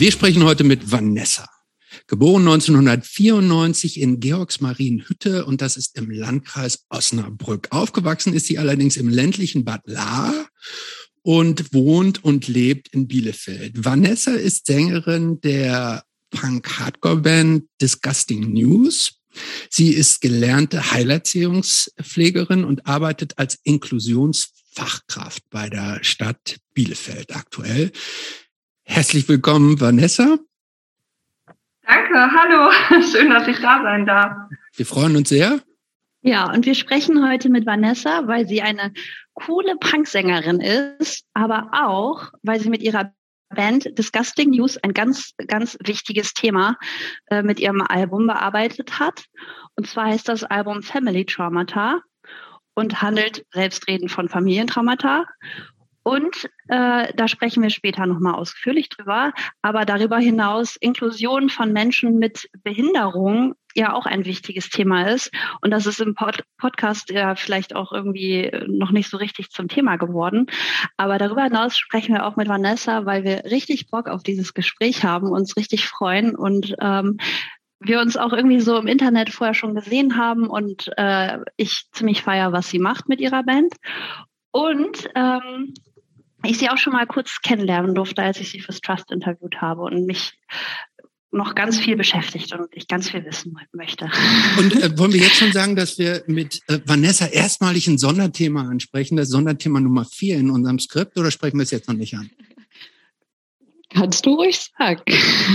Wir sprechen heute mit Vanessa. Geboren 1994 in Georgsmarienhütte und das ist im Landkreis Osnabrück. Aufgewachsen ist sie allerdings im ländlichen Bad Lahr und wohnt und lebt in Bielefeld. Vanessa ist Sängerin der Punk-Hardcore-Band Disgusting News. Sie ist gelernte Heilerziehungspflegerin und arbeitet als Inklusionsfachkraft bei der Stadt Bielefeld aktuell. Herzlich willkommen, Vanessa. Danke, hallo. Schön, dass ich da sein darf. Wir freuen uns sehr. Ja, und wir sprechen heute mit Vanessa, weil sie eine coole Punksängerin ist, aber auch, weil sie mit ihrer Band Disgusting News ein ganz, ganz wichtiges Thema mit ihrem Album bearbeitet hat. Und zwar heißt das Album Family Traumata und handelt selbstredend von Familientraumata. Und da sprechen wir später nochmal ausführlich drüber. Aber darüber hinaus Inklusion von Menschen mit Behinderung ja auch ein wichtiges Thema ist. Und das ist im Podcast ja vielleicht auch irgendwie noch nicht so richtig zum Thema geworden. Aber darüber hinaus sprechen wir auch mit Vanessa, weil wir richtig Bock auf dieses Gespräch haben, uns richtig freuen und wir uns auch irgendwie so im Internet vorher schon gesehen haben und ich ziemlich feiere, was sie macht mit ihrer Band. Und ich sie auch schon mal kurz kennenlernen durfte, als ich sie fürs Trust interviewt habe und mich noch ganz viel beschäftigt und ich ganz viel wissen möchte. Und wollen wir jetzt schon sagen, dass wir mit Vanessa erstmalig ein Sonderthema ansprechen, das Sonderthema Nummer 4 in unserem Skript, oder sprechen wir es jetzt noch nicht an? Kannst du ruhig sagen.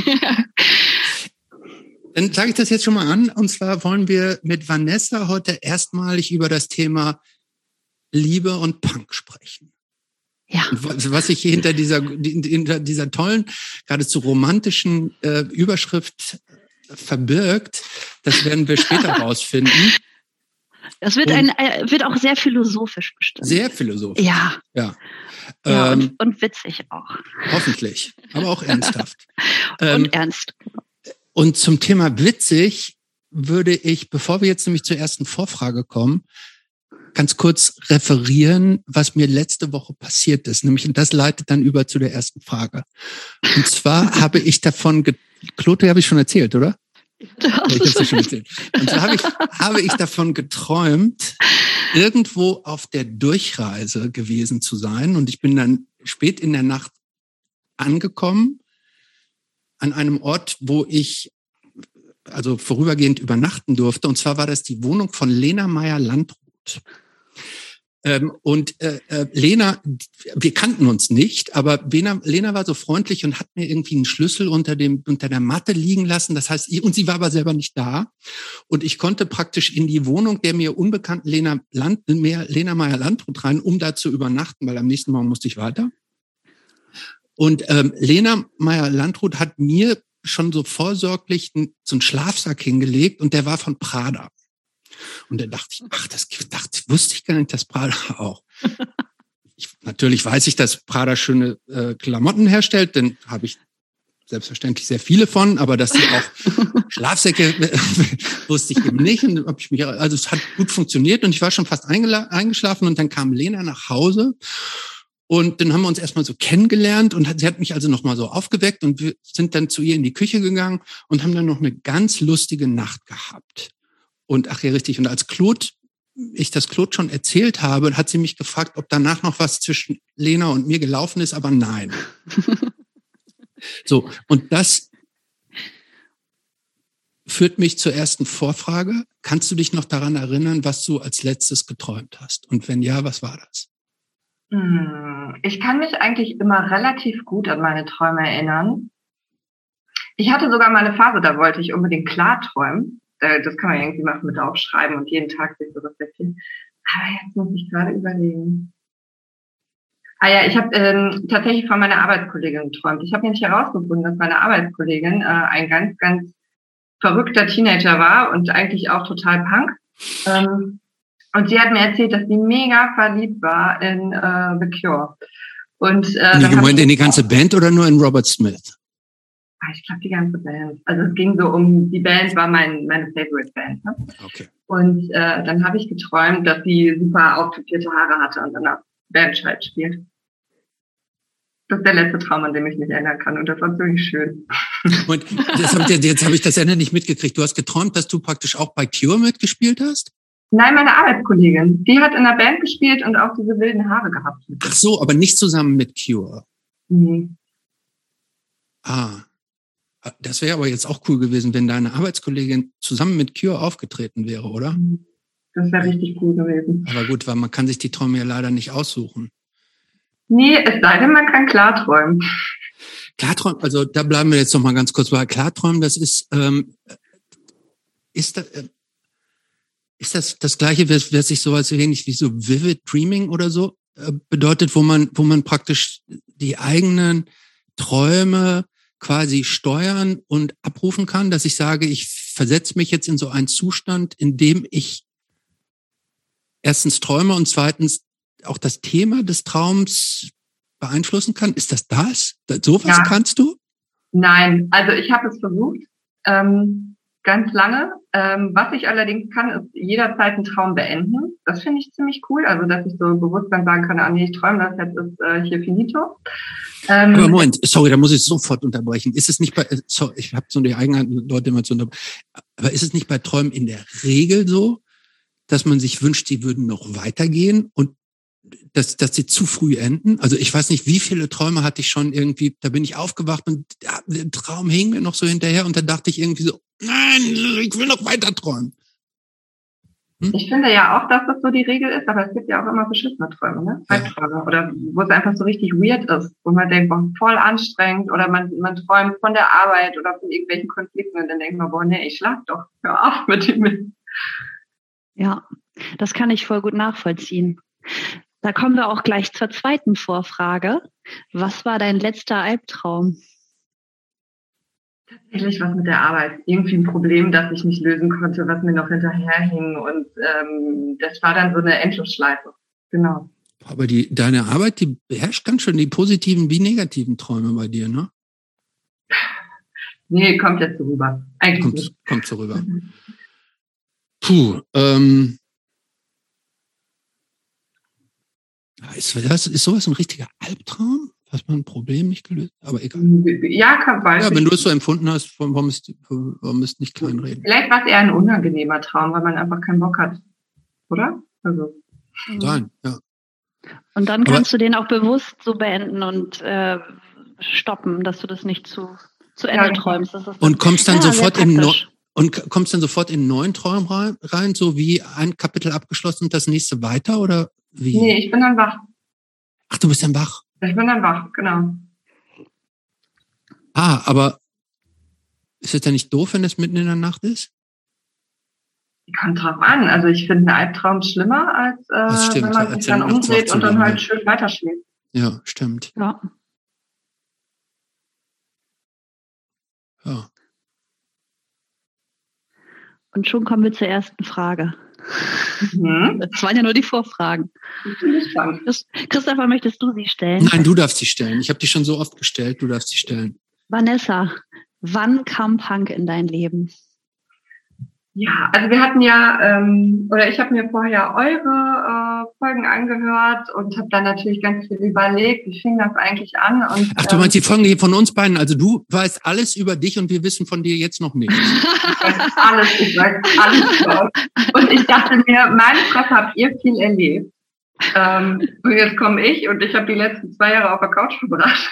Dann sage ich das jetzt schon mal an. Und zwar wollen wir mit Vanessa heute erstmalig über das Thema Liebe und Punk sprechen. Ja. Was sich hinter dieser tollen, geradezu romantischen Überschrift verbirgt, das werden wir später rausfinden. Das wird auch sehr philosophisch bestimmt. Sehr philosophisch. Ja. Ja, und witzig auch. Hoffentlich, aber auch ernsthaft. Und ernst. Und zum Thema witzig würde ich, bevor wir jetzt nämlich zur ersten Vorfrage kommen, ganz kurz referieren, was mir letzte Woche passiert ist. Nämlich, und das leitet dann über zu der ersten Frage. Und zwar habe ich davon, Klote habe ich schon erzählt, oder? Ja, ich habe es schon erzählt. Und so habe ich davon geträumt, irgendwo auf der Durchreise gewesen zu sein. Und ich bin dann spät in der Nacht angekommen an einem Ort, wo ich also vorübergehend übernachten durfte. Und zwar war das die Wohnung von Lena Meyer-Landrut. Lena, wir kannten uns nicht, aber Lena war so freundlich und hat mir irgendwie einen Schlüssel unter der Matte liegen lassen. Das heißt, und sie war aber selber nicht da. Und ich konnte praktisch in die Wohnung der mir unbekannten Lena Meyer-Landrut rein, um da zu übernachten, weil am nächsten Morgen musste ich weiter. Und Lena Meyer-Landrut hat mir schon so vorsorglich so einen Schlafsack hingelegt und der war von Prada. Und dann dachte ich, wusste ich gar nicht, dass Prada auch. Natürlich weiß ich, dass Prada schöne Klamotten herstellt, denn habe ich selbstverständlich sehr viele von, aber dass sie auch Schlafsäcke wusste ich eben nicht. Und also es hat gut funktioniert und ich war schon fast eingeschlafen und dann kam Lena nach Hause. Und dann haben wir uns erstmal so kennengelernt und sie hat mich also nochmal so aufgeweckt und wir sind dann zu ihr in die Küche gegangen und haben dann noch eine ganz lustige Nacht gehabt. Und ach ja, richtig. Und als ich das Claude schon erzählt habe, hat sie mich gefragt, ob danach noch was zwischen Lena und mir gelaufen ist, aber nein. So, und das führt mich zur ersten Vorfrage. Kannst du dich noch daran erinnern, was du als letztes geträumt hast? Und wenn ja, was war das? Ich kann mich eigentlich immer relativ gut an meine Träume erinnern. Ich hatte sogar mal eine Phase, da wollte ich unbedingt klarträumen. Das kann man irgendwie machen mit Aufschreiben und jeden Tag sich so reflektieren. Aber jetzt muss ich gerade überlegen. Ich habe tatsächlich von meiner Arbeitskollegin geträumt. Ich habe nämlich herausgefunden, dass meine Arbeitskollegin ein ganz, ganz verrückter Teenager war und eigentlich auch total Punk. Und sie hat mir erzählt, dass sie mega verliebt war in The Cure. Und in die ganze Band oder nur in Robert Smith? Ich glaube, die ganze Band. Also es ging so um, die Band war meine Favorite-Band. Ne? Okay. Und dann habe ich geträumt, dass sie super auftupierte Haare hatte und dann eine Bandscheit spielt. Das ist der letzte Traum, an dem ich mich erinnern kann. Und das war ziemlich schön. Und jetzt habe ich das Ende nicht mitgekriegt. Du hast geträumt, dass du praktisch auch bei Cure mitgespielt hast? Nein, meine Arbeitskollegin. Die hat in der Band gespielt und auch diese wilden Haare gehabt. Ach so, aber nicht zusammen mit Cure. Nee. Ah, das wäre aber jetzt auch cool gewesen, wenn deine Arbeitskollegin zusammen mit Cure aufgetreten wäre, oder? Das wäre richtig cool gewesen. Aber gut, weil man kann sich die Träume ja leider nicht aussuchen. Nee, es sei denn, man kann klarträumen. Klarträumen, also da bleiben wir jetzt noch mal ganz kurz bei Klarträumen. Das ist das Gleiche, was sich sowas ähnlich wie so Vivid Dreaming oder so bedeutet, wo man praktisch die eigenen Träume quasi steuern und abrufen kann, dass ich sage, ich versetze mich jetzt in so einen Zustand, in dem ich erstens träume und zweitens auch das Thema des Traums beeinflussen kann? Ist das das? Sowas kannst du? Nein, also ich habe es versucht, ganz lange. Was ich allerdings kann, ist jederzeit einen Traum beenden. Das finde ich ziemlich cool, also dass ich so bewusst dann sagen kann, nee, ich träume das, jetzt ist hier finito. Aber Moment, sorry, da muss ich sofort unterbrechen. Ist es nicht bei, sorry, ich habe so die Eigenheit, Leute immer zu unterbrechen, aber ist es nicht bei Träumen in der Regel so, dass man sich wünscht, die würden noch weitergehen und dass sie zu früh enden? Also ich weiß nicht, wie viele Träume hatte ich schon irgendwie, da bin ich aufgewacht und der Traum hing mir noch so hinterher und dann dachte ich irgendwie so, nein, ich will noch weiter träumen. Ich finde ja auch, dass das so die Regel ist, aber es gibt ja auch immer beschissene Träume, ne? Albträume. Oder wo es einfach so richtig weird ist, wo man denkt, boah, voll anstrengend oder man träumt von der Arbeit oder von irgendwelchen Konflikten und dann denkt man, boah, nee, ich schlaf doch, hör auf mit dem. Ja, das kann ich voll gut nachvollziehen. Da kommen wir auch gleich zur zweiten Vorfrage. Was war dein letzter Albtraum? Tatsächlich was mit der Arbeit. Irgendwie ein Problem, das ich nicht lösen konnte, was mir noch hinterherhing. Und das war dann so eine Endlosschleife. Genau. Aber deine Arbeit, die beherrscht ganz schön die positiven wie negativen Träume bei dir, ne? Nee, kommt jetzt so rüber. Eigentlich nicht. Kommt so rüber. Puh, ist sowas ein richtiger Albtraum? Hast man ein Problem nicht gelöst? Aber egal. Ja, wenn du es so empfunden hast, warum ist nicht kleinreden? Vielleicht war es eher ein unangenehmer Traum, weil man einfach keinen Bock hat. Oder? Also. Sein, ja. Und dann kannst du den auch bewusst so beenden und stoppen, dass du das nicht zu Ende träumst. Das ist und kommst dann sofort in einen neuen Traum rein, so wie ein Kapitel abgeschlossen und das nächste weiter, oder wie? Nee, ich bin dann wach. Ach, du bist dann wach? Ich bin dann wach, genau. Aber ist es denn nicht doof, wenn es mitten in der Nacht ist? Kommt drauf an. Also ich finde einen Albtraum schlimmer, als wenn man sich dann umdreht und dann halt schön weiterschläft. Ja, stimmt. Ja. Ja. Und schon kommen wir zur ersten Frage. Das waren ja nur die Vorfragen. Christopher, möchtest du sie stellen? Nein, du darfst sie stellen. Ich habe die schon so oft gestellt, du darfst sie stellen. Vanessa, wann kam Punk in dein Leben? Ja, also wir hatten ja, oder ich habe mir vorher eure Folgen angehört und habe dann natürlich ganz viel überlegt, wie fing das eigentlich an. Und, ach, du meinst die Folgen hier von uns beiden? Also du weißt alles über dich und wir wissen von dir jetzt noch nichts. Ich weiß alles über euch. Und ich dachte mir, meine Fresse, habt ihr viel erlebt. Und jetzt komme ich und ich habe die letzten 2 Jahre auf der Couch verbracht.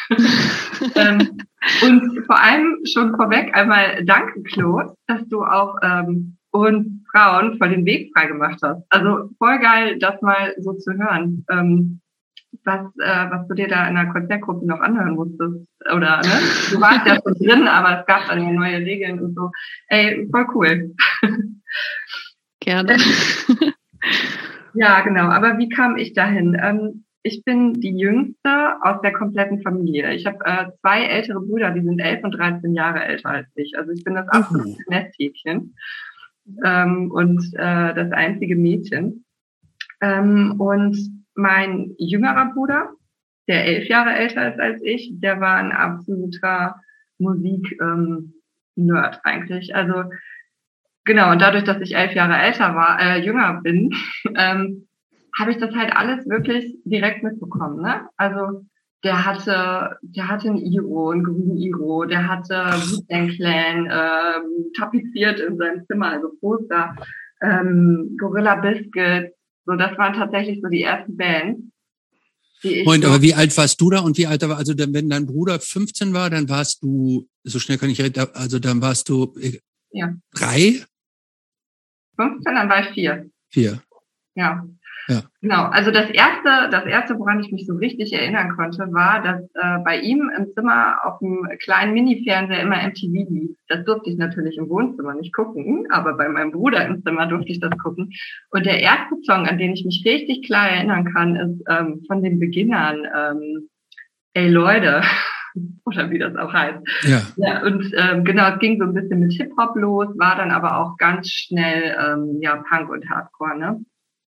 Und vor allem schon vorweg einmal danke, Claude, dass du auch uns Frauen voll den Weg freigemacht hast. Also voll geil, das mal so zu hören, was du dir da in der Konzertgruppe noch anhören musstest. Oder, ne? Du warst ja schon drin, aber es gab dann ja neue Regeln und so. Ey, voll cool. Gerne. Ja, genau. Aber wie kam ich dahin? Ich bin die Jüngste aus der kompletten Familie. Ich habe 2 ältere Brüder, die sind 11 und 13 Jahre älter als ich. Also ich bin das absolute Nesthäkchen und das einzige Mädchen. Und mein jüngerer Bruder, der 11 Jahre älter ist als ich, der war ein absoluter Musik-Nerd eigentlich. Also genau, und dadurch, dass ich 11 Jahre jünger bin, habe ich das halt alles wirklich direkt mitbekommen, ne? Also der hatte einen Iro, einen grünen Iro, der hatte Wu-Tang Clan tapeziert in seinem Zimmer, also Poster, Gorilla Biscuit, so das waren tatsächlich so die ersten Bands, die ich. Moment, aber wie alt warst du da und wie alt war, also wenn dein Bruder 15 war, dann warst du, so schnell kann ich reden, also dann warst du 3? 15, dann war ich 4. 4. Ja. Genau. Also das erste, woran ich mich so richtig erinnern konnte, war, dass bei ihm im Zimmer auf dem kleinen Mini-Fernseher immer MTV lief. Das durfte ich natürlich im Wohnzimmer nicht gucken, aber bei meinem Bruder im Zimmer durfte ich das gucken. Und der erste Song, an den ich mich richtig klar erinnern kann, ist von den Beginnern, Ey Leute, oder wie das auch heißt. Ja, und genau, es ging so ein bisschen mit Hip-Hop los, war dann aber auch ganz schnell Punk und Hardcore, ne?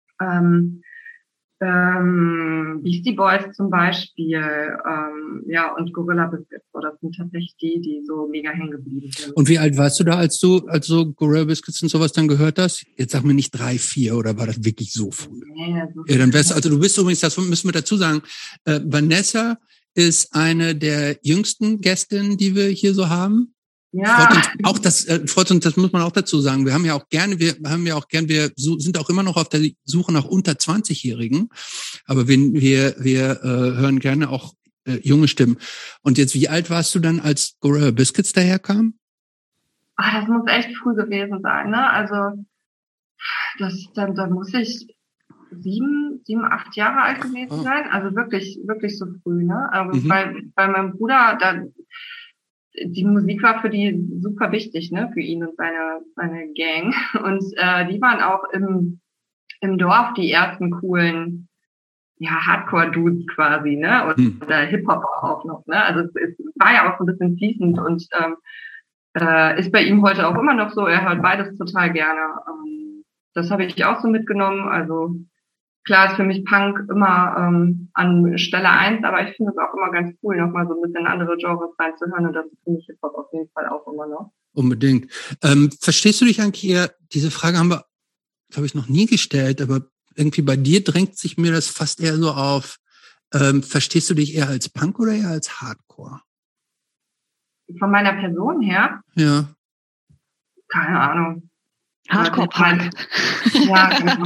Beastie Boys zum Beispiel, und Gorilla Biscuits, das sind tatsächlich die so mega hängen geblieben sind. Und wie alt warst du da, als du Gorilla Biscuits und sowas dann gehört hast? Jetzt sag mir nicht 3, 4 oder war das wirklich so früh? Nee, so ja, dann wär's, also du bist übrigens, das müssen wir dazu sagen, Vanessa ist eine der jüngsten Gästinnen, die wir hier so haben. Ja. Freut uns, das muss man auch dazu sagen. Wir sind auch immer noch auf der Suche nach unter 20-Jährigen, aber wir hören gerne auch junge Stimmen. Und jetzt, wie alt warst du dann, als Gorilla Biscuits daherkam? Das muss echt früh gewesen sein, ne? Also da muss ich 7, 8 Jahre alt gewesen sein. Also wirklich, wirklich so früh, ne? Aber bei meinem Bruder, die Musik war für die super wichtig, ne, für ihn und seine Gang. Und die waren auch im Dorf die ersten coolen, Hardcore-Dudes quasi, ne, oder Hip-Hop auch noch, ne. Also es war ja auch so ein bisschen fließend und ist bei ihm heute auch immer noch so. Er hört beides total gerne. Das habe ich auch so mitgenommen. Also klar ist für mich Punk immer an Stelle 1, aber ich finde es auch immer ganz cool, nochmal so ein bisschen andere Genres reinzuhören und das finde ich Hip-Hop auf jeden Fall auch immer noch. Unbedingt. Verstehst du dich eigentlich eher, diese Frage haben wir, glaube ich, noch nie gestellt, aber irgendwie bei dir drängt sich mir das fast eher so auf, verstehst du dich eher als Punk oder eher als Hardcore? Von meiner Person her? Ja. Keine Ahnung. Hardcore-Punk. Ja, genau.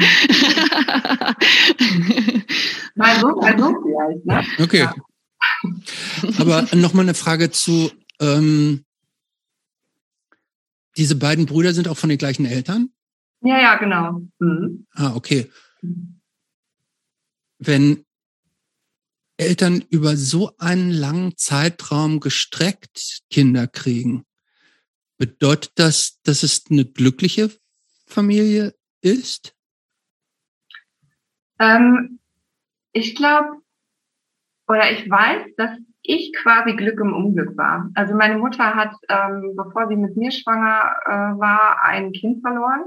Mal so vielleicht, ne? Okay. Ja. Aber nochmal eine Frage zu, diese beiden Brüder sind auch von den gleichen Eltern? Ja, genau. Mhm. Okay. Wenn Eltern über so einen langen Zeitraum gestreckt Kinder kriegen, bedeutet das, dass es eine glückliche Familie ist? Ich glaube, oder ich weiß, dass ich quasi Glück im Unglück war. Also meine Mutter hat, bevor sie mit mir schwanger war, ein Kind verloren.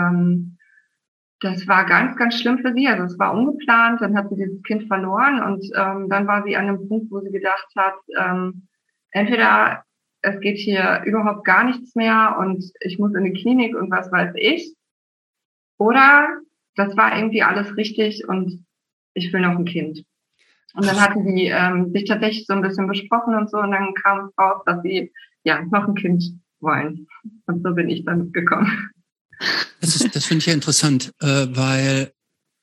Das war ganz, ganz schlimm für sie. Also es war ungeplant, dann hat sie dieses Kind verloren und dann war sie an einem Punkt, wo sie gedacht hat, entweder es geht hier überhaupt gar nichts mehr und ich muss in die Klinik und was weiß ich. Oder das war irgendwie alles richtig und ich will noch ein Kind. Und dann hatten die sich tatsächlich so ein bisschen besprochen und so und dann kam es raus, dass sie noch ein Kind wollen. Und so bin ich dann gekommen. Das finde ich ja interessant, weil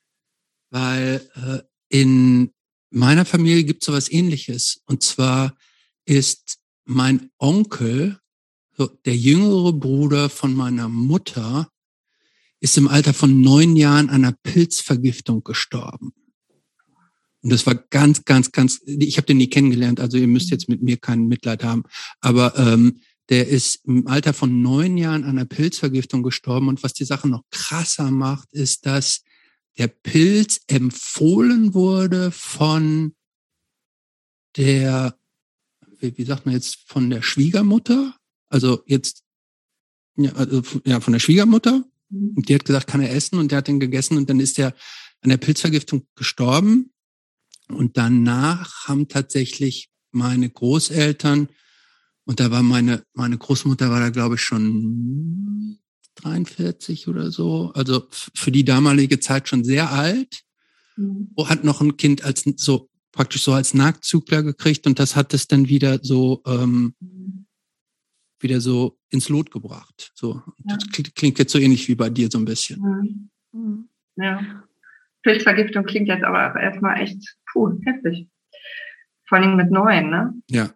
in meiner Familie gibt es sowas Ähnliches. Und zwar ist mein Onkel, so der jüngere Bruder von meiner Mutter, ist im Alter von 9 Jahren an einer Pilzvergiftung gestorben. Und das war ganz, ganz, ganz, ich habe den nie kennengelernt, also ihr müsst jetzt mit mir kein Mitleid haben, aber der ist im Alter von 9 Jahren an einer Pilzvergiftung gestorben. Und was die Sache noch krasser macht, ist, dass der Pilz empfohlen wurde von der, wie sagt man jetzt, von der Schwiegermutter? Also jetzt, von der Schwiegermutter. Und die hat gesagt, kann er essen? Und der hat den gegessen und dann ist er an der Pilzvergiftung gestorben. Und danach haben tatsächlich meine Großeltern, und da war meine Großmutter war da, glaube ich, schon 43 oder so, also für die damalige Zeit schon sehr alt, hat noch ein Kind als so praktisch so als Nachzügler gekriegt und das hat es dann wieder so ins Lot gebracht. So, das klingt jetzt so ähnlich wie bei dir so ein bisschen. Ja. Pilzvergiftung klingt jetzt aber erstmal echt heftig. Vor allem mit 9, ne? Ja.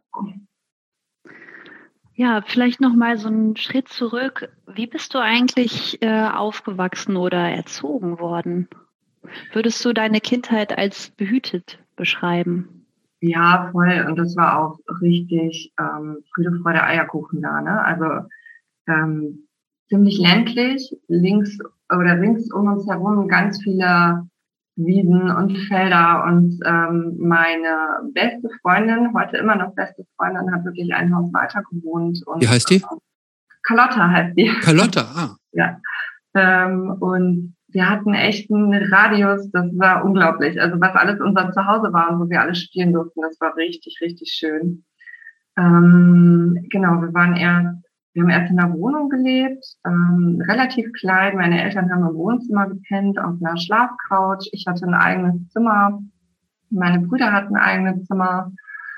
Ja, vielleicht noch mal so einen Schritt zurück. Wie bist du eigentlich aufgewachsen oder erzogen worden? Würdest du deine Kindheit als behütet beschreiben? Ja, voll. Und das war auch richtig Friede, Freude, Eierkuchen da, ne? Also ziemlich ländlich, links oder rings um uns herum ganz viele Wiesen und Felder und meine beste Freundin, heute immer noch beste Freundin, hat wirklich ein Haus weiter gewohnt. Und, wie heißt die? Carlotta heißt die. Carlotta, Ja. Und wir hatten echt einen Radius, das war unglaublich. Also was alles unser Zuhause war und wo wir alle spielen durften, das war richtig, richtig schön. Genau, wir haben erst in einer Wohnung gelebt, relativ klein. Meine Eltern haben im Wohnzimmer gepennt, auf einer Schlafcouch. Ich hatte ein eigenes Zimmer. Meine Brüder hatten ein eigenes Zimmer.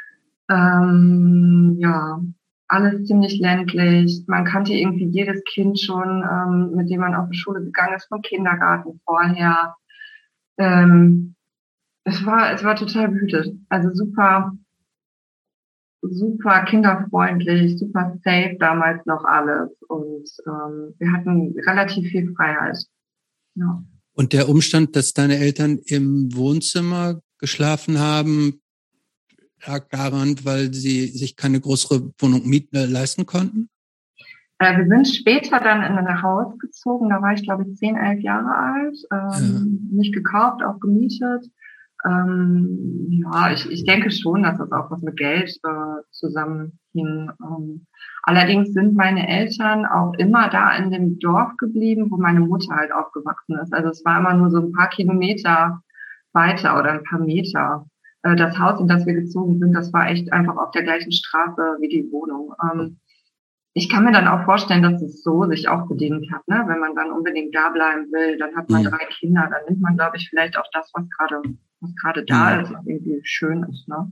Ja, alles ziemlich ländlich. Man kannte irgendwie jedes Kind schon, mit dem man auf die Schule gegangen ist, vom Kindergarten vorher. Es war total behütet. Also super kinderfreundlich, super safe damals noch alles. Und wir hatten relativ viel Freiheit. Ja. Und der Umstand, dass deine Eltern im Wohnzimmer geschlafen haben, lag daran, weil sie sich keine größere Wohnung leisten konnten? Wir sind später dann in ein Haus gezogen. Da war ich, glaube ich, 10, 11 Jahre alt. Nicht gekauft, auch gemietet. Ja, ich denke schon, dass das auch was mit Geld zusammenhing. Allerdings sind meine Eltern auch immer da in dem Dorf geblieben, wo meine Mutter halt aufgewachsen ist. Also es war immer nur so ein paar Kilometer weiter oder ein paar Meter. Das Haus, in das wir gezogen sind, das war echt einfach auf der gleichen Straße wie die Wohnung. Ich kann mir dann auch vorstellen, dass es so sich auch bedingt hat, ne? Wenn man dann unbedingt da bleiben will, dann hat man 3 Kinder, dann nimmt man, glaube ich, vielleicht auch das, was gerade da ist, was irgendwie schön ist, ne?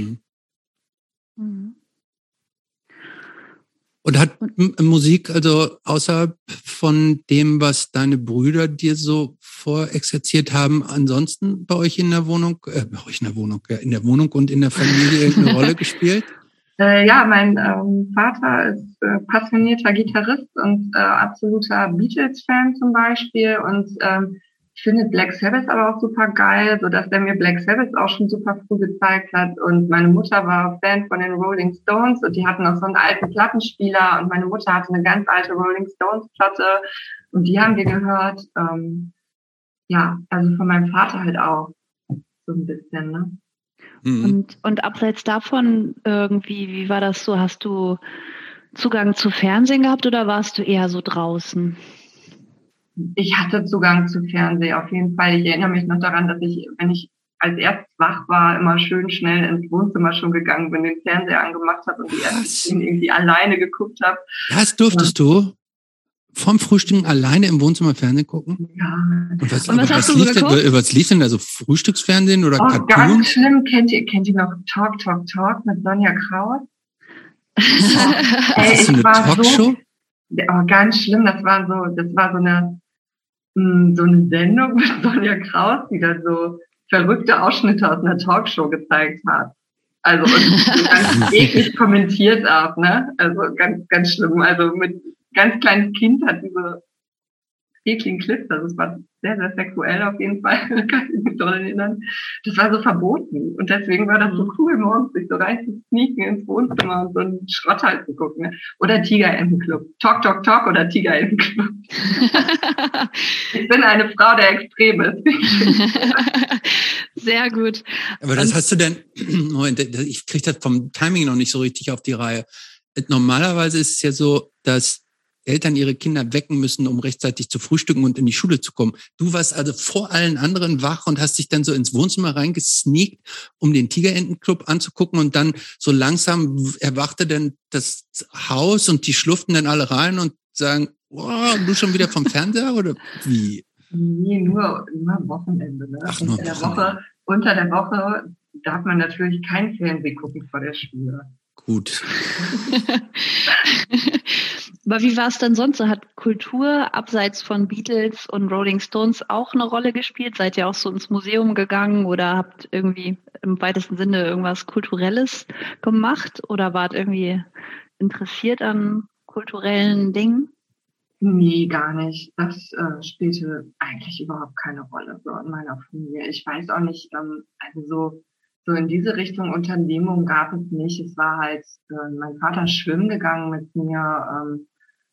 Und hat Musik, also außerhalb von dem, was deine Brüder dir so vorexerziert haben, ansonsten bei euch in der Wohnung und in der Familie irgendeine Rolle gespielt? Ja, mein Vater ist passionierter Gitarrist und absoluter Beatles-Fan zum Beispiel und ich finde Black Sabbath aber auch super geil, sodass der mir Black Sabbath auch schon super früh gezeigt hat. Und meine Mutter war Fan von den Rolling Stones und die hatten auch so einen alten Plattenspieler und meine Mutter hatte eine ganz alte Rolling Stones Platte und die haben wir gehört. Ja, also von meinem Vater halt auch so ein bisschen, ne? Und abseits davon irgendwie, wie war das so? Hast du Zugang zu Fernsehen gehabt oder warst du eher so draußen? Ich hatte Zugang zu Fernsehen, auf jeden Fall. Ich erinnere mich noch daran, dass ich, wenn ich als erstes wach war, immer schön schnell ins Wohnzimmer schon gegangen bin, den Fernseher angemacht habe und die ersten irgendwie alleine geguckt habe. Das durftest du? Vom Frühstück alleine im Wohnzimmer Fernsehen gucken? Ja. Und was lief denn da so? Frühstücksfernsehen oder Cartoon? Ganz schlimm. Kennt ihr noch Talk mit Sonja Kraus? Das ist eine Talkshow? Ganz schlimm. Das war so eine Sendung mit Sonja Kraus, die dann so verrückte Ausschnitte aus einer Talkshow gezeigt hat. Also und ganz eklig kommentiert auch, ne? Also ganz, ganz schlimm. Also mit ganz kleines Kind hat diese ekligen Clips, also es war sehr, sehr sexuell auf jeden Fall, kann ich mich doll erinnern. Das war so verboten und deswegen war das so cool, morgens sich so rein zu sneaken ins Wohnzimmer und so einen Schrott halt zu gucken. Ne? Oder Tigerentenclub. Talk oder Tigerentenclub. Ich bin eine Frau der Extreme. Sehr gut. Aber das hast du denn, Moment, ich kriege das vom Timing noch nicht so richtig auf die Reihe. Normalerweise ist es ja so, dass Eltern ihre Kinder wecken müssen, um rechtzeitig zu frühstücken und in die Schule zu kommen. Du warst also vor allen anderen wach und hast dich dann so ins Wohnzimmer reingesneakt, um den Tigerentenclub anzugucken und dann so langsam erwachte dann das Haus und die schlurften dann alle rein und sagen, wow, du schon wieder vom Fernseher oder wie? Nee, nur am Wochenende. Ne? Ach, nur am Wochenende. Unter der Woche darf man natürlich kein Fernsehen gucken vor der Schule. Gut. Aber wie war es denn sonst? Hat Kultur abseits von Beatles und Rolling Stones auch eine Rolle gespielt? Seid ihr auch so ins Museum gegangen oder habt irgendwie im weitesten Sinne irgendwas Kulturelles gemacht oder wart irgendwie interessiert an kulturellen Dingen? Nee, gar nicht. Das spielte eigentlich überhaupt keine Rolle so in meiner Familie. Ich weiß auch nicht, also so in diese Richtung Unternehmung gab es nicht. Es war halt, mein Vater ist schwimmen gegangen mit mir.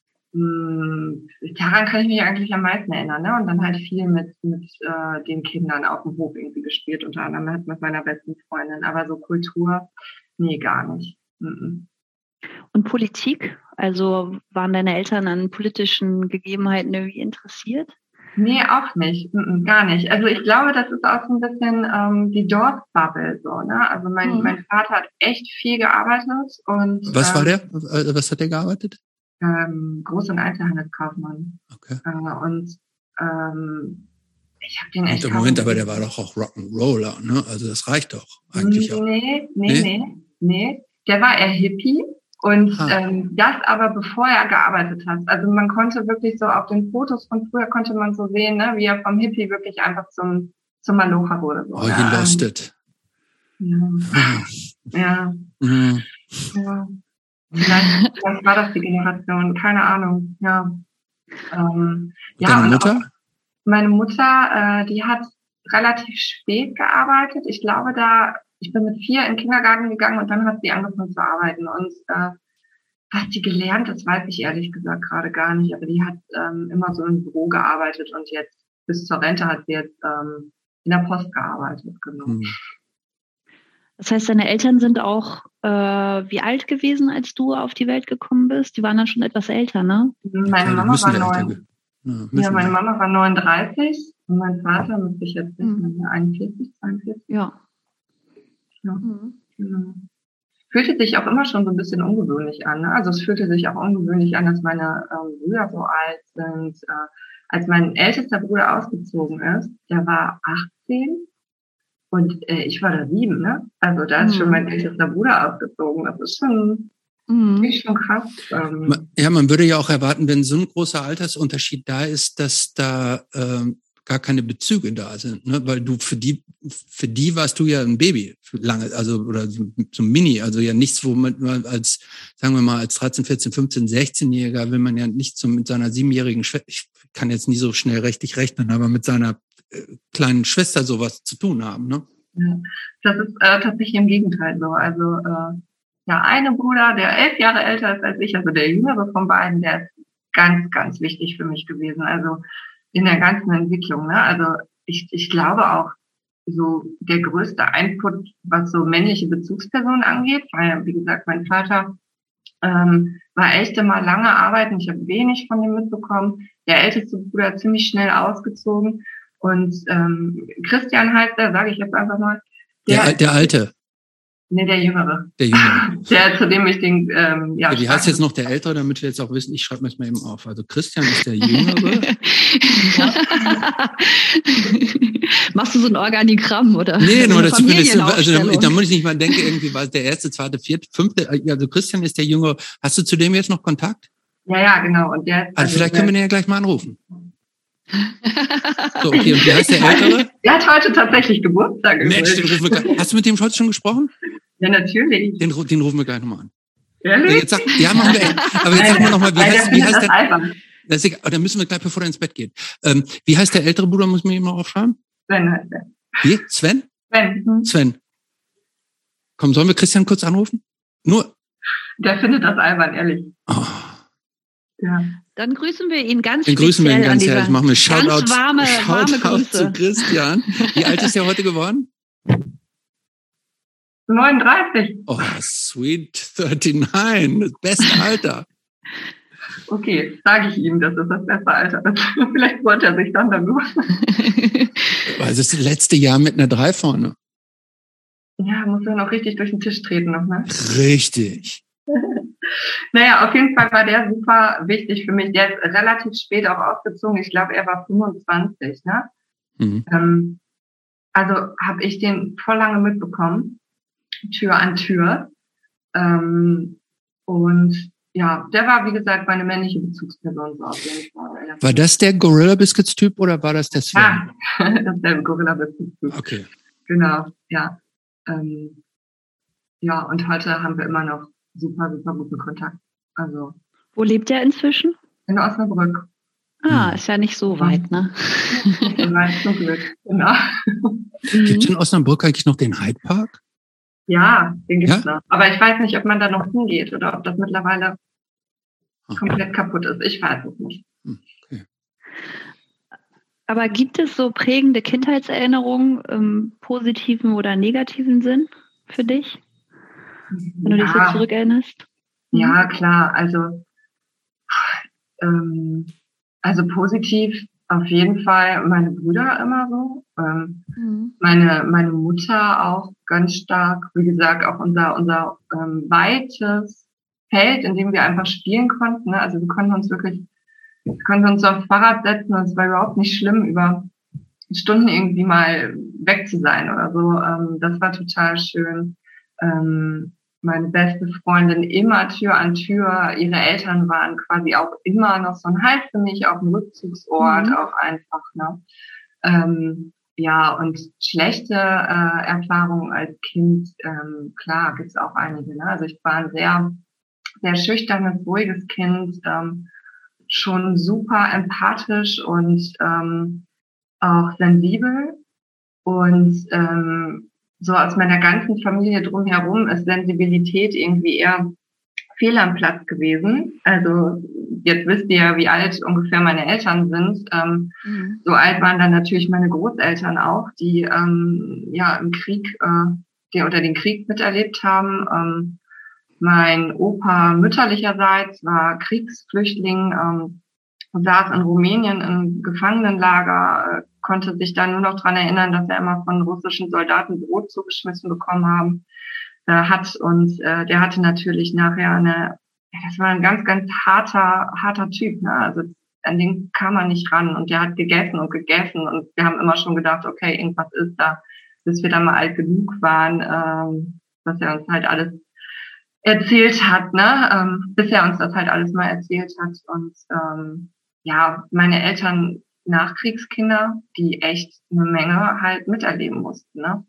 Daran kann ich mich eigentlich am meisten erinnern, ne? Und dann halt viel mit den Kindern auf dem Hof irgendwie gespielt, unter anderem halt mit meiner besten Freundin. Aber so Kultur, nee, gar nicht. Mhm. Und Politik? Also waren deine Eltern an politischen Gegebenheiten irgendwie interessiert? Nee, auch nicht. Gar nicht. Also ich glaube, das ist auch so ein bisschen die Dorfbubble so, ne? Also mein Vater hat echt viel gearbeitet und Was war der? Was hat der gearbeitet? Groß- und Einzelhandelskaufmann. Okay. Und ich habe den echt... Moment, aber der war doch auch Rock'n'Roller, ne? Also das reicht doch eigentlich auch. Nee. Der war eher Hippie. Und das aber bevor er gearbeitet hat. Also man konnte wirklich so auf den Fotos von früher konnte man so sehen, ne, wie er vom Hippie wirklich einfach zum Malocher wurde. So, oh, he lost it. Ja. Vielleicht war das die Generation, keine Ahnung. Ja. Deine Mutter? Meine Mutter, die hat relativ spät gearbeitet. Ich glaube, ich bin mit 4 in den Kindergarten gegangen und dann hat sie angefangen zu arbeiten. Und was die gelernt, das weiß ich ehrlich gesagt gerade gar nicht. Aber die hat immer so im Büro gearbeitet und jetzt bis zur Rente hat sie jetzt in der Post gearbeitet. Genau. Das heißt, deine Eltern sind auch wie alt gewesen, als du auf die Welt gekommen bist? Die waren dann schon etwas älter, ne? Meine Mama war 39 und mein Vater müsste ich jetzt 41, 42. Ja. Genau. Fühlte sich auch immer schon so ein bisschen ungewöhnlich an. Ne? Also es fühlte sich auch ungewöhnlich an, dass meine Brüder so alt sind. Als mein ältester Bruder ausgezogen ist, der war 18 und ich war da 7. Ne? Also da ist schon mein ältester Bruder ausgezogen. Das ist schon krass. Ja, man würde ja auch erwarten, wenn so ein großer Altersunterschied da ist, dass da gar keine Bezüge da sind, ne? Weil du für die warst du ja ein Baby lange, also oder so ein Mini, also ja nichts, womit man als, sagen wir mal, als 13, 14, 15, 16-Jähriger will man ja nicht so mit seiner 7-jährigen Schwester, ich kann jetzt nie so schnell richtig rechnen, aber mit seiner kleinen Schwester sowas zu tun haben, ne? Ja, das ist tatsächlich im Gegenteil so. Also der eine Bruder, der 11 Jahre älter ist als ich, also der jüngere von beiden, der ist ganz, ganz wichtig für mich gewesen. Also in der ganzen Entwicklung, ne? Also ich glaube auch, so der größte Input, was so männliche Bezugspersonen angeht, weil, wie gesagt, mein Vater war echt immer lange arbeiten. Ich habe wenig von ihm mitbekommen. Der älteste Bruder ziemlich schnell ausgezogen. Und Christian heißt er, sage ich jetzt einfach mal. Der Alte. Nee, der Jüngere. Der Jüngere. Der, zu dem ich den, ja, wie heißt jetzt noch derÄltere, damit wir jetzt auch wissen, ich schreibe mir das mal eben auf. Also Christian ist der Jüngere. Machst du so ein Organigramm, oder? Nee, nur das ist also da muss ich nicht mal denken, irgendwie war es der 1., 2., 4., 5., also Christian ist der Jüngere. Hast du zu dem jetzt noch Kontakt? Ja, genau. Und der, also vielleicht können wir den ja gleich mal anrufen. So, okay, und wie heißt der Ältere? Der hat heute tatsächlich Geburtstag. Mensch, den rufen wir gleich. Hast du mit dem heute schon gesprochen? Ja, natürlich. Den rufen wir gleich nochmal an. Ehrlich? Jetzt ja, machen wir echt. Aber jetzt sagen wir nochmal, wie heißt der? Das ist egal, dann müssen wir gleich, bevor er ins Bett geht. Wie heißt der ältere Bruder, muss ich mir eben mal aufschreiben? Sven heißt der. Wie? Sven? Sven. Komm, sollen wir Christian kurz anrufen? Nur? Der findet das albern, ehrlich. Oh. Ja. Dann grüßen wir ihn ganz herzlich. Grüßen wir ihn ganz herzlich. Machen wir Shoutout warme Grüße zu Christian. Wie alt ist er heute geworden? 39. Oh, sweet 39. Das beste Alter. Okay, sage ich ihm, dass es das beste Alter ist. Vielleicht freut er sich dann darüber. Also das letzte Jahr mit einer 3 vorne. Ja, muss er noch richtig durch den Tisch treten noch, ne? Richtig. Naja, auf jeden Fall war der super wichtig für mich. Der ist relativ spät auch ausgezogen. Ich glaube, er war 25, ne? also habe ich den voll lange mitbekommen, Tür an Tür. Und ja, der war, wie gesagt, meine männliche Bezugsperson so auf jeden Fall. War das der Gorilla Biscuits Typ oder war das der Sven? Ja, das ist der Gorilla Biscuits Typ. Okay. Genau, ja. Ja, und heute haben wir immer noch super, super guten Kontakt. Also. Wo lebt er inzwischen? In Osnabrück. Ist ja nicht so weit, ne? Zum Glück, genau. Gibt es in Osnabrück eigentlich noch den Hyde Park? Ja, den gibt's noch. Aber ich weiß nicht, ob man da noch hingeht oder ob das mittlerweile komplett kaputt ist. Ich weiß es nicht. Okay. Aber gibt es so prägende Kindheitserinnerungen im positiven oder negativen Sinn für dich? Wenn du dich so zurückerinnerst? Ja, klar. Also positiv auf jeden Fall meine Brüder immer so. Meine Mutter auch ganz stark. Wie gesagt, auch unser weites Feld, in dem wir einfach spielen konnten. Ne? Also wir konnten uns aufs Fahrrad setzen und es war überhaupt nicht schlimm, über Stunden irgendwie mal weg zu sein oder so. Das war total schön. Meine beste Freundin immer Tür an Tür. Ihre Eltern waren quasi auch immer noch so ein Halt für mich, auch ein Rückzugsort, auch einfach. Ne? Ja, und schlechte Erfahrungen als Kind, klar, gibt's auch einige. Ne? Also ich war ein sehr, sehr schüchternes, ruhiges Kind, schon super empathisch und auch sensibel. Und so aus meiner ganzen Familie drumherum ist Sensibilität irgendwie eher fehl am Platz gewesen. Also jetzt wisst ihr ja, wie alt ungefähr meine Eltern sind. So alt waren dann natürlich meine Großeltern auch, die im Krieg, den Krieg miterlebt haben. Mein Opa mütterlicherseits war Kriegsflüchtling, saß in Rumänien im Gefangenenlager, konnte sich da nur noch dran erinnern, dass er immer von russischen Soldaten Brot zugeschmissen bekommen hat. Und der hatte natürlich nachher das war ein ganz, ganz harter Typ. Ne? Also an den kam man nicht ran. Und der hat gegessen. Und wir haben immer schon gedacht, okay, irgendwas ist da, bis wir dann mal alt genug waren, was er uns halt alles erzählt hat, ne? Bis er uns das halt alles mal erzählt hat. Und meine Eltern Nachkriegskinder, die echt eine Menge halt miterleben mussten, ne?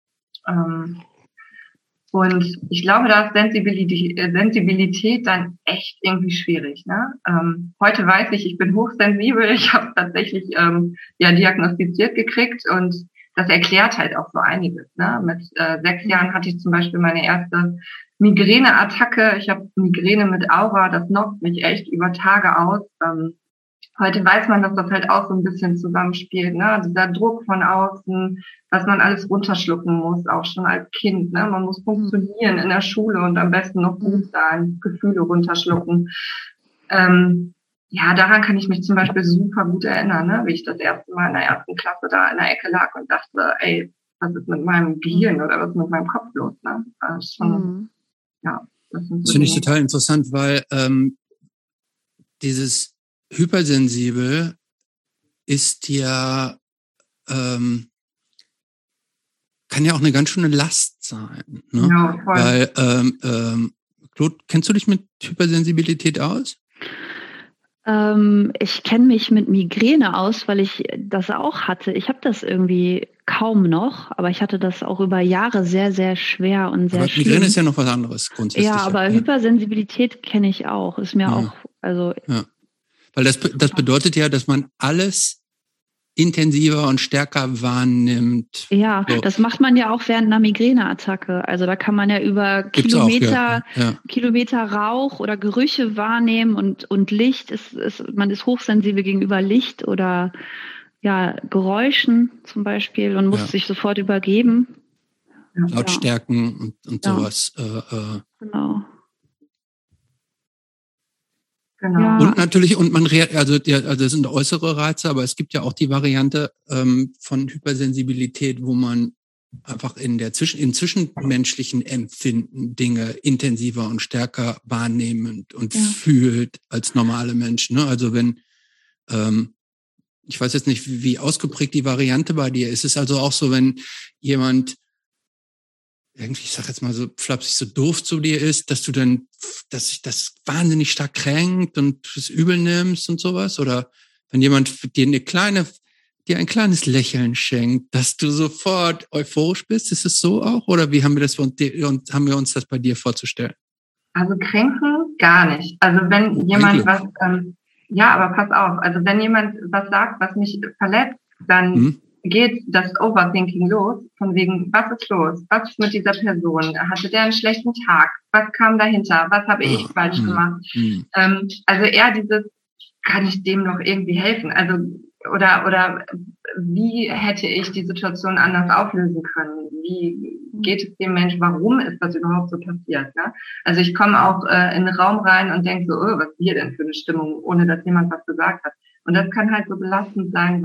Und ich glaube, da ist Sensibilität dann echt irgendwie schwierig, ne? Heute weiß ich bin hochsensibel. Ich habe tatsächlich diagnostiziert gekriegt und das erklärt halt auch so einiges, ne? Mit 6 Jahren hatte ich zum Beispiel meine erste Migräneattacke. Ich habe Migräne mit Aura, das knockt mich echt über Tage aus. Heute weiß man, dass das halt auch so ein bisschen zusammenspielt, ne? Dieser Druck von außen, was man alles runterschlucken muss, auch schon als Kind, ne? Man muss funktionieren in der Schule und am besten noch gut sein, Gefühle runterschlucken. Daran kann ich mich zum Beispiel super gut erinnern, ne? Wie ich das erste Mal in der 1. Klasse da in der Ecke lag und dachte, ey, was ist mit meinem Gehirn oder was ist mit meinem Kopf los, ne? Das finde ich total interessant, weil dieses hypersensibel ist ja, kann ja auch eine ganz schöne Last sein. Ne? Ja, voll. Weil, Claude, kennst du dich mit Hypersensibilität aus? Ich kenne mich mit Migräne aus, weil ich das auch hatte. Ich habe das irgendwie kaum noch, aber ich hatte das auch über Jahre sehr, sehr schwer und sehr schlimm. Migräne ist ja noch was anderes grundsätzlich. Ja, aber Hypersensibilität kenne ich auch. Ist mir auch, also... Ja. Weil das bedeutet ja, dass man alles intensiver und stärker wahrnimmt. Ja, so. Das macht man ja auch während einer Migräneattacke. Also da kann man ja über Kilometer Rauch oder Gerüche wahrnehmen und Licht. Man ist hochsensibel gegenüber Licht oder Geräuschen zum Beispiel und muss sich sofort übergeben. Lautstärken und sowas. Genau. Genau. Und natürlich, und also das sind äußere Reize, aber es gibt ja auch die Variante von Hypersensibilität, wo man einfach in zwischenmenschlichen Empfinden Dinge intensiver und stärker wahrnehmend und fühlt als normale Menschen. Ne? Also wenn Ich weiß jetzt nicht, wie ausgeprägt die Variante bei dir ist. Es ist also auch so, wenn jemand irgendwie, ich sag jetzt mal so flapsig, so doof zu dir ist, dass sich das wahnsinnig stark kränkt und es übel nimmst und sowas? Oder wenn jemand dir dir ein kleines Lächeln schenkt, dass du sofort euphorisch bist? Ist es so auch? Oder wie haben wir uns das bei dir vorzustellen? Also kränken gar nicht. Also wenn jemand was, ja, aber pass auf, also wenn jemand was sagt, was mich verletzt, dann geht das Overthinking los, von wegen, was ist los? Was ist mit dieser Person? Hatte der einen schlechten Tag? Was kam dahinter? Was habe ich falsch gemacht? Also eher dieses, kann ich dem noch irgendwie helfen? Also, oder wie hätte ich die Situation anders auflösen können? Wie geht es dem Mensch? Warum ist das überhaupt so passiert? Ne? Also ich komme auch in den Raum rein und denke so, was ist hier denn für eine Stimmung, ohne dass jemand was gesagt hat. Und das kann halt so belastend sein,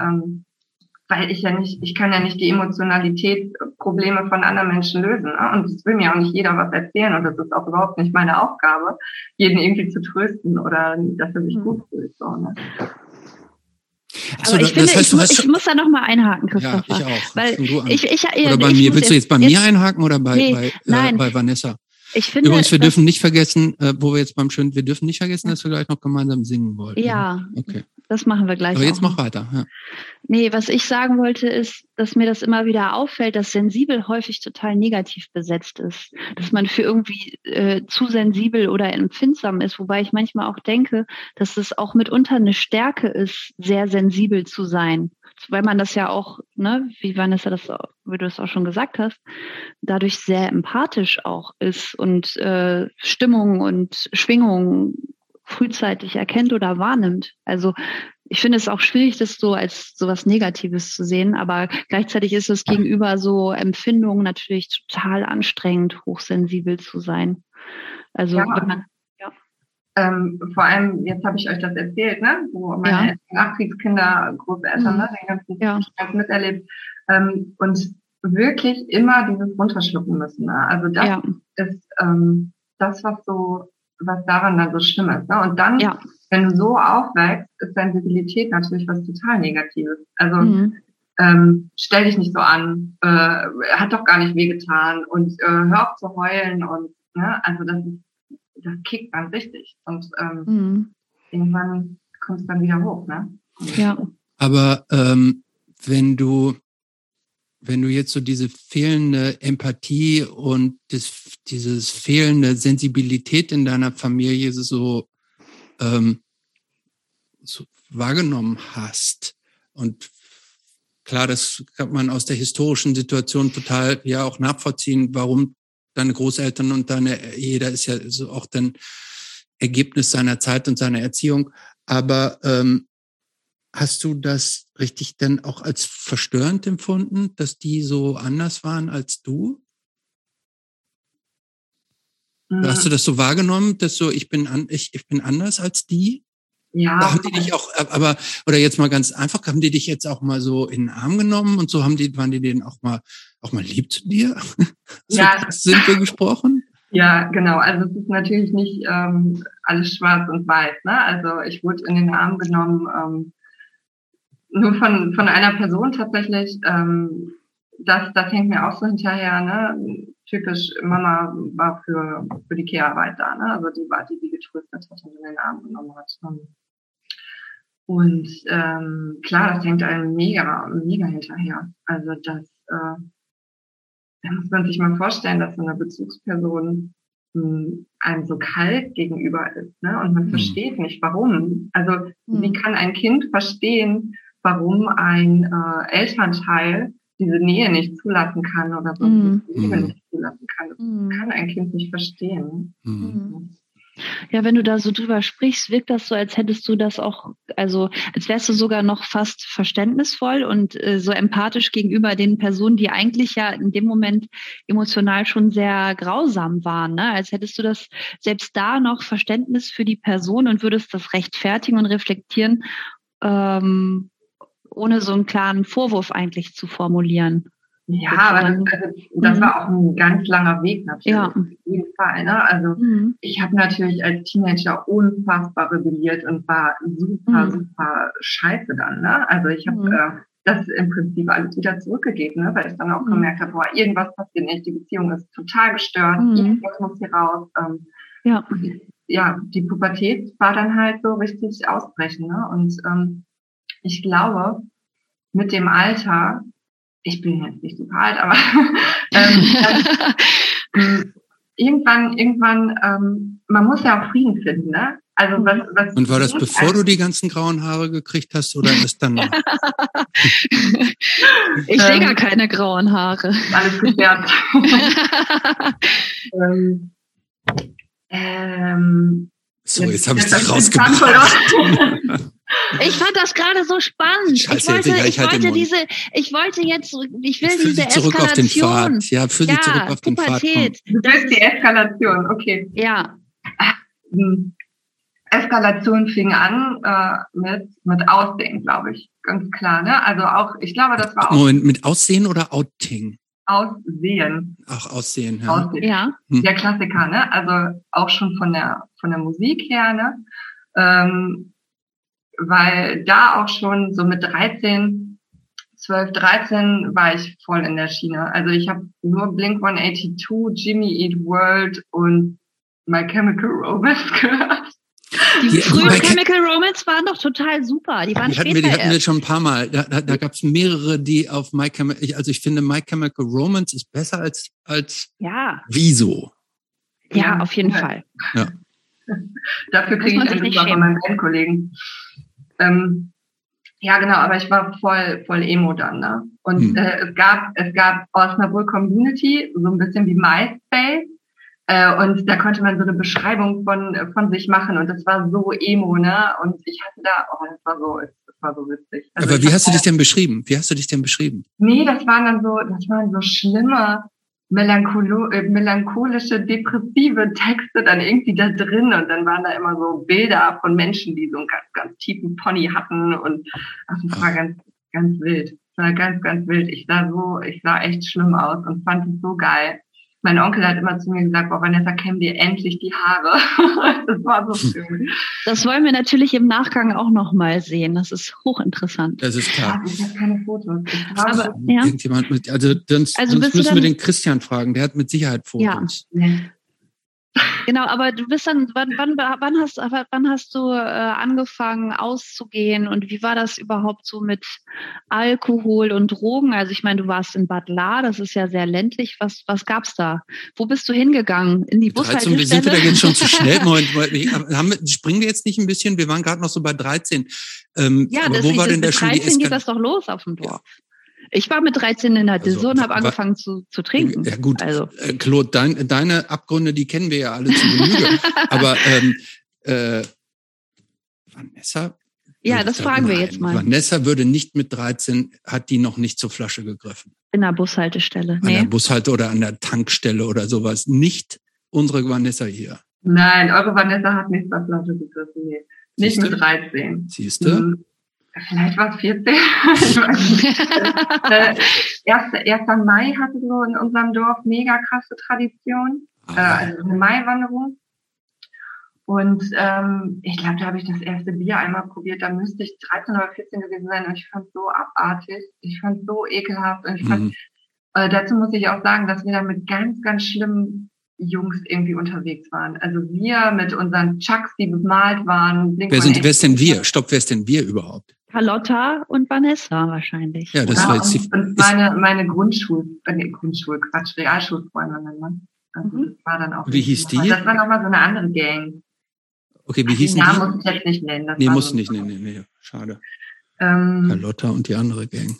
weil ich kann ja nicht die Emotionalitätsprobleme von anderen Menschen lösen. Ne? Und es will mir auch nicht jeder was erzählen und das ist auch überhaupt nicht meine Aufgabe, jeden irgendwie zu trösten oder dass er sich gut fühlt. So, ne? Aber ich finde, ich muss da noch mal einhaken, Christopher. Ja, ich auch. Weil oder bei mir. Willst du jetzt bei mir einhaken oder bei Vanessa? Ich finde, übrigens, wir dürfen nicht vergessen, wir dürfen nicht vergessen, dass wir gleich noch gemeinsam singen wollten. Ja, okay. Das machen wir gleich. Aber jetzt mach weiter. Ja. Nee, was ich sagen wollte, ist, dass mir das immer wieder auffällt, dass sensibel häufig total negativ besetzt ist. Dass man für irgendwie zu sensibel oder empfindsam ist. Wobei ich manchmal auch denke, dass es auch mitunter eine Stärke ist, sehr sensibel zu sein. Weil man das ja auch, ne, wie Vanessa wie du es auch schon gesagt hast, dadurch sehr empathisch auch ist und Stimmung und Schwingung frühzeitig erkennt oder wahrnimmt. Also ich finde es auch schwierig, das so als sowas Negatives zu sehen, aber gleichzeitig ist es gegenüber so Empfindungen natürlich total anstrengend, hochsensibel zu sein. Also wenn man vor allem, jetzt habe ich euch das erzählt, ne, wo meine Nachkriegskinder, Großeltern, ne, den ganzen Stress miterlebt, und wirklich immer dieses runterschlucken müssen. Ne? Also das ist das, was daran dann so schlimm ist. Ne? Und dann, wenn du so aufwächst, ist Sensibilität natürlich was total Negatives. Also stell dich nicht so an, hat doch gar nicht wehgetan und hör auf zu heulen und also das kickt dann richtig und irgendwann kommt es dann wieder hoch, ne? Ja. Aber wenn du jetzt so diese fehlende Empathie und dieses fehlende Sensibilität in deiner Familie so wahrgenommen hast und klar, das kann man aus der historischen Situation total ja auch nachvollziehen, warum deine Großeltern und jeder ist ja so auch dann Ergebnis seiner Zeit und seiner Erziehung. Aber hast du das richtig denn auch als verstörend empfunden, dass die so anders waren als du? Hast du das so wahrgenommen, dass so ich bin anders als die? Ja. Oder haben die dich auch, oder jetzt mal ganz einfach, haben die dich jetzt auch mal so in den Arm genommen und so waren die denen auch mal lieb zu dir? Ja. Sind wir gesprochen? Ja, genau. Also es ist natürlich nicht alles schwarz und weiß. Ne? Also ich wurde in den Arm genommen, nur von einer Person tatsächlich. Das hängt mir auch so hinterher. Ne? Typisch, Mama war für die Care-Arbeit da. Ne? Also die war die getröstet hat und in den Arm genommen hat. Und klar, das hängt einem mega hinterher. Also da muss man sich mal vorstellen, dass so eine Bezugsperson einem so kalt gegenüber ist, ne? Und man versteht nicht, warum. Also wie kann ein Kind verstehen, warum ein Elternteil diese Nähe nicht zulassen kann oder so Liebe nicht zulassen kann? Das kann ein Kind nicht verstehen. Ja, wenn du da so drüber sprichst, wirkt das so, als hättest du das auch, also als wärst du sogar noch fast verständnisvoll und so empathisch gegenüber den Personen, die eigentlich ja in dem Moment emotional schon sehr grausam waren, ne? Als hättest du das selbst da noch Verständnis für die Person und würdest das rechtfertigen und reflektieren, ohne so einen klaren Vorwurf eigentlich zu formulieren. Ja, aber das war auch ein ganz langer Weg natürlich. Ja. Auf jeden Fall. Ne? Also ich habe natürlich als Teenager unfassbar rebelliert und war super scheiße dann. Ne? Also ich habe das im Prinzip alles wieder zurückgegeben, ne? Weil ich dann auch gemerkt habe, boah, irgendwas passiert nicht, die Beziehung ist total gestört, irgendwas muss hier raus. Ja, die Pubertät war dann halt so richtig ausbrechen. Ne? Und ich glaube, mit dem Alter, ich bin jetzt nicht super alt, aber irgendwann, man muss ja auch Frieden finden, ne? Also was Und war das bevor du die ganzen grauen Haare gekriegt hast oder erst danach? Ich sehe gar keine grauen Haare. Alles gefärbt. So, jetzt habe ich dich rausgebracht. Ich fand das gerade so spannend. Scheiße, ich will diese zurück Eskalation. Auf den Pfad. Ja, fühl sie zurück auf den Pfad. Du willst die Eskalation, okay. Ja. Eskalation fing an mit Aussehen, glaube ich. Ganz klar, ne? Also auch, ich glaube, das war auch... Moment, mit Aussehen oder Outing? Aussehen. Ach, Aussehen, ja. Aussehen. Ja. Der Klassiker, ne? Also auch schon von der Musik her, ne? Weil da auch schon so mit 13 war ich voll in der Schiene. Also ich habe nur Blink-182, Jimmy Eat World und My Chemical Romance gehört. Die frühen Chemical Romance waren doch total super. Die hatten wir schon ein paar Mal. Da gab es mehrere, die auf My Chemical... Also ich finde, My Chemical Romance ist besser als Wieso. Ja, auf jeden Fall. Ja. Dafür kriege ich einen Super von meinen Bandkollegen. Ja, genau, aber ich war voll Emo dann, ne? Und es gab Osnabrück Community, so ein bisschen wie MySpace. Und da konnte man so eine Beschreibung von sich machen und das war so Emo, ne? Und ich hatte da, das war so witzig. Also aber wie hast du dich denn beschrieben? Nee, das waren so schlimme, melancholische, depressive Texte dann irgendwie da drin und dann waren da immer so Bilder von Menschen, die so einen ganz, ganz tiefen Pony hatten und das war ganz, ganz wild. Das war ganz, ganz wild. Ich sah echt schlimm aus und fand es so geil. Mein Onkel hat immer zu mir gesagt, boah, Vanessa, kämm dir endlich die Haare. Das war so schön. Das wollen wir natürlich im Nachgang auch noch mal sehen. Das ist hochinteressant. Das ist klar. Ich habe keine Fotos. Aber, ja. Irgendjemand sonst müssen wir den Christian fragen. Der hat mit Sicherheit Fotos. Ja. Genau, aber du bist dann, wann hast du angefangen auszugehen und wie war das überhaupt so mit Alkohol und Drogen? Also ich meine, du warst in Bad Lahr, das ist ja sehr ländlich. Was gab's da? Wo bist du hingegangen? In die Bushaltestelle? Sind wir da jetzt schon zu schnell? Moment, springen wir jetzt nicht ein bisschen? Wir waren gerade noch so bei 13. Aber wo war denn der schon die 13 geht das doch los auf dem Dorf. Ja. Ich war mit 13 in der Disse und habe angefangen zu trinken. Ja gut, also. Claude, deine Abgründe, die kennen wir ja alle zu Genüge. Aber Vanessa? Ja, das fragen wir jetzt mal. Vanessa würde nicht mit 13, hat die noch nicht zur Flasche gegriffen. In der Bushaltestelle. An der Bushaltestelle oder an der Tankstelle oder sowas. Nicht unsere Vanessa hier. Nein, eure Vanessa hat nicht zur Flasche gegriffen. Nee. Nicht mit 13. Siehst du? Vielleicht war es 14. Ich weiß nicht. 1. Mai hatte so in unserem Dorf mega krasse Tradition. Also eine Maiwanderung. Und ich glaube, da habe ich das erste Bier einmal probiert. Da müsste ich 13 oder 14 gewesen sein. Und ich fand es so abartig. Ich fand es so ekelhaft. Und ich fand, dazu muss ich auch sagen, dass wir da mit ganz, ganz schlimmen Jungs irgendwie unterwegs waren. Also wir mit unseren Chucks, die bemalt waren. Wer ist denn wir? Stopp, wer ist denn wir überhaupt? Carlotta und Vanessa wahrscheinlich. Ja, das war jetzt und meine Realschulfreundinnen. Ne? Also das war dann auch. Wie hieß die? Das war nochmal so eine andere Gang. Okay, wie hießen die? Den Namen muss ich jetzt nicht nennen. Nee, muss nicht nennen. Nee, schade. Carlotta und die andere Gang.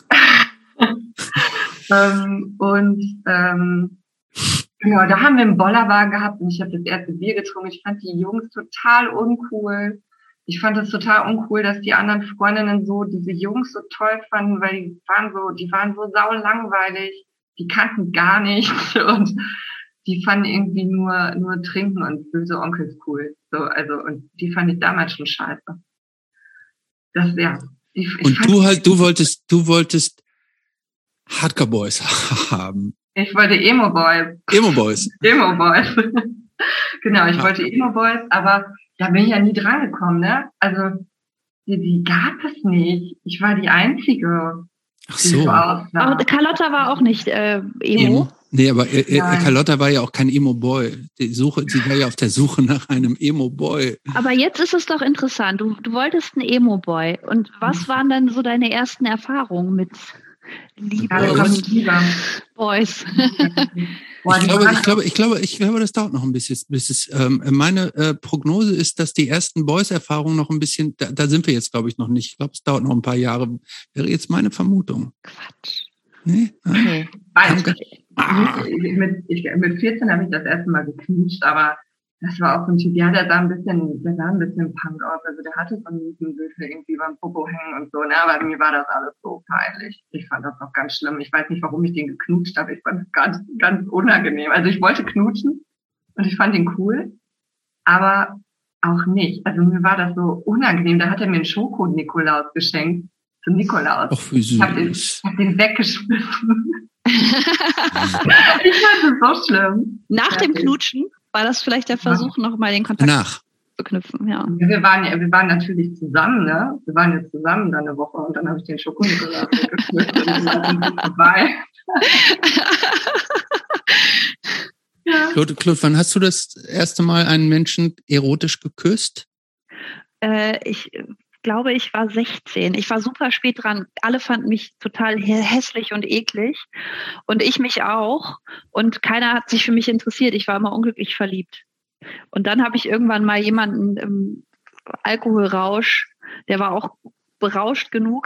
Genau, da haben wir einen Bollerwagen gehabt und ich habe das erste Bier getrunken. Ich fand die Jungs total uncool. Ich fand es total uncool, dass die anderen Freundinnen so diese Jungs so toll fanden, weil die waren so sau langweilig. Die kannten gar nichts und die fanden irgendwie nur trinken und böse Onkels cool. So, also, und die fand ich damals schon scheiße. Das, ja. Und du wolltest Hardcore Boys haben. Ich wollte Emo Boys. Emo Boys. Emo Boys. Genau, ich wollte Emo Boys, aber da bin ich ja nie dran gekommen, ne? Also, die gab es nicht. Ich war die Einzige. Ach so. Aber Carlotta war auch nicht Emo. Nee, aber Carlotta war ja auch kein Emo-Boy. Sie war ja auf der Suche nach einem Emo-Boy. Aber jetzt ist es doch interessant. Du wolltest einen Emo-Boy. Und was waren dann so deine ersten Erfahrungen mit Liebe und Boys? Ich glaube, das dauert noch ein bisschen. Meine Prognose ist, dass die ersten Boys-Erfahrungen noch ein bisschen, da sind wir jetzt, glaube ich, noch nicht. Ich glaube, es dauert noch ein paar Jahre. Wäre jetzt meine Vermutung. Quatsch. Nee? Okay. Mit 14 habe ich das erste Mal geknutscht, aber das war auch so ein Typ, ja, der sah ein bisschen Punk aus, also der hatte so einen Würfel irgendwie beim Popo hängen und so, ne, aber mir war das alles so peinlich. Ich fand das auch ganz schlimm. Ich weiß nicht, warum ich den geknutscht habe. Ich fand das ganz, ganz unangenehm. Also ich wollte knutschen und ich fand ihn cool, aber auch nicht. Also mir war das so unangenehm. Da hat er mir einen Schoko-Nikolaus geschenkt. Zum Nikolaus. Ach, wie süß. Ich hab den weggeschmissen. Ich fand es so schlimm. Nach dem Knutschen war das vielleicht der Versuch, nochmal den Kontakt zu knüpfen. Ja. Wir waren natürlich zusammen, ne? Wir waren jetzt zusammen dann eine Woche und dann habe ich den Schokonikolaus weggeschmissen und dann war ich vorbei. Ja. Claude, wann hast du das erste Mal einen Menschen erotisch geküsst? Ich glaube, ich war 16. Ich war super spät dran. Alle fanden mich total hässlich und eklig. Und ich mich auch. Und keiner hat sich für mich interessiert. Ich war immer unglücklich verliebt. Und dann habe ich irgendwann mal jemanden im Alkoholrausch, der war auch berauscht genug,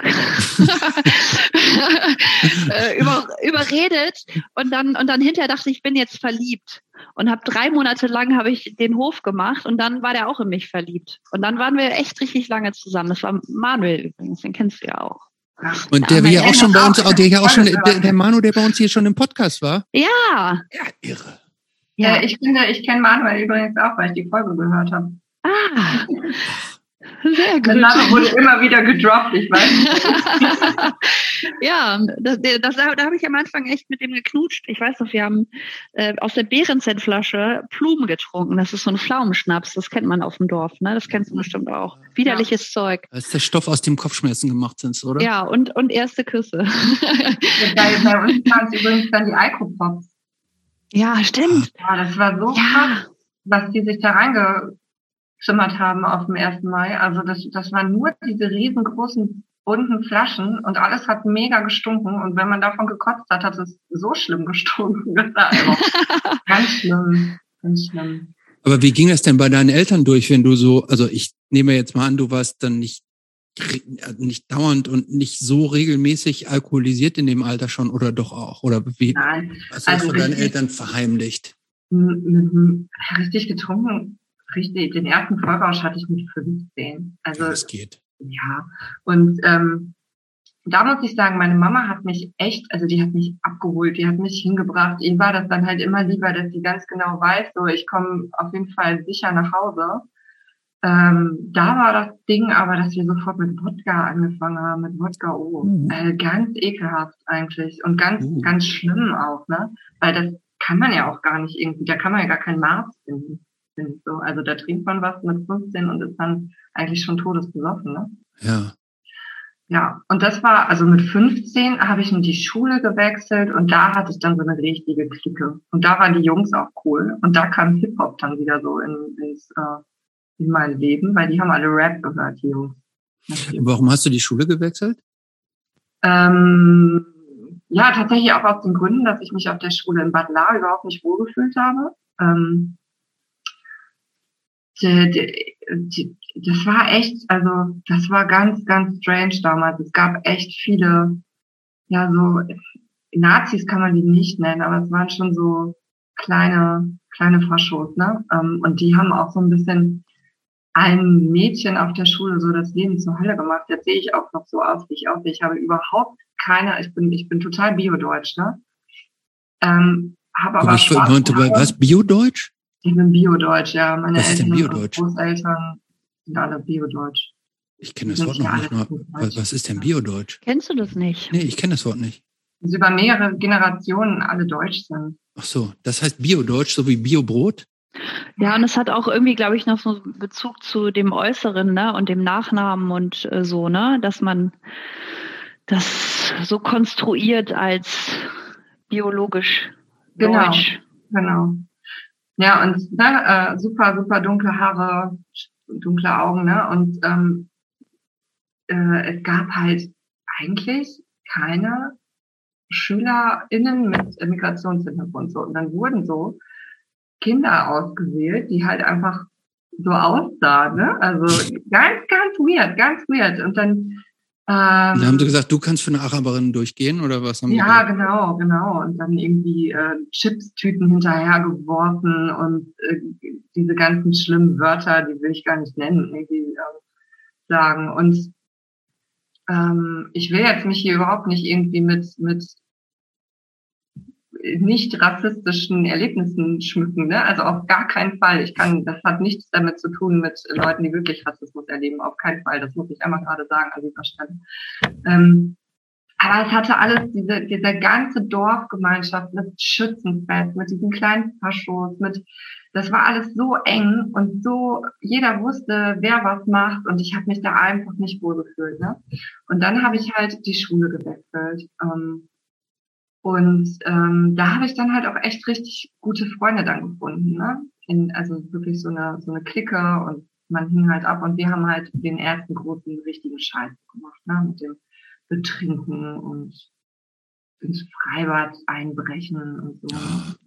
überredet. Und dann hinterher dachte ich bin jetzt verliebt. Und habe 3 Monate lang habe ich den Hof gemacht und dann war der auch in mich verliebt. Und dann waren wir echt richtig lange zusammen. Das war Manuel übrigens, den kennst du ja auch. Und der ja auch schon bei uns, der Manu, der bei uns hier schon im Podcast war. Ja. Ja, irre. Ja, ich kenne Manuel übrigens auch, weil ich die Folge gehört habe. Ah. Sehr gut. Der Name wurde immer wieder gedroppt, ich weiß nicht. Ja, da habe ich am Anfang echt mit dem geknutscht. Ich weiß noch, wir haben aus der Behrensen-Flasche Blumen getrunken. Das ist so ein Pflaumenschnaps, das kennt man auf dem Dorf, ne? Das kennst du bestimmt auch. Widerliches Zeug. Das ist der Stoff, aus dem Kopfschmerzen gemacht sind, oder? Ja, und erste Küsse. Bei uns waren es übrigens dann die Alkopops. Ja, stimmt. Ja, das war so krass, was die sich da reingeschimmert haben auf dem 1. Mai. Also das waren nur diese riesengroßen bunten Flaschen und alles hat mega gestunken. Und wenn man davon gekotzt hat, hat es so schlimm gestunken. Das war einfach ganz schlimm, ganz schlimm. Aber wie ging das denn bei deinen Eltern durch, wenn du so, also ich nehme jetzt mal an, du warst dann nicht dauernd und nicht so regelmäßig alkoholisiert in dem Alter schon oder doch auch? Oder wie? Nein. Was hast du deinen Eltern verheimlicht? Richtig getrunken. Richtig, den ersten Vollrausch hatte ich mit 15. Also ja, das geht. Ja. Und da muss ich sagen, meine Mama hat mich die hat mich abgeholt, die hat mich hingebracht. Ihr war das dann halt immer lieber, dass sie ganz genau weiß, so ich komme auf jeden Fall sicher nach Hause. Da war das Ding aber, dass wir sofort mit Wodka angefangen haben, mit Wodka ganz ekelhaft eigentlich und ganz schlimm auch, ne? Weil das kann man ja auch gar nicht irgendwie, da kann man ja gar kein Maß finden. So. Also da trinkt man was mit 15 und ist dann eigentlich schon todesbesoffen, ne? Ja. Ja, und das war, also mit 15 habe ich in die Schule gewechselt und da hatte ich dann so eine richtige Clique. Und da waren die Jungs auch cool. Und da kam Hip-Hop dann wieder so in mein Leben, weil die haben alle Rap gehört, die Jungs. Warum hast du die Schule gewechselt? Ja, tatsächlich auch aus den Gründen, dass ich mich auf der Schule in Bad Lahr überhaupt nicht wohlgefühlt habe. Das war echt, also das war ganz, ganz strange damals. Es gab echt viele, ja so, Nazis kann man die nicht nennen, aber es waren schon so kleine Faschos, ne? Und die haben auch so ein bisschen allen Mädchen auf der Schule so das Leben zur Hölle gemacht. Jetzt sehe ich auch noch so aus, wie ich aussehe. Ich habe überhaupt ich bin total biodeutsch, ne? Habe aber was, Biodeutsch? Ich bin Biodeutsch, ja. Meine was ist denn Eltern Biodeutsch? und Großeltern sind alle Biodeutsch. Ich kenne das Wort noch nicht mal. Was ist denn Biodeutsch? Kennst du das nicht? Nee, ich kenne das Wort nicht. dass über mehrere Generationen alle deutsch sind. Ach so, das heißt Bio-Deutsch, so wie Bio-Brot? Ja, und es hat auch irgendwie, glaube ich, noch so einen Bezug zu dem Äußeren, ne, und dem Nachnamen und so, ne, dass man das so konstruiert als biologisch deutsch. Genau. Ja, und super, super dunkle Haare, dunkle Augen, ne, und es gab halt eigentlich keine SchülerInnen mit Migrationshintergrund, so, und dann wurden so Kinder ausgewählt, die halt einfach so aussahen, ne? Also ganz, ganz weird. Und dann haben sie gesagt, du kannst für eine Araberin durchgehen, oder was haben die gesagt? Genau. Und dann irgendwie Chipstüten hinterhergeworfen und diese ganzen schlimmen Wörter, die will ich gar nicht nennen, irgendwie sagen. Und ich will jetzt mich hier überhaupt nicht irgendwie mit nicht rassistischen Erlebnissen schmücken, ne? Also auf gar keinen Fall. Das hat nichts damit zu tun mit Leuten, die wirklich Rassismus erleben. Auf keinen Fall. Das muss ich einmal gerade sagen an dieser Stelle. Aber es hatte alles, diese ganze Dorfgemeinschaft mit Schützenfest, mit diesen kleinen Faschos, das war alles so eng und so, jeder wusste, wer was macht, und ich habe mich da einfach nicht wohl gefühlt, ne? Und dann habe ich halt die Schule gewechselt. Da habe ich dann halt auch echt richtig gute Freunde dann gefunden, ne? Also wirklich so eine Clique, und man hing halt ab, und wir haben halt den ersten großen richtigen Scheiß gemacht, ne? Mit dem Betrinken und ins Freibad einbrechen und so.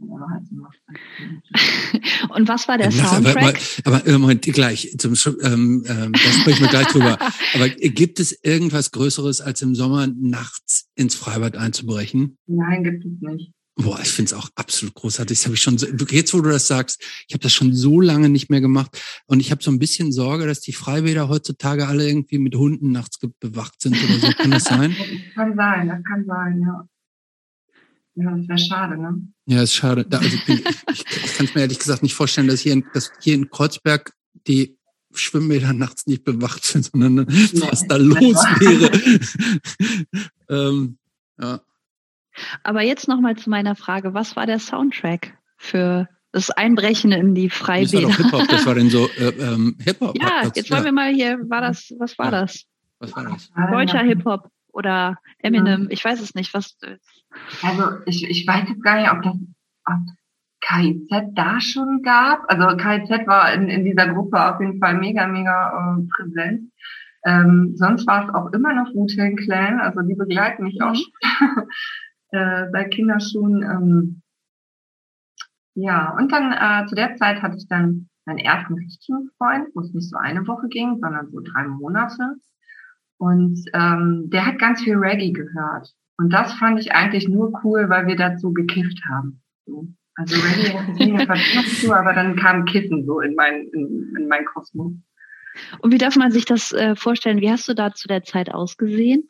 Und was war der Soundtrack? Aber Moment, gleich, da sprechen wir gleich drüber. Aber gibt es irgendwas Größeres, als im Sommer nachts ins Freibad einzubrechen? Nein, gibt es nicht. Boah, ich finde es auch absolut großartig. Das habe ich schon, jetzt wo du das sagst, ich habe das schon so lange nicht mehr gemacht, und ich habe so ein bisschen Sorge, dass die Freibäder heutzutage alle irgendwie mit Hunden nachts bewacht sind oder so. Kann das sein? Das kann sein, ja. Ja, das wäre schade, ne? Ja, ist schade. Ich kann es mir ehrlich gesagt nicht vorstellen, dass hier in Kreuzberg die Schwimmbäder nachts nicht bewacht sind, sondern was da los wäre. Ja. Aber jetzt nochmal zu meiner Frage, was war der Soundtrack für das Einbrechen in die Freibäder? Das war doch Hip-Hop, das war denn so Hip-Hop. Ja, jetzt wollen wir mal hier, was war das? Was war das? Deutscher Hip-Hop oder Eminem, ich weiß es nicht. Was? Also ich weiß jetzt gar nicht, ob KIZ da schon gab. Also KIZ war in dieser Gruppe auf jeden Fall mega, mega präsent. Sonst war es auch immer noch Wu-Tang Clan, also die begleiten mich auch schon seit Kinderschuhen. Ja, und dann zu der Zeit hatte ich dann meinen ersten richtigen Freund, wo es nicht so eine Woche ging, sondern so 3 Monate. Und der hat ganz viel Reggae gehört. Und das fand ich eigentlich nur cool, weil wir dazu gekifft haben. So. Also Reggae hat nicht mehr Verbindung zu, aber dann kam Kiffen so in mein Kosmos. Und wie darf man sich das vorstellen? Wie hast du da zu der Zeit ausgesehen?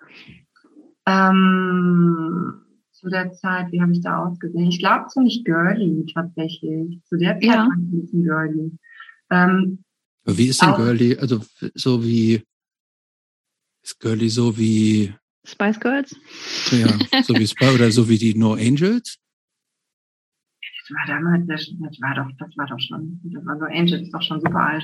Zu der Zeit, wie habe ich da ausgesehen? Ich glaube ziemlich girly tatsächlich. Zu der Zeit war ich ein bisschen girly. Wie ist denn girly? Also so wie ist girly so wie Spice Girls? Ja, so wie Spice oder so wie die No Angels? Das war damals, das war No Angels, ist doch schon super alt.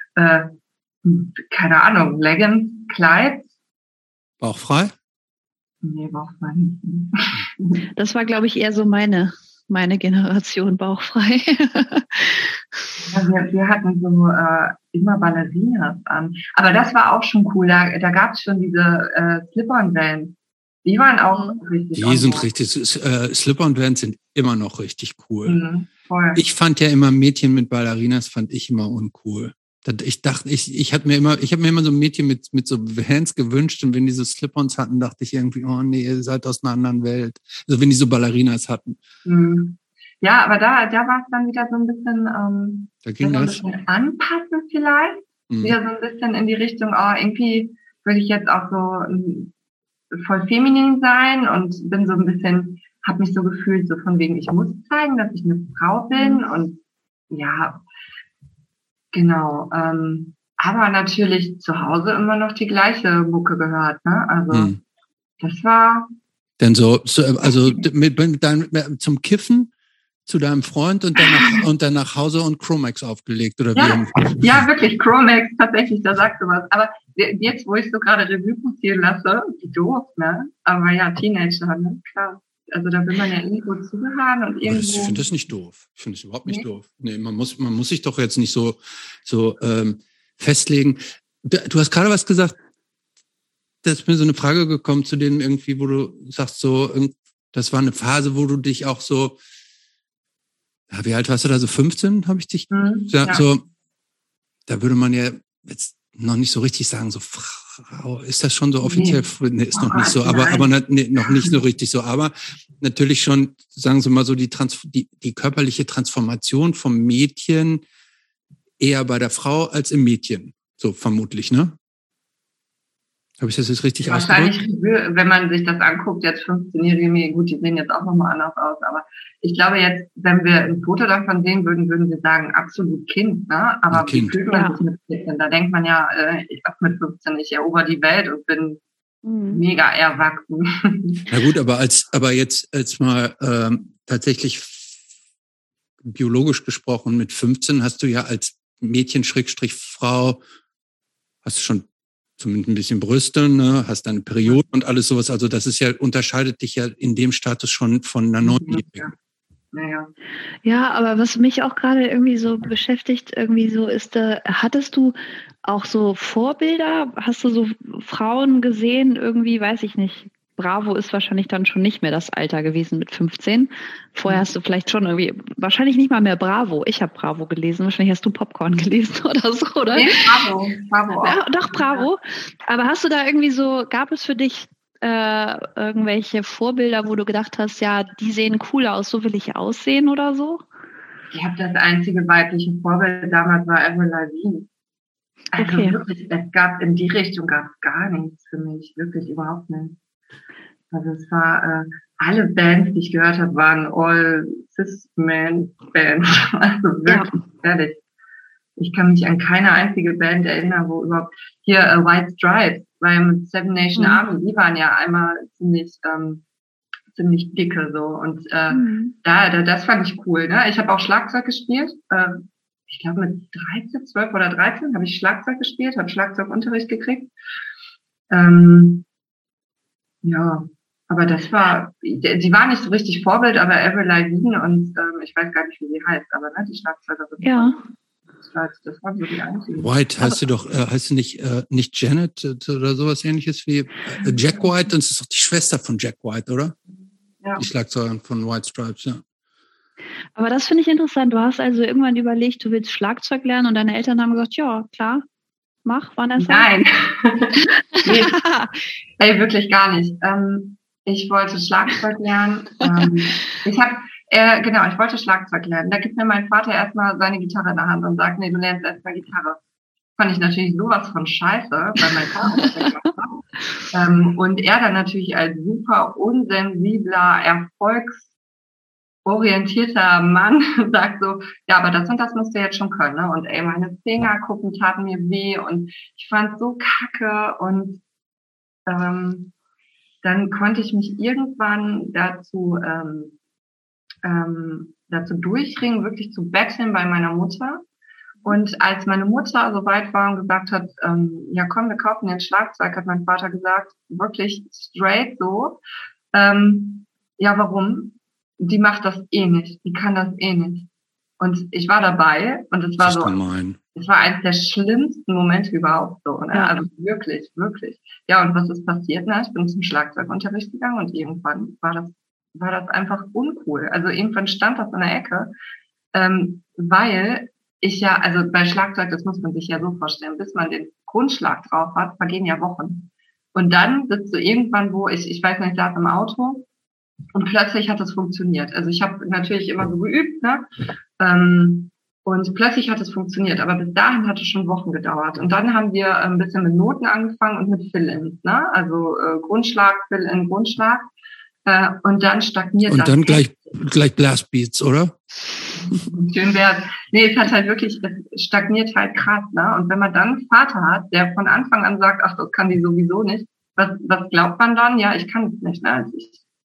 Keine Ahnung, Leggings, Kleid. Bauchfrei? Nee, bauchfrei nicht. Das war, glaube ich, eher so meine Generation, bauchfrei. Ja, wir hatten so immer Ballerinas an. Aber das war auch schon cool. Da gab es schon diese Slip-on-Vans. Die waren auch richtig Die sind richtig, Slip-on-Vans sind immer noch richtig cool. Voll. Ich fand ja immer Mädchen mit Ballerinas, fand ich immer uncool. Ich dachte, ich habe mir immer so ein Mädchen mit so Vans gewünscht, und wenn die so Slip-ons hatten, dachte ich irgendwie, oh nee, ihr seid aus einer anderen Welt. Also wenn die so Ballerinas hatten. Ja, aber da war es dann wieder so ein bisschen, da ging ein bisschen anpassen vielleicht. Wieder so ein bisschen in die Richtung, irgendwie will ich jetzt auch so voll feminin sein, und bin so ein bisschen, habe mich so gefühlt, so von wegen, ich muss zeigen, dass ich eine Frau bin, und ja, genau. Aber natürlich zu Hause immer noch die gleiche Mucke gehört, ne? Also das war Denn also zum Kiffen zu deinem Freund und dann nach Hause und Chromax aufgelegt, oder wie? Ja, wirklich, Chromax, tatsächlich, da sagst du was. Aber jetzt, wo ich so gerade Revue passieren lasse, wie doof, ne? Aber ja, Teenager, ne? Klar. Also da will man ja irgendwo zugehören und irgendwo... Ich finde das nicht doof. Ich finde es überhaupt nicht doof. Nee, man muss sich doch jetzt nicht so festlegen. Du hast gerade was gesagt, da ist mir so eine Frage gekommen zu denen irgendwie, wo du sagst so, das war eine Phase, wo du dich auch so, ja, wie alt warst du da, so 15, habe ich dich? Ja. So, da würde man ja jetzt noch nicht so richtig sagen, so Frau, ist das schon so offiziell? Nee, ist noch nicht so, aber noch nicht so richtig so. Aber natürlich schon, sagen Sie mal so, die körperliche Transformation vom Mädchen eher bei der Frau als im Mädchen. So vermutlich, ne? Habe ich das jetzt richtig ausgedrückt? Wahrscheinlich, wenn man sich das anguckt, jetzt 15-Jährige, gut, die sehen jetzt auch nochmal anders aus, aber ich glaube jetzt, wenn wir ein Foto davon sehen würden wir sagen, absolut Kind, ne? Aber wie fühlt man sich mit 14? Da denkt man ja, ich hab mit 15, ich erober die Welt und bin mega erwachsen. Na gut, aber jetzt mal tatsächlich biologisch gesprochen, mit 15 hast du ja als Mädchen-Frau, hast du schon zumindest ein bisschen Brüste, ne? Hast deine Periode und alles sowas. Also das ist ja, unterscheidet dich ja in dem Status schon von einer 9-Jährigen. Ja, aber was mich auch gerade irgendwie so beschäftigt, irgendwie so ist, hattest du auch so Vorbilder? Hast du so Frauen gesehen, irgendwie, weiß ich nicht, Bravo ist wahrscheinlich dann schon nicht mehr das Alter gewesen mit 15. Vorher hast du vielleicht schon irgendwie, wahrscheinlich nicht mal mehr Bravo. Ich habe Bravo gelesen, wahrscheinlich hast du Popcorn gelesen oder so, oder? Nee, Bravo. Ja, doch, Bravo. Aber hast du da irgendwie so, gab es für dich irgendwelche Vorbilder, wo du gedacht hast, ja, die sehen cool aus, so will ich aussehen oder so? Ich habe das einzige weibliche Vorbild damals war Avril Lavigne. Also wirklich, in die Richtung gab es gar nichts für mich, wirklich überhaupt nicht. Also es war, alle Bands, die ich gehört habe, waren all Cis-Man-Bands. Also wirklich, ehrlich. Ich kann mich an keine einzige Band erinnern, wo überhaupt, hier White Stripes, weil mit Seven Nation Army, die waren ja einmal ziemlich dicke so. Und das fand ich cool. Ne? Ich habe auch Schlagzeug gespielt. Ich glaube mit 12 oder 13 habe ich Schlagzeug gespielt, habe Schlagzeugunterricht gekriegt. Ja, aber sie war nicht so richtig Vorbild, aber Avril Lavigne und ich weiß gar nicht, wie sie heißt, aber ne, die Schlagzeugerin. Ja. Das war so die einzige. White heißt heißt du nicht Janet oder sowas ähnliches wie Jack White? Und es ist doch die Schwester von Jack White, oder? Ja. Die Schlagzeugerin von White Stripes, ja. Aber das finde ich interessant. Du hast also irgendwann überlegt, du willst Schlagzeug lernen und deine Eltern haben gesagt, ja, klar, mach, wann er sagt. Nein. Nee. Ey, wirklich gar nicht. Ich wollte Schlagzeug lernen. Ich wollte Schlagzeug lernen. Da gibt mir mein Vater erstmal seine Gitarre in der Hand und sagt, nee, du lernst erstmal Gitarre. Fand ich natürlich sowas von scheiße, weil mein Vater das gemacht hat. Und er dann natürlich als super unsensibler, erfolgsorientierter Mann sagt so, ja, aber das und das musst du jetzt schon können. Ne? Und ey, meine Fingerkuppen taten mir weh und ich fand so kacke und dann konnte ich mich irgendwann dazu durchringen, wirklich zu betteln bei meiner Mutter. Und als meine Mutter so weit war und gesagt hat, ja komm, wir kaufen dir ein Schlagzeug, hat mein Vater gesagt, wirklich straight so, ja warum? Die macht das eh nicht, die kann das eh nicht. Und ich war dabei und es war so, es war eines der schlimmsten Momente überhaupt so, ne? Ja. Also wirklich, wirklich. Ja, und was ist passiert? Na, ich bin zum Schlagzeugunterricht gegangen und irgendwann war das einfach uncool. Also irgendwann stand das in der Ecke, weil ich ja, also bei Schlagzeug, das muss man sich ja so vorstellen, bis man den Grundschlag drauf hat, vergehen ja Wochen. Und dann sitzt du irgendwann, wo ich weiß nicht, ich saß im Auto und plötzlich hat es funktioniert. Also ich habe natürlich immer so geübt, ne? Und plötzlich hat es funktioniert, aber bis dahin hat es schon Wochen gedauert. Und dann haben wir ein bisschen mit Noten angefangen und mit Fill-ins, ne? Also Grundschlag, Fill-in, Grundschlag. Und dann stagniert das. Und dann gleich Blastbeats, oder? Schön wär's. Nee, es hat halt wirklich, es stagniert halt krass, ne? Und wenn man dann einen Vater hat, der von Anfang an sagt, ach, das kann die sowieso nicht, was glaubt man dann? Ja, ich kann es nicht, ne? Also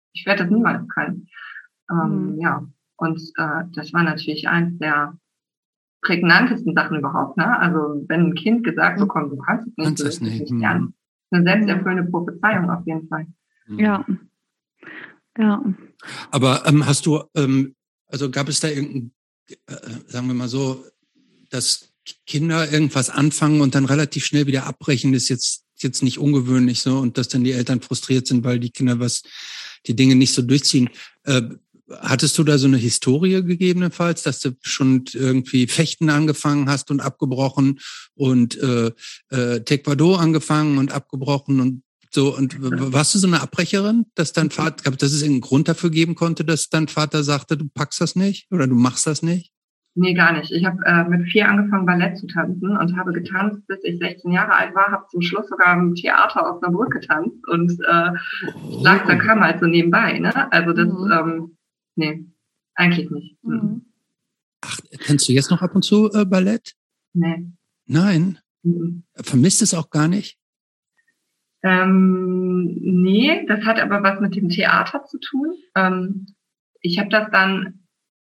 Ich werde das niemals können. Ja, und das war natürlich eins der prägnantesten Sachen überhaupt, ne? Also wenn ein Kind gesagt bekommt, du kannst es nicht, du wirst es nicht lernen. Eine selbsterfüllende Prophezeiung auf jeden Fall. Ja. Ja. Aber hast du, also gab es da irgendein, sagen wir mal so, dass Kinder irgendwas anfangen und dann relativ schnell wieder abbrechen, ist jetzt nicht ungewöhnlich so, und dass dann die Eltern frustriert sind, weil die Kinder die Dinge nicht so durchziehen. Hattest du da so eine Historie gegebenenfalls, dass du schon irgendwie Fechten angefangen hast und abgebrochen und Taekwondo angefangen und abgebrochen und so? Und warst du so eine Abbrecherin, dass dein Vater, dass es irgendeinen Grund dafür geben konnte, dass dein Vater sagte, du packst das nicht oder du machst das nicht? Nee, gar nicht. Ich habe mit 4 angefangen, Ballett zu tanzen und habe getanzt, bis ich 16 Jahre alt war, habe zum Schluss sogar im Theater auf einer Brücke getanzt und Schlagzeug kam halt so nebenbei, ne? Also das, nee, eigentlich nicht. Ach, kennst du jetzt noch ab und zu Ballett? Nee. Nein? Vermisst es auch gar nicht? Nee, das hat aber was mit dem Theater zu tun. Ich habe das dann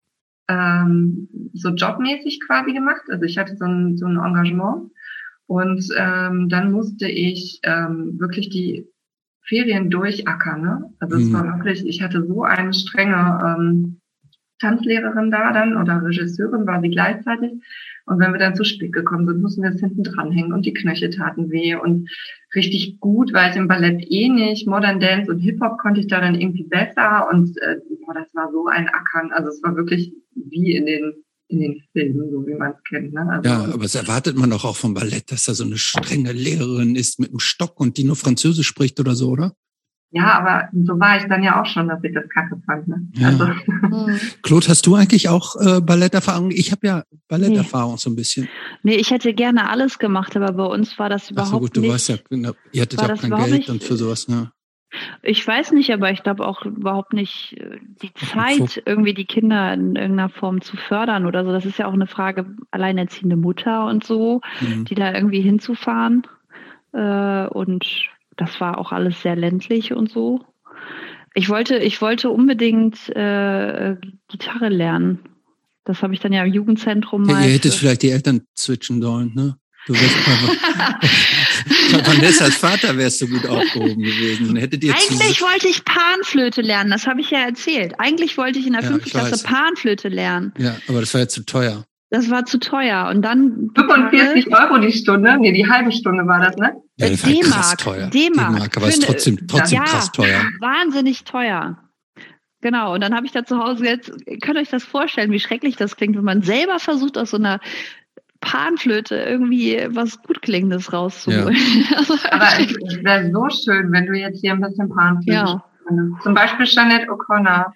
so jobmäßig quasi gemacht. Also ich hatte so ein Engagement und dann musste ich wirklich die Ferien durchackern. Ne? Also es war wirklich, ich hatte so eine strenge Tanzlehrerin da dann oder Regisseurin war sie gleichzeitig. Und wenn wir dann zu spät gekommen sind, mussten wir es hinten dranhängen und die Knöchel taten weh und richtig gut, weil ich im Ballett nicht, Modern Dance und Hip-Hop konnte ich da dann irgendwie besser und das war so ein Ackern, also es war wirklich wie in den Filmen, so wie man es kennt. Ne? Also, ja, aber das erwartet man doch auch vom Ballett, dass da so eine strenge Lehrerin ist mit einem Stock und die nur Französisch spricht oder so, oder? Ja, aber so war ich dann ja auch schon, dass ich das kacke fand. Ne? Ja. Also. Claude, hast du eigentlich auch Balletterfahrung? Ich habe ja Balletterfahrung so ein bisschen. Nee, ich hätte gerne alles gemacht, aber bei uns war das überhaupt nicht. Ach so, gut, du weißt ja, ihr hattet ja auch kein Geld nicht, und für sowas, ne? Ich weiß nicht, aber ich glaube auch überhaupt nicht die Zeit, irgendwie die Kinder in irgendeiner Form zu fördern oder so. Das ist ja auch eine Frage, alleinerziehende Mutter und so, die da irgendwie hinzufahren. Und das war auch alles sehr ländlich und so. Ich wollte unbedingt Gitarre lernen. Das habe ich dann ja im Jugendzentrum mal. Ihr hättet vielleicht die Eltern switchen sollen, ne? Du wärst einfach. Bei Vanessas Vater wärst du gut aufgehoben gewesen. Eigentlich wollte ich Panflöte lernen, das habe ich ja erzählt. Eigentlich wollte ich in der 5. Klasse Panflöte lernen. Ja, aber das war ja zu teuer. Das war zu teuer. Und dann 45 € die Stunde? Nee, die halbe Stunde war das, ne? Ja, das war krass teuer. D-Mark, aber es ist trotzdem krass teuer. Wahnsinnig teuer. Genau, und dann habe ich da zu Hause jetzt, könnt ihr euch das vorstellen, wie schrecklich das klingt, wenn man selber versucht, aus so einer Panflöte irgendwie was gut Klingendes rauszuholen. Ja. Aber es wäre so schön, wenn du jetzt hier ein bisschen Panflöte spielst. Zum Beispiel Jeanette O'Connor.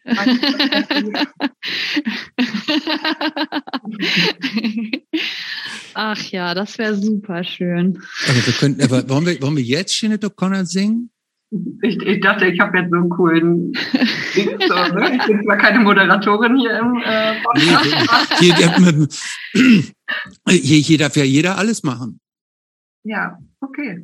Ach ja, das wäre super schön. Aber wollen wir jetzt Jeanette O'Connor singen? Ich dachte, ich habe jetzt so einen coolen Ding, so, ne? Ich bin zwar keine Moderatorin hier im Podcast. Hier darf ja jeder alles machen. Ja, okay.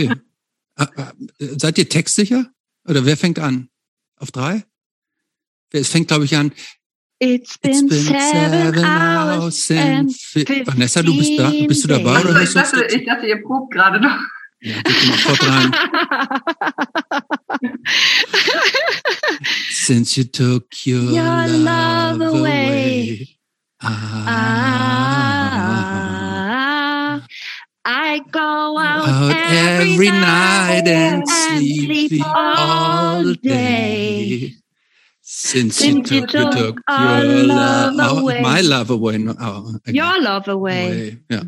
Seid ihr textsicher? Oder wer fängt an? Auf 3? Es fängt, glaube ich, an. It's been 7 hours and 15 Vanessa, du bist da? Bist du dabei? Also, ich dachte, ihr probt gerade noch. Ja, bitte mal fort rein. Since you took your love away. I go out every night and sleep all day. Since you took your love away. My love away. Your love away. Yeah.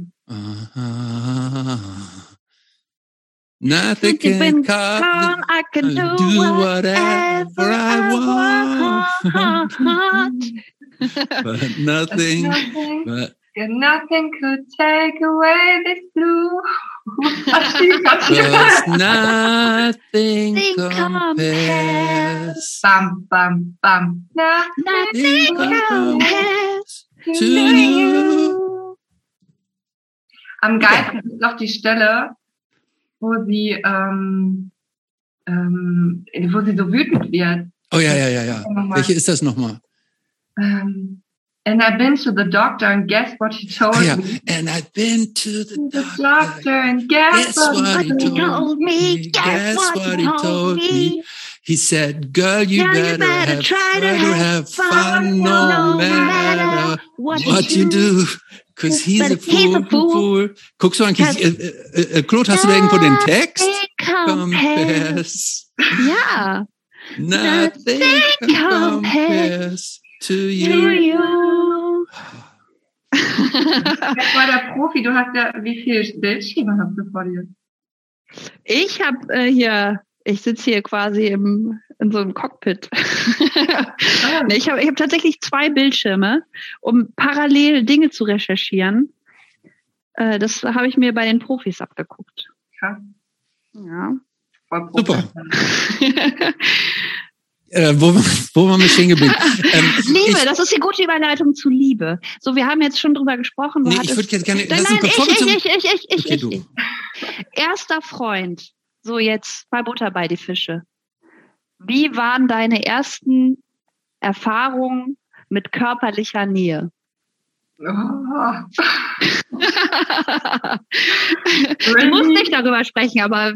Nothing can come. I can do whatever I want. But nothing. Nothing could take away this blue. Because nothing compares. Bam, bam, bam. Nothing compares to you. Am geilsten ist noch die Stelle, wo sie so wütend wird Oh ja. Welche ist das nochmal? And I've been to the doctor and guess what he told me. And I've been to the doctor and guess what he told me. Guess what he told me. He said, girl, you better try to have fun no matter what you do. Cause he's a fool. Guckst du eigentlich, Claude, hast du da irgendwo den Text? Compares. Ja. Nothing compares to you. Das war der Profi. Du hast ja, wie viele Bildschirme hast du vor dir? Ich sitze hier quasi in so einem Cockpit. Nee, ich hab tatsächlich 2 Bildschirme, um parallel Dinge zu recherchieren. Das habe ich mir bei den Profis abgeguckt. Krass. Ja. Super. Wo waren wir stehen geblieben? Liebe, das ist die gute Überleitung zu Liebe. So, wir haben jetzt schon drüber gesprochen. Ich würde jetzt gerne... Ich. Erster Freund. So, jetzt mal Butter bei die Fische. Wie waren deine ersten Erfahrungen mit körperlicher Nähe? Oh. Du musst nicht darüber sprechen, aber...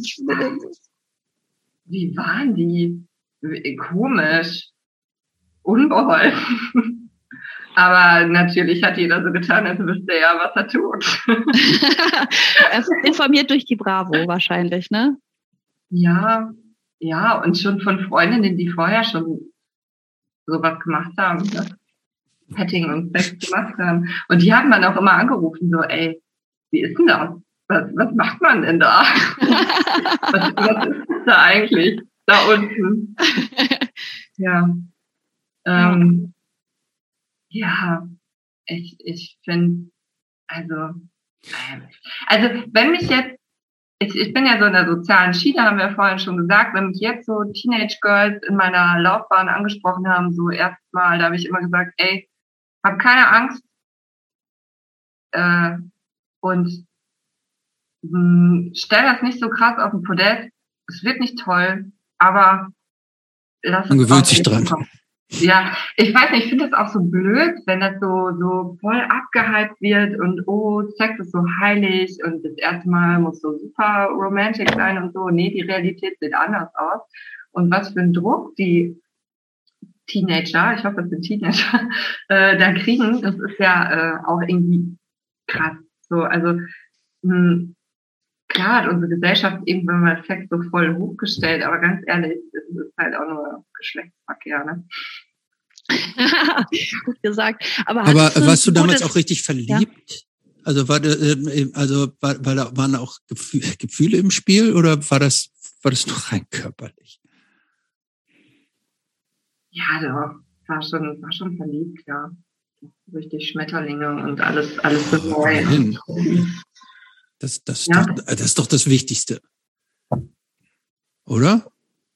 Wie waren die? Komisch. Unbeholfen. Aber natürlich hat jeder so getan, als wüsste er, was er tut. Er ist informiert durch die Bravo wahrscheinlich, ne? Ja, und schon von Freundinnen, die vorher schon sowas gemacht haben, ne? Petting und Sex gemacht haben. Und die haben dann auch immer angerufen, so, ey, wie ist denn das? Was macht man denn da? was ist da eigentlich? Da unten. Ja. Ich finde, also wenn mich jetzt, ich bin ja so in der sozialen Schiene, haben wir vorhin schon gesagt, wenn mich jetzt so Teenage Girls in meiner Laufbahn angesprochen haben, so erstmal, da habe ich immer gesagt, ey, hab keine Angst und stell das nicht so krass auf den Podest, es wird nicht toll, aber lass man gewöhnt sich dran. Kommen. Ja, ich weiß nicht, ich finde das auch so blöd, wenn das so voll abgehypt wird und oh, Sex ist so heilig und das erste Mal muss so super romantic sein und so. Nee, die Realität sieht anders aus. Und was für ein Druck die Teenager, ich hoffe, das sind Teenager, da kriegen, das ist ja auch irgendwie krass. So, also klar hat unsere Gesellschaft irgendwann mal Sex so voll hochgestellt, aber ganz ehrlich, es ist halt auch nur Geschlechtsverkehr, ne? Gut gesagt. Aber warst du damals auch richtig verliebt? Ja? Also waren auch Gefühle im Spiel oder war das nur rein körperlich? Ja, doch. War schon verliebt, ja. Richtig Schmetterlinge und alles so neu. Das ist doch das Wichtigste. Oder?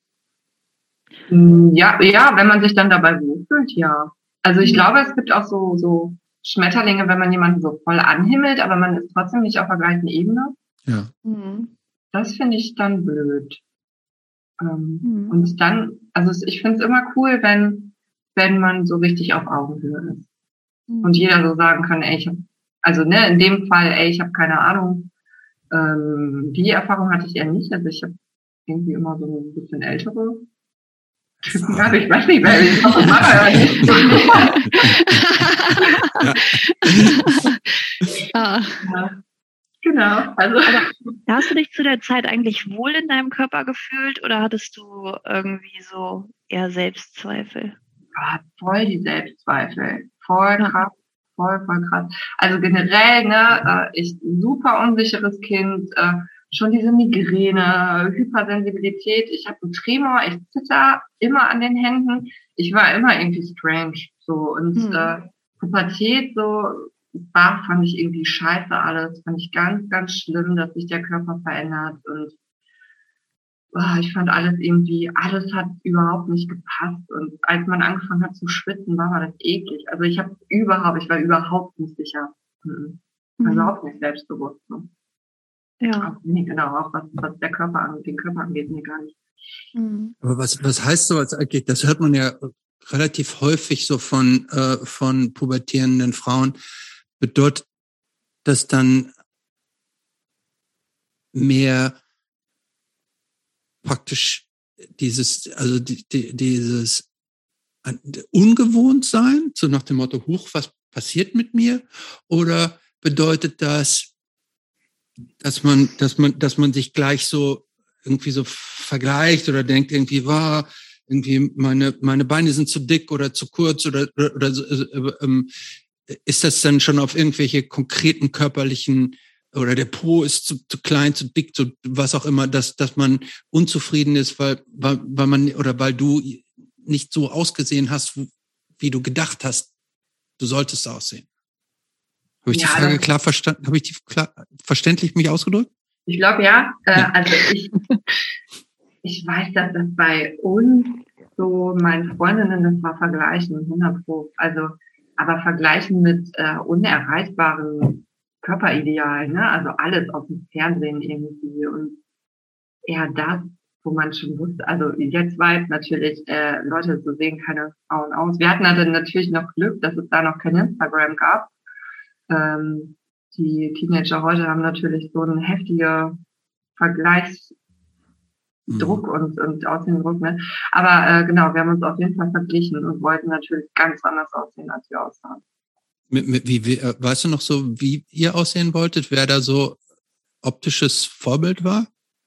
Ja, wenn man sich dann dabei wohlfühlt, ja. Also ich glaube, es gibt auch so Schmetterlinge, wenn man jemanden so voll anhimmelt, aber man ist trotzdem nicht auf der gleichen Ebene. Ja. Das finde ich dann blöd. Und dann, also ich finde es immer cool, wenn man so richtig auf Augenhöhe ist. Und jeder so sagen kann, ey, in dem Fall, ey, ich habe keine Ahnung. Die Erfahrung hatte ich eher nicht. Also ich habe irgendwie immer so ein bisschen ältere Typen gehabt. Ich weiß nicht, wer ich das mache. Ja. Genau. Also. Aber hast du dich zu der Zeit eigentlich wohl in deinem Körper gefühlt oder hattest du irgendwie so eher Selbstzweifel? Ja, voll die Selbstzweifel. Voll krass. Voll krass. Also generell, ne, ich super unsicheres Kind, schon diese Migräne, Hypersensibilität, ich habe einen Tremor, ich zitter immer an den Händen. Ich war immer irgendwie strange, so, und Pubertät, so, fand ich irgendwie scheiße alles, fand ich ganz, ganz schlimm, dass sich der Körper verändert und ich fand alles hat überhaupt nicht gepasst und als man angefangen hat zu schwitzen, war das eklig. Also ich war überhaupt nicht sicher. War überhaupt nicht selbstbewusst. Ne? Ja. Nee, genau, auch was der Körper angeht, den Körper angeht, nee, gar nicht. Aber was heißt sowas eigentlich? Das hört man ja relativ häufig so von pubertierenden Frauen. Bedeutet das dann mehr praktisch dieses Ungewohntsein, so nach dem Motto, huch, was passiert mit mir? Oder bedeutet das, dass man sich gleich so irgendwie so vergleicht oder denkt irgendwie, irgendwie meine Beine sind zu dick oder zu kurz oder so, ist das dann schon auf irgendwelche konkreten körperlichen oder der Po ist zu klein, zu dick, zu was auch immer, dass man unzufrieden ist, weil man oder weil du nicht so ausgesehen hast, wie du gedacht hast, du solltest aussehen. Habe ich die Frage klar verstanden? Habe ich die klar verständlich mich ausgedrückt? Ich glaube ja. Also ich weiß, dass das bei uns so meinen Freundinnen, das war vergleichen 100%. Also aber vergleichen mit unerreichbaren Körperidealen, ne? Also alles aus dem Fernsehen irgendwie und eher das, wo man schon wusste, also jetzt weiß natürlich, Leute, so sehen keine Frauen aus. Wir hatten dann natürlich noch Glück, dass es da noch kein Instagram gab. Die Teenager heute haben natürlich so einen heftigen Vergleichsdruck und Aussehensdruck, ne? Aber genau, wir haben uns auf jeden Fall verglichen und wollten natürlich ganz anders aussehen, als wir aussahen. Weißt du noch so, wie ihr aussehen wolltet? Wer da so optisches Vorbild war?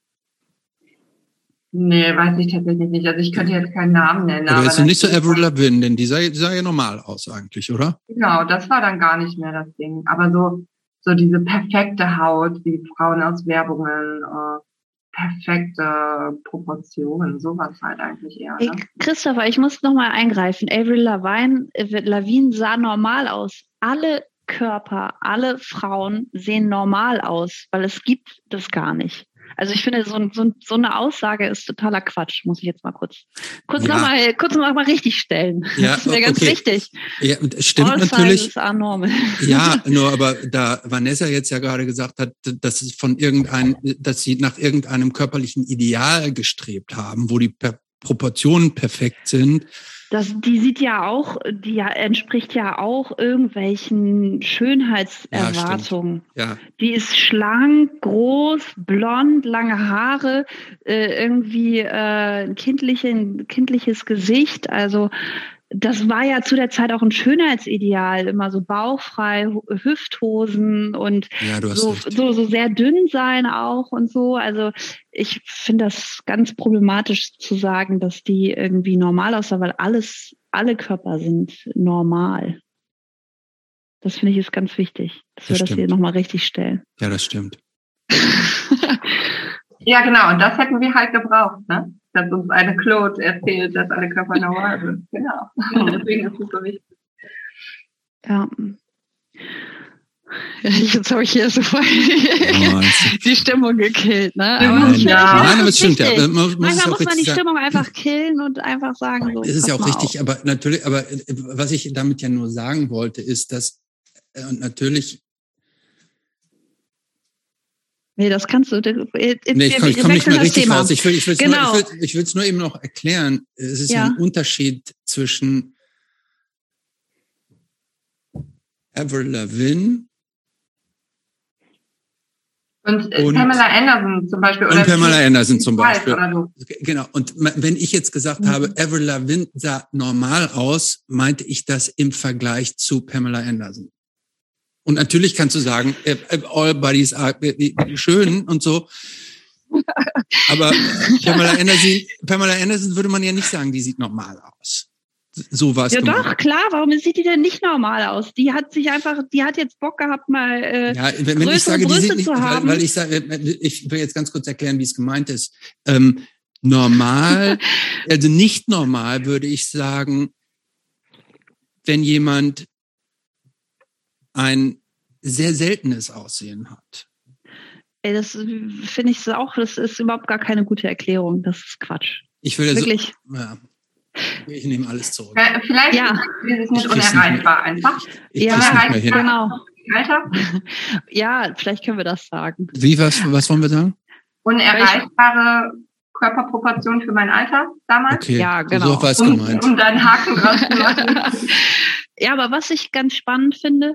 Nee, weiß ich tatsächlich nicht. Also ich könnte jetzt keinen Namen nennen. Oder ist nicht so Avril Lavigne, denn die sah ja normal aus eigentlich, oder? Genau, das war dann gar nicht mehr das Ding. Aber so diese perfekte Haut, wie Frauen aus Werbungen, perfekte Proportionen, sowas halt eigentlich eher. Ne? Christopher, ich muss nochmal eingreifen. Avril Lavigne sah normal aus. Alle Körper, alle Frauen sehen normal aus, weil es gibt das gar nicht. Also ich finde, so eine Aussage ist totaler Quatsch, muss ich jetzt mal kurz noch mal richtig stellen. Ja, das ist mir ganz wichtig. Ja, stimmt All natürlich. Sizes are normal. Ja, nur aber da Vanessa jetzt ja gerade gesagt hat, dass sie nach irgendeinem körperlichen Ideal gestrebt haben, wo die Proportionen perfekt sind. Die entspricht ja auch irgendwelchen Schönheitserwartungen. Ja. Die ist schlank, groß, blond, lange Haare, irgendwie ein kindliches Gesicht. Also das war ja zu der Zeit auch ein Schönheitsideal, immer so bauchfrei, Hüfthosen und so sehr dünn sein auch und so. Also ich finde das ganz problematisch zu sagen, dass die irgendwie normal aussah, weil alle Körper sind normal. Das finde ich ist ganz wichtig, dass wir das hier nochmal richtig stellen. Ja, das stimmt. Ja, genau. Und das hätten wir halt gebraucht, ne? Dass uns eine Claude erzählt, dass alle Körper normal sind. Genau. Deswegen ist es so wichtig. Ja. Jetzt habe ich hier so voll die Stimmung gekillt, ne? Aber Nein, aber es stimmt ja. Manchmal muss man die Stimmung einfach killen und einfach sagen, so. Es ist ja auch richtig, aber natürlich, was ich damit ja nur sagen wollte, ist, dass natürlich. Nee, das kannst du. Ich komme nicht mehr richtig raus. Ich will es nur eben noch erklären. Es ist ja ein Unterschied zwischen Avril Lavigne und Pamela Anderson zum Beispiel. Und Pamela Anderson zum Beispiel. So. Genau. Und wenn ich jetzt gesagt habe, Avril Lavigne sah normal aus, meinte ich das im Vergleich zu Pamela Anderson. Und natürlich kannst du sagen, all bodies are schön und so. Aber Pamela Anderson würde man ja nicht sagen, die sieht normal aus. So war es ja gemacht. Doch, klar, warum sieht die denn nicht normal aus? Die hat jetzt Bock gehabt, mal wenn ich sage, die sieht nicht, weil ich will jetzt ganz kurz erklären, wie es gemeint ist. Normal, also nicht normal würde ich sagen, wenn jemand ein sehr seltenes Aussehen hat. Das finde ich auch, das ist überhaupt gar keine gute Erklärung. Das ist Quatsch. Ich würde wirklich. Ich nehme alles zurück. Vielleicht ist es nicht unerreichbar einfach. Ja, genau. Alter? Ja, vielleicht können wir das sagen. Wie, was wollen wir sagen? Unerreichbare Körperproportion für mein Alter damals. Okay, ja, genau. So war es gemeint. Um deinen Haken draus zu machen. Ja, aber was ich ganz spannend finde,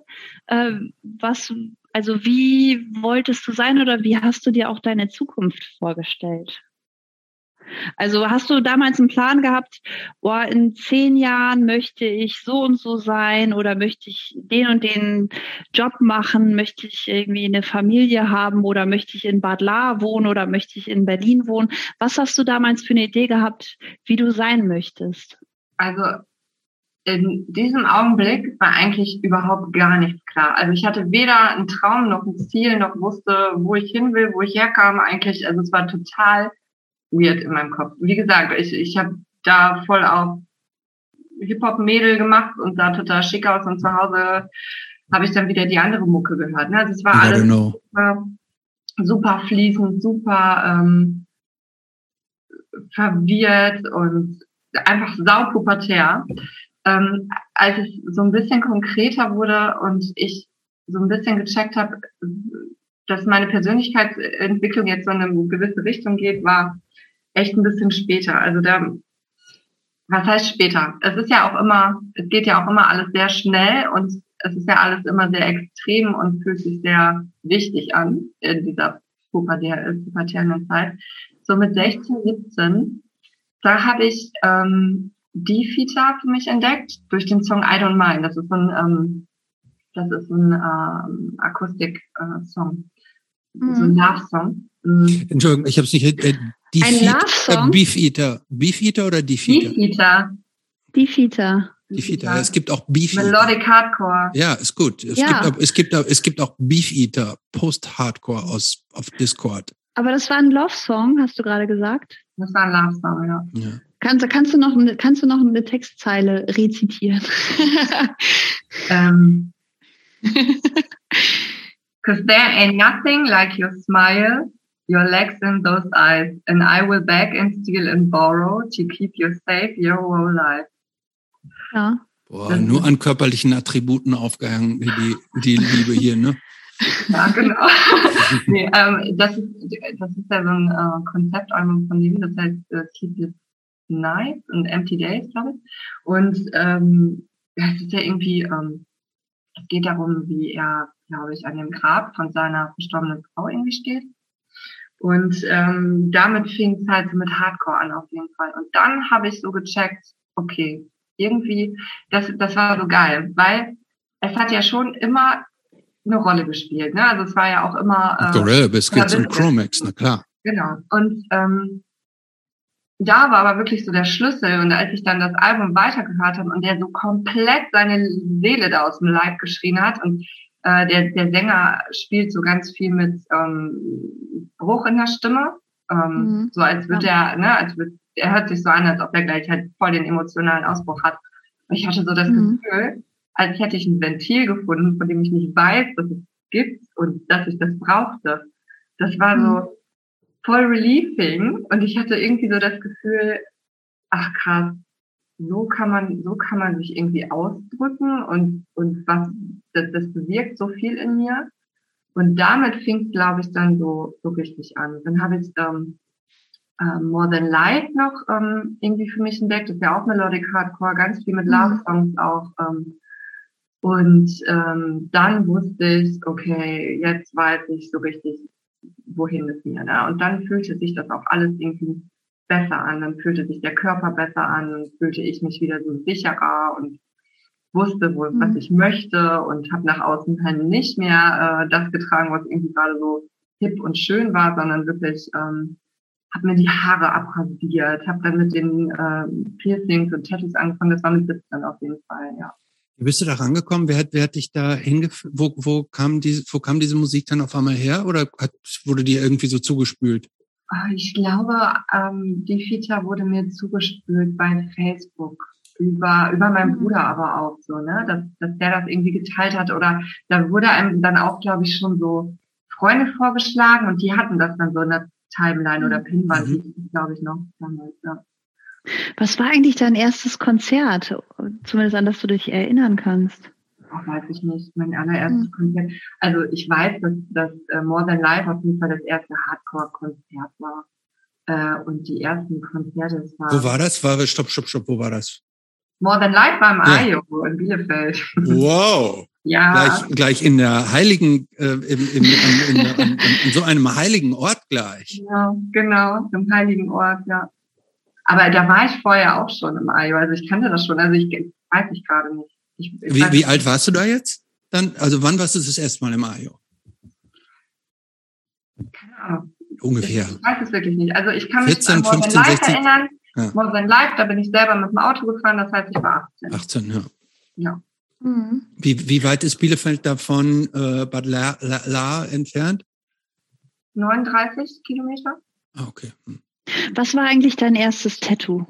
wie wolltest du sein oder wie hast du dir auch deine Zukunft vorgestellt? Also hast du damals einen Plan gehabt, in 10 Jahren möchte ich so und so sein oder möchte ich den und den Job machen, möchte ich irgendwie eine Familie haben oder möchte ich in Bad Lahr wohnen oder möchte ich in Berlin wohnen? Was hast du damals für eine Idee gehabt, wie du sein möchtest? Also in diesem Augenblick war eigentlich überhaupt gar nichts klar. Also ich hatte weder einen Traum noch ein Ziel, noch wusste, wo ich hin will, wo ich herkam eigentlich. Also es war total weird in meinem Kopf. Wie gesagt, ich habe da voll auf Hip-Hop-Mädel gemacht und sah total schick aus und zu Hause habe ich dann wieder die andere Mucke gehört. Ne? Also es war alles super fließend, super verwirrt und einfach saupubertär. Als es so ein bisschen konkreter wurde und ich so ein bisschen gecheckt habe, dass meine Persönlichkeitsentwicklung jetzt so in eine gewisse Richtung geht, war echt ein bisschen später. Also was heißt später? Es geht ja auch immer alles sehr schnell und es ist ja alles immer sehr extrem und fühlt sich sehr wichtig an in dieser pubertären Zeit. So mit 16, 17, da habe ich Defeater für mich entdeckt durch den Song I Don't Mind. Das ist so ein Akustik-Song. So ein Love-Song. Entschuldigung, ich habe es nicht. Ein Love-Song? Beefeater. Beefeater oder Defeater? Defeater. Defeater. Es gibt auch Beefeater. Melodic Hardcore. Ja, ist gut. Es gibt auch Beefeater, Post-Hardcore auf Discord. Aber das war ein Love-Song, hast du gerade gesagt? Das war ein Love-Song, ja. Kannst du noch eine Textzeile rezitieren? Cause there ain't nothing like your smile, your legs in those eyes, and I will beg and steal and borrow to keep you safe your whole life. Ja. Boah, nur an körperlichen Attributen aufgehangen, wie die Liebe hier, ne? Ja, genau. Nee, das ist ja so ein Konzeptalbum von ihm, das heißt Sleepless Nights und Empty Days, glaube ich. Und es ist ja irgendwie, es geht darum, wie er, glaube ich, an dem Grab von seiner verstorbenen Frau irgendwie steht. Und damit fing es halt so mit Hardcore an auf jeden Fall. Und dann habe ich so gecheckt, okay, irgendwie, das war so geil, weil es hat ja schon immer eine Rolle gespielt, ne? Also es war ja auch immer Gorilla Biscuits und Chromax, na klar. Genau. Und da war aber wirklich so der Schlüssel. Und als ich dann das Album weitergehört habe und der so komplett seine Seele da aus dem Leib geschrien hat und der Sänger spielt so ganz viel mit Bruch in der Stimme, so als würde er hört sich so an, als ob er gleich halt voll den emotionalen Ausbruch hat. Und ich hatte so das Gefühl, als hätte ich ein Ventil gefunden, von dem ich nicht weiß, dass es gibt und dass ich das brauchte. Das war so voll relieving und ich hatte irgendwie so das Gefühl, ach krass, so kann man sich irgendwie ausdrücken und was das bewirkt so viel in mir. Und damit fing es, glaube ich, dann so richtig an. Dann habe ich More Than Light noch irgendwie für mich entdeckt. Das ist ja auch Melodic Hardcore, ganz viel mit Love-Songs auch. Und dann wusste ich, okay, jetzt weiß ich so richtig, wohin mit mir. Ne? Und dann fühlte sich das auch alles irgendwie besser an. Dann fühlte sich der Körper besser an. Dann fühlte ich mich wieder so sicherer und wusste, was ich möchte und habe nach außen hin nicht mehr das getragen, was irgendwie gerade so hip und schön war, sondern wirklich habe mir die Haare abrasiert, habe dann mit den Piercings und Tattoos angefangen. Das war mit 17 auf jeden Fall, ja. Wie bist du da rangekommen? Wer hat dich da hingeführt? Wo kam diese Musik dann auf einmal her oder wurde dir irgendwie so zugespült? Ich glaube, Defeater wurde mir zugespült bei Facebook. Über meinen Bruder aber auch so, ne, dass der das irgendwie geteilt hat oder da wurde einem dann auch, glaube ich, schon so Freunde vorgeschlagen und die hatten das dann so in der Timeline oder Pinwand, glaube ich noch damals, ja. Was war eigentlich dein erstes Konzert, zumindest an das du dich erinnern kannst? Auch weiß ich nicht, mein allererstes Konzert. Also ich weiß, dass More Than Life auf jeden Fall das erste Hardcore-Konzert war. Und die ersten Konzerte, das war... Wo war das? Stopp, wo war das? More Than Life war im AJO in Bielefeld. Wow. Ja. Gleich in der heiligen, in so einem heiligen Ort gleich. Ja, genau, im heiligen Ort, ja. Aber da war ich vorher auch schon im AJO, also ich kannte das schon, also weiß ich gerade nicht. Wie alt warst du da jetzt? Dann, also wann warst du das erste Mal im AJO? Keine Ahnung. Ungefähr. Ich weiß es wirklich nicht. Also ich kann mich 14, an More 15, Than Life 16. erinnern. Ja. More Than Life, da bin ich selber mit dem Auto gefahren, das heißt, ich war 18. 18, ja. Ja. Mhm. Wie weit ist Bielefeld davon Bad La entfernt? 39 Kilometer. Ah, okay. Was war eigentlich dein erstes Tattoo?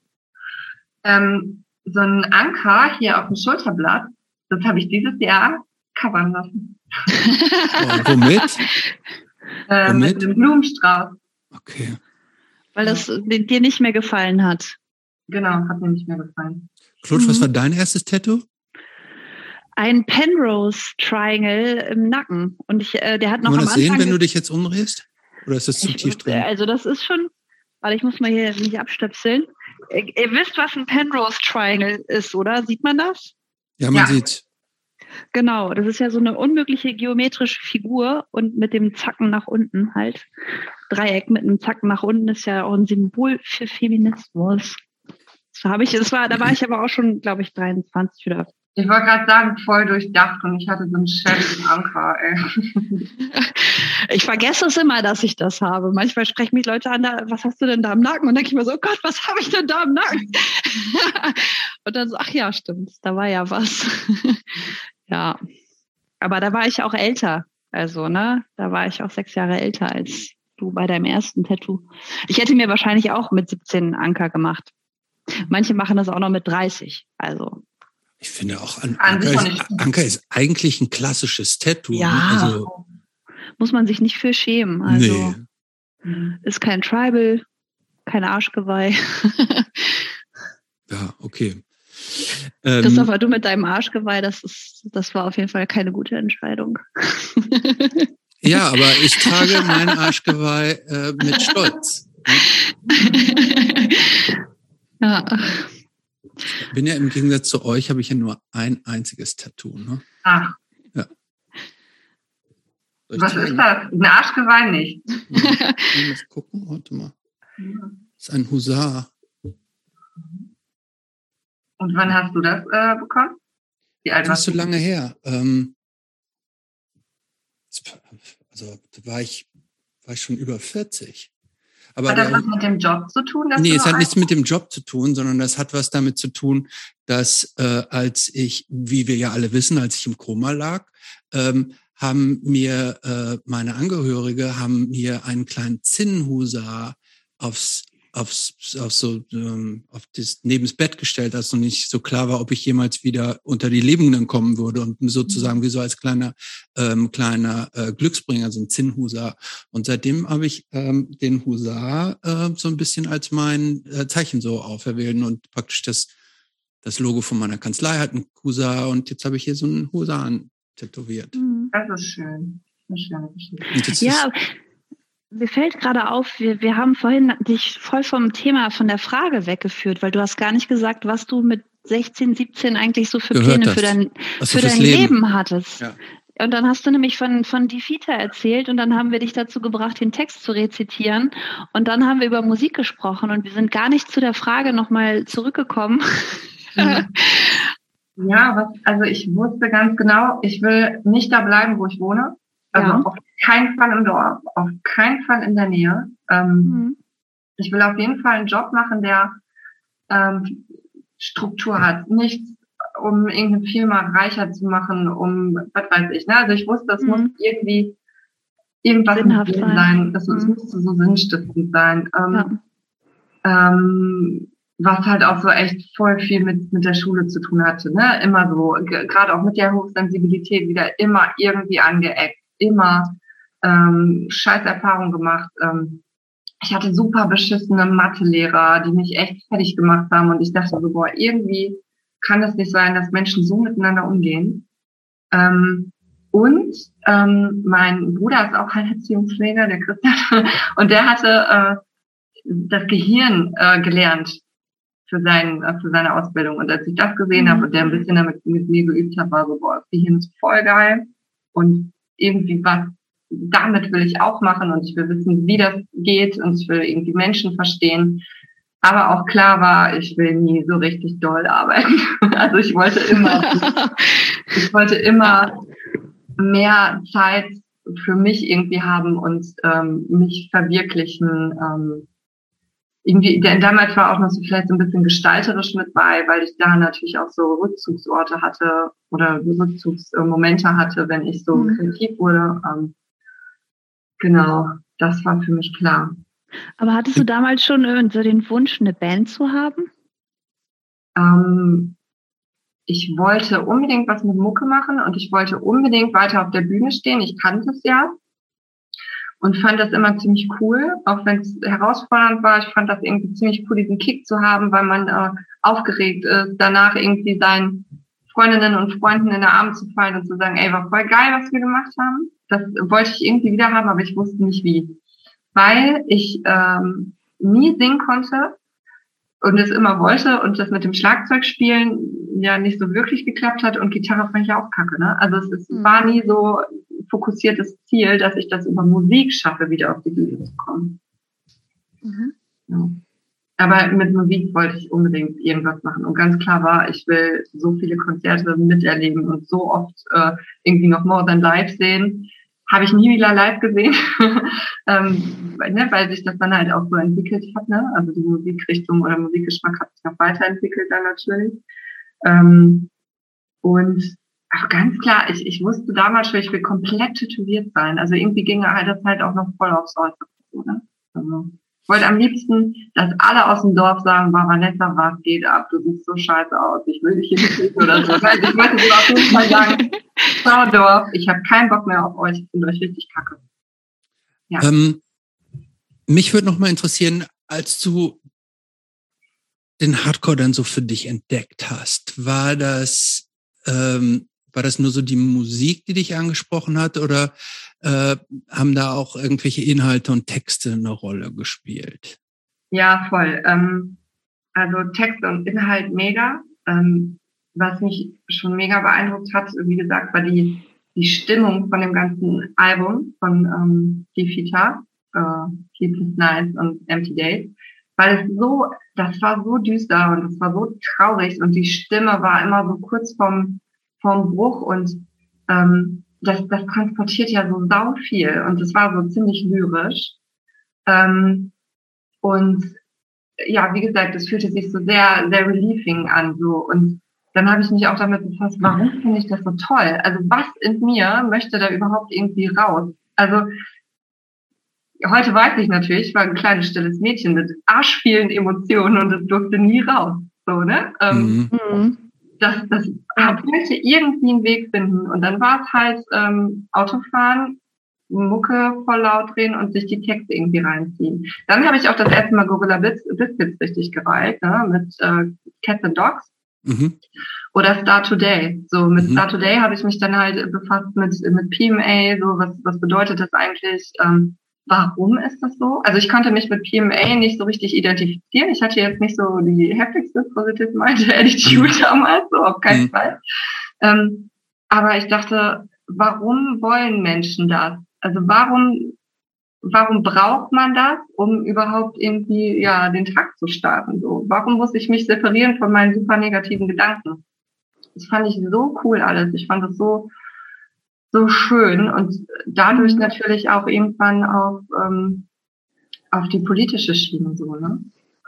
So ein Anker hier auf dem Schulterblatt, das habe ich dieses Jahr covern lassen. Oh, womit? Mit einem Blumenstrauß. Okay. Weil das dir nicht mehr gefallen hat. Genau, hat mir nicht mehr gefallen. Claude, was war dein erstes Tattoo? Ein Penrose Triangle im Nacken. Und der hat noch Kann man am das Anfang... sehen, wenn du dich jetzt umdrehst? Oder ist das zu tief drin? Also das ist schon... Warte, ich muss mal hier nicht abstöpseln. Ihr wisst, was ein Penrose Triangle ist, oder? Sieht man das? Ja, man sieht's. Genau, das ist ja so eine unmögliche geometrische Figur und mit dem Zacken nach unten halt. Dreieck mit einem Zacken nach unten ist ja auch ein Symbol für Feminismus. Da war ich aber auch schon, glaube ich, 23 oder. Ich wollte gerade sagen, voll durchdacht und ich hatte so einen schäbigen Anker, ey. Ich vergesse es immer, dass ich das habe. Manchmal sprechen mich Leute an, was hast du denn da im Nacken? Und dann denke ich mir so, oh Gott, was habe ich denn da im Nacken? Und dann so, ach ja, stimmt, da war ja was. Ja, aber da war ich auch älter. Also, da war ich auch 6 Jahre älter als du bei deinem ersten Tattoo. Ich hätte mir wahrscheinlich auch mit 17 einen Anker gemacht. Manche machen das auch noch mit 30, also. Ich finde auch, Anker ist eigentlich ein klassisches Tattoo. Ja, ne? Also, muss man sich nicht für schämen. Also, ist kein Tribal, kein Arschgeweih. Ja, okay. Christopher, du mit deinem Arschgeweih, das war auf jeden Fall keine gute Entscheidung. Ja, aber ich trage mein Arschgeweih mit Stolz. Ja. Bin ja im Gegensatz zu euch, habe ich ja nur ein einziges Tattoo. Ne? Ach. Ja. Was ist das? Ein Arschgeweih nicht. Ja, ich muss gucken, warte mal. Das ist ein Husar. Und wann hast du das bekommen? Wie alt warst du? Nicht so lange her. Also da war ich schon über 40. Aber hat das was mit dem Job zu tun? Nee, es hat nichts mit dem Job zu tun, sondern das hat was damit zu tun, dass als ich, wie wir ja alle wissen, als ich im Koma lag, haben mir meine Angehörige einen kleinen Zinnhusar auf das neben das Bett gestellt, als noch nicht so klar war, ob ich jemals wieder unter die Lebenden kommen würde und sozusagen wie so als kleiner Glücksbringer, so ein Zinnhusar. Und seitdem habe ich den Husar so ein bisschen als mein Zeichen so auferwählt und praktisch das Logo von meiner Kanzlei hat einen Husar und jetzt habe ich hier so einen Husar tätowiert. Das ist schön. Das ist schön. Ja, mir fällt gerade auf, wir haben vorhin dich voll vom Thema, von der Frage weggeführt, weil du hast gar nicht gesagt, was du mit 16, 17 eigentlich so für Pläne für dein Leben hattest. Ja. Und dann hast du nämlich von Die Vita erzählt und dann haben wir dich dazu gebracht, den Text zu rezitieren und dann haben wir über Musik gesprochen und wir sind gar nicht zu der Frage nochmal zurückgekommen. Ja, also ich wusste ganz genau, ich will nicht da bleiben, wo ich wohne. Also auf keinen Fall im Dorf, auf keinen Fall in der Nähe. Ich will auf jeden Fall einen Job machen, der Struktur hat. Nichts, um irgendeine Firma reicher zu machen, was weiß ich. Ne? Also ich wusste, das muss irgendwie irgendwas sinnhaft sein. Es musste so sinnstiftend sein. Was halt auch so echt voll viel mit der Schule zu tun hatte. Ne? Immer so, gerade auch mit der Hochsensibilität wieder immer irgendwie angeeckt. Immer Scheißerfahrung gemacht. Ich hatte super beschissene Mathelehrer, die mich echt fertig gemacht haben und ich dachte so, boah, irgendwie kann es nicht sein, dass Menschen so miteinander umgehen. Mein Bruder ist auch ein Erziehungspfleger, der Christian, und der hatte das Gehirn gelernt für seine Ausbildung. Und als ich das gesehen habe und der ein bisschen damit mit mir geübt hat, war so, boah, das Gehirn ist voll geil und irgendwie was damit will ich auch machen und ich will wissen, wie das geht und ich will irgendwie Menschen verstehen. Aber auch klar war, ich will nie so richtig doll arbeiten. Also ich wollte immer mehr Zeit für mich irgendwie haben und mich verwirklichen. Irgendwie, denn damals war auch noch so vielleicht so ein bisschen gestalterisch mit bei, weil ich da natürlich auch so Rückzugsorte hatte oder Rückzugsmomente hatte, wenn ich so kreativ wurde. Genau, das war für mich klar. Aber hattest du damals schon so den Wunsch, eine Band zu haben? Ich wollte unbedingt was mit Mucke machen und ich wollte unbedingt weiter auf der Bühne stehen. Ich kannte es ja und fand das immer ziemlich cool, auch wenn es herausfordernd war. Ich fand das irgendwie ziemlich cool, diesen Kick zu haben, weil man aufgeregt ist, danach irgendwie seinen Freundinnen und Freunden in den Arm zu fallen und zu sagen, ey, war voll geil, was wir gemacht haben. Das wollte ich irgendwie wieder haben, aber ich wusste nicht wie. Weil ich nie singen konnte und es immer wollte und das mit dem Schlagzeugspielen ja nicht so wirklich geklappt hat und Gitarre fand ich ja auch kacke, ne? Also es war nie so fokussiertes Ziel, dass ich das über Musik schaffe, wieder auf die Bühne zu kommen. Ja. Aber mit Musik wollte ich unbedingt irgendwas machen. Und ganz klar war, ich will so viele Konzerte miterleben und so oft irgendwie noch More Than Live sehen. Habe ich nie wieder live gesehen, weil sich das dann halt auch so entwickelt hat. Ne? Also die Musikrichtung oder Musikgeschmack hat sich noch weiterentwickelt dann natürlich. Und auch ganz klar, ich wusste damals schon, ich will komplett tätowiert sein. Also irgendwie ging halt das halt auch noch voll aufs Äußere. Ne? Also, ich wollte am liebsten, dass alle aus dem Dorf sagen, Vanessa, was geht ab? Du siehst so scheiße aus. Ich will dich hier nicht sehen oder so. Also ich wollte so auf jeden Fall sagen, ciao Dorf, ich habe keinen Bock mehr auf euch. Ich finde euch richtig kacke. Ja. Mich würde noch mal interessieren, als du den Hardcore dann so für dich entdeckt hast, war das nur so die Musik, die dich angesprochen hat, oder haben da auch irgendwelche Inhalte und Texte eine Rolle gespielt? Ja, voll. Also Text und Inhalt mega. Was mich schon mega beeindruckt hat, wie gesagt, war die Stimmung von dem ganzen Album von Defeater, Sleepless Nights und Empty Days, weil das war so düster und es war so traurig und die Stimme war immer so kurz vorm Bruch und das transportiert ja so sau viel und es war so ziemlich lyrisch. Und ja, wie gesagt, es fühlte sich so sehr, sehr relieving an so und dann habe ich mich auch damit befasst, warum finde ich das so toll? Also was in mir möchte da überhaupt irgendwie raus? Also heute weiß ich natürlich, ich war ein kleines stilles Mädchen mit arschvielen Emotionen und es durfte nie raus. So, ne? Das wollte irgendwie einen Weg finden. Und dann war es halt Autofahren, Mucke voll laut drehen und sich die Texte irgendwie reinziehen. Dann habe ich auch das erste Mal Gorilla Biscuits richtig gereiht, ne? Mit Cats and Dogs. Oder Start Today. So mit Start Today habe ich mich dann halt befasst mit PMA, so was bedeutet das eigentlich? Warum ist das so? Also ich konnte mich mit PMA nicht so richtig identifizieren. Ich hatte jetzt nicht so die heftigste Positive Mind Attitude damals, so auf keinen Fall. Aber ich dachte, warum wollen Menschen das? Also warum braucht man das, um überhaupt irgendwie den Tag zu starten? So, warum muss ich mich separieren von meinen super negativen Gedanken? Das fand ich so cool alles. Ich fand es so schön und dadurch natürlich auch irgendwann auf die politische Schiene so, ne?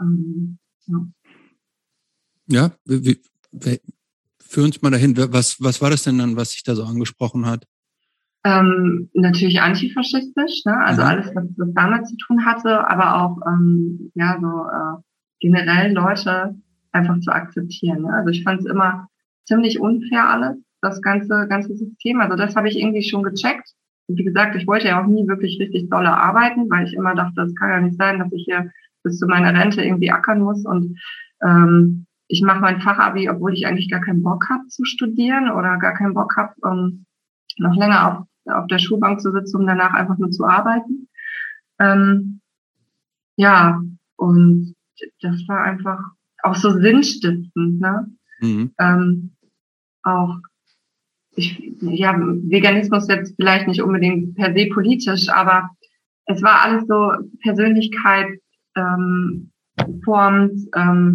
Ja, führ uns mal dahin. Was war das denn dann, was sich da so angesprochen hat? Natürlich antifaschistisch, ne? Also alles, was damit zu tun hatte, aber auch generell Leute einfach zu akzeptieren. Ne? Also ich fand es immer ziemlich unfair alles, das ganze System. Also das habe ich irgendwie schon gecheckt. Und wie gesagt, ich wollte ja auch nie wirklich richtig dolle arbeiten, weil ich immer dachte, das kann ja nicht sein, dass ich hier bis zu meiner Rente irgendwie ackern muss. Und ich mache mein Fachabi, obwohl ich eigentlich gar keinen Bock habe zu studieren oder gar keinen Bock habe, noch länger auf der Schulbank zu sitzen, um danach einfach nur zu arbeiten. Ja, und das war einfach auch so sinnstiftend, ne? Auch Veganismus jetzt vielleicht nicht unbedingt per se politisch, aber es war alles so Persönlichkeit formt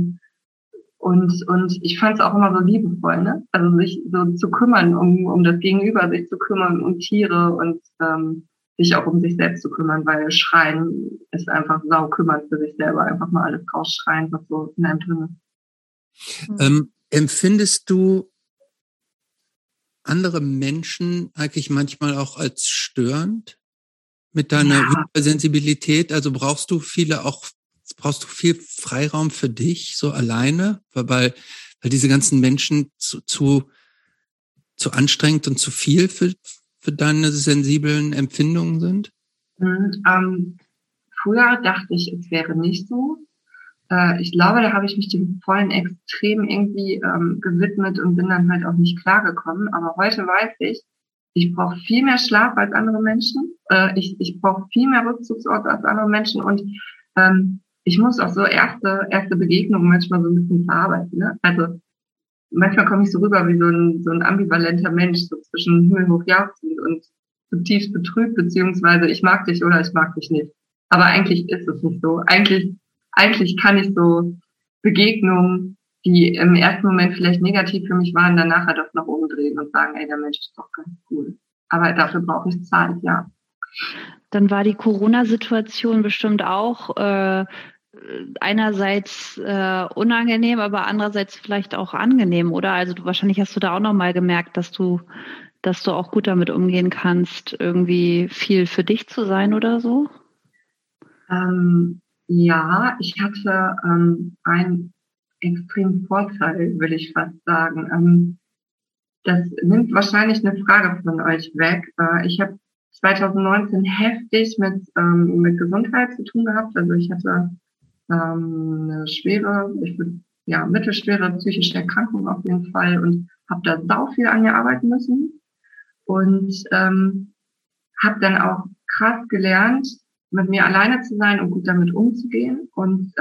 und ich fand es auch immer so liebevoll, ne? Also sich so zu kümmern, um das Gegenüber, sich zu kümmern um Tiere und sich auch um sich selbst zu kümmern, weil Schreien ist einfach kümmern für sich selber, einfach mal alles rausschreien, was so in einem drin ist. Empfindest du andere Menschen eigentlich manchmal auch als störend mit deiner Hypersensibilität? Also brauchst du viel Freiraum für dich, so alleine? Weil diese ganzen Menschen zu anstrengend und zu viel für deine sensiblen Empfindungen sind? Früher dachte ich, es wäre nicht so. Ich glaube, da habe ich mich dem vollen Extrem irgendwie gewidmet und bin dann halt auch nicht klargekommen. Aber heute weiß ich brauche viel mehr Schlaf als andere Menschen. Ich brauche viel mehr Rückzugsort als andere Menschen. Und ich muss auch so erste Begegnungen manchmal so ein bisschen verarbeiten. Ne? Also manchmal komme ich so rüber wie so ein ambivalenter Mensch, so zwischen himmelhoch jauchzend und zutiefst betrübt, beziehungsweise ich mag dich oder ich mag dich nicht. Aber eigentlich ist es nicht so. Eigentlich kann ich so Begegnungen, die im ersten Moment vielleicht negativ für mich waren, dann nachher doch nach oben drehen und sagen, ey, der Mensch ist doch ganz cool. Aber dafür brauche ich Zeit, ja. Dann war die Corona-Situation bestimmt auch einerseits unangenehm, aber andererseits vielleicht auch angenehm, oder? Also wahrscheinlich hast du da auch nochmal gemerkt, dass du auch gut damit umgehen kannst, irgendwie viel für dich zu sein oder so? Ja, ich hatte einen extremen Vorteil, will ich fast sagen. Das nimmt wahrscheinlich eine Frage von euch weg. Ich habe 2019 heftig mit Gesundheit zu tun gehabt. Also ich hatte eine mittelschwere psychische Erkrankung auf jeden Fall und habe da sau viel an mir arbeiten müssen und habe dann auch krass gelernt, mit mir alleine zu sein und gut damit umzugehen. Und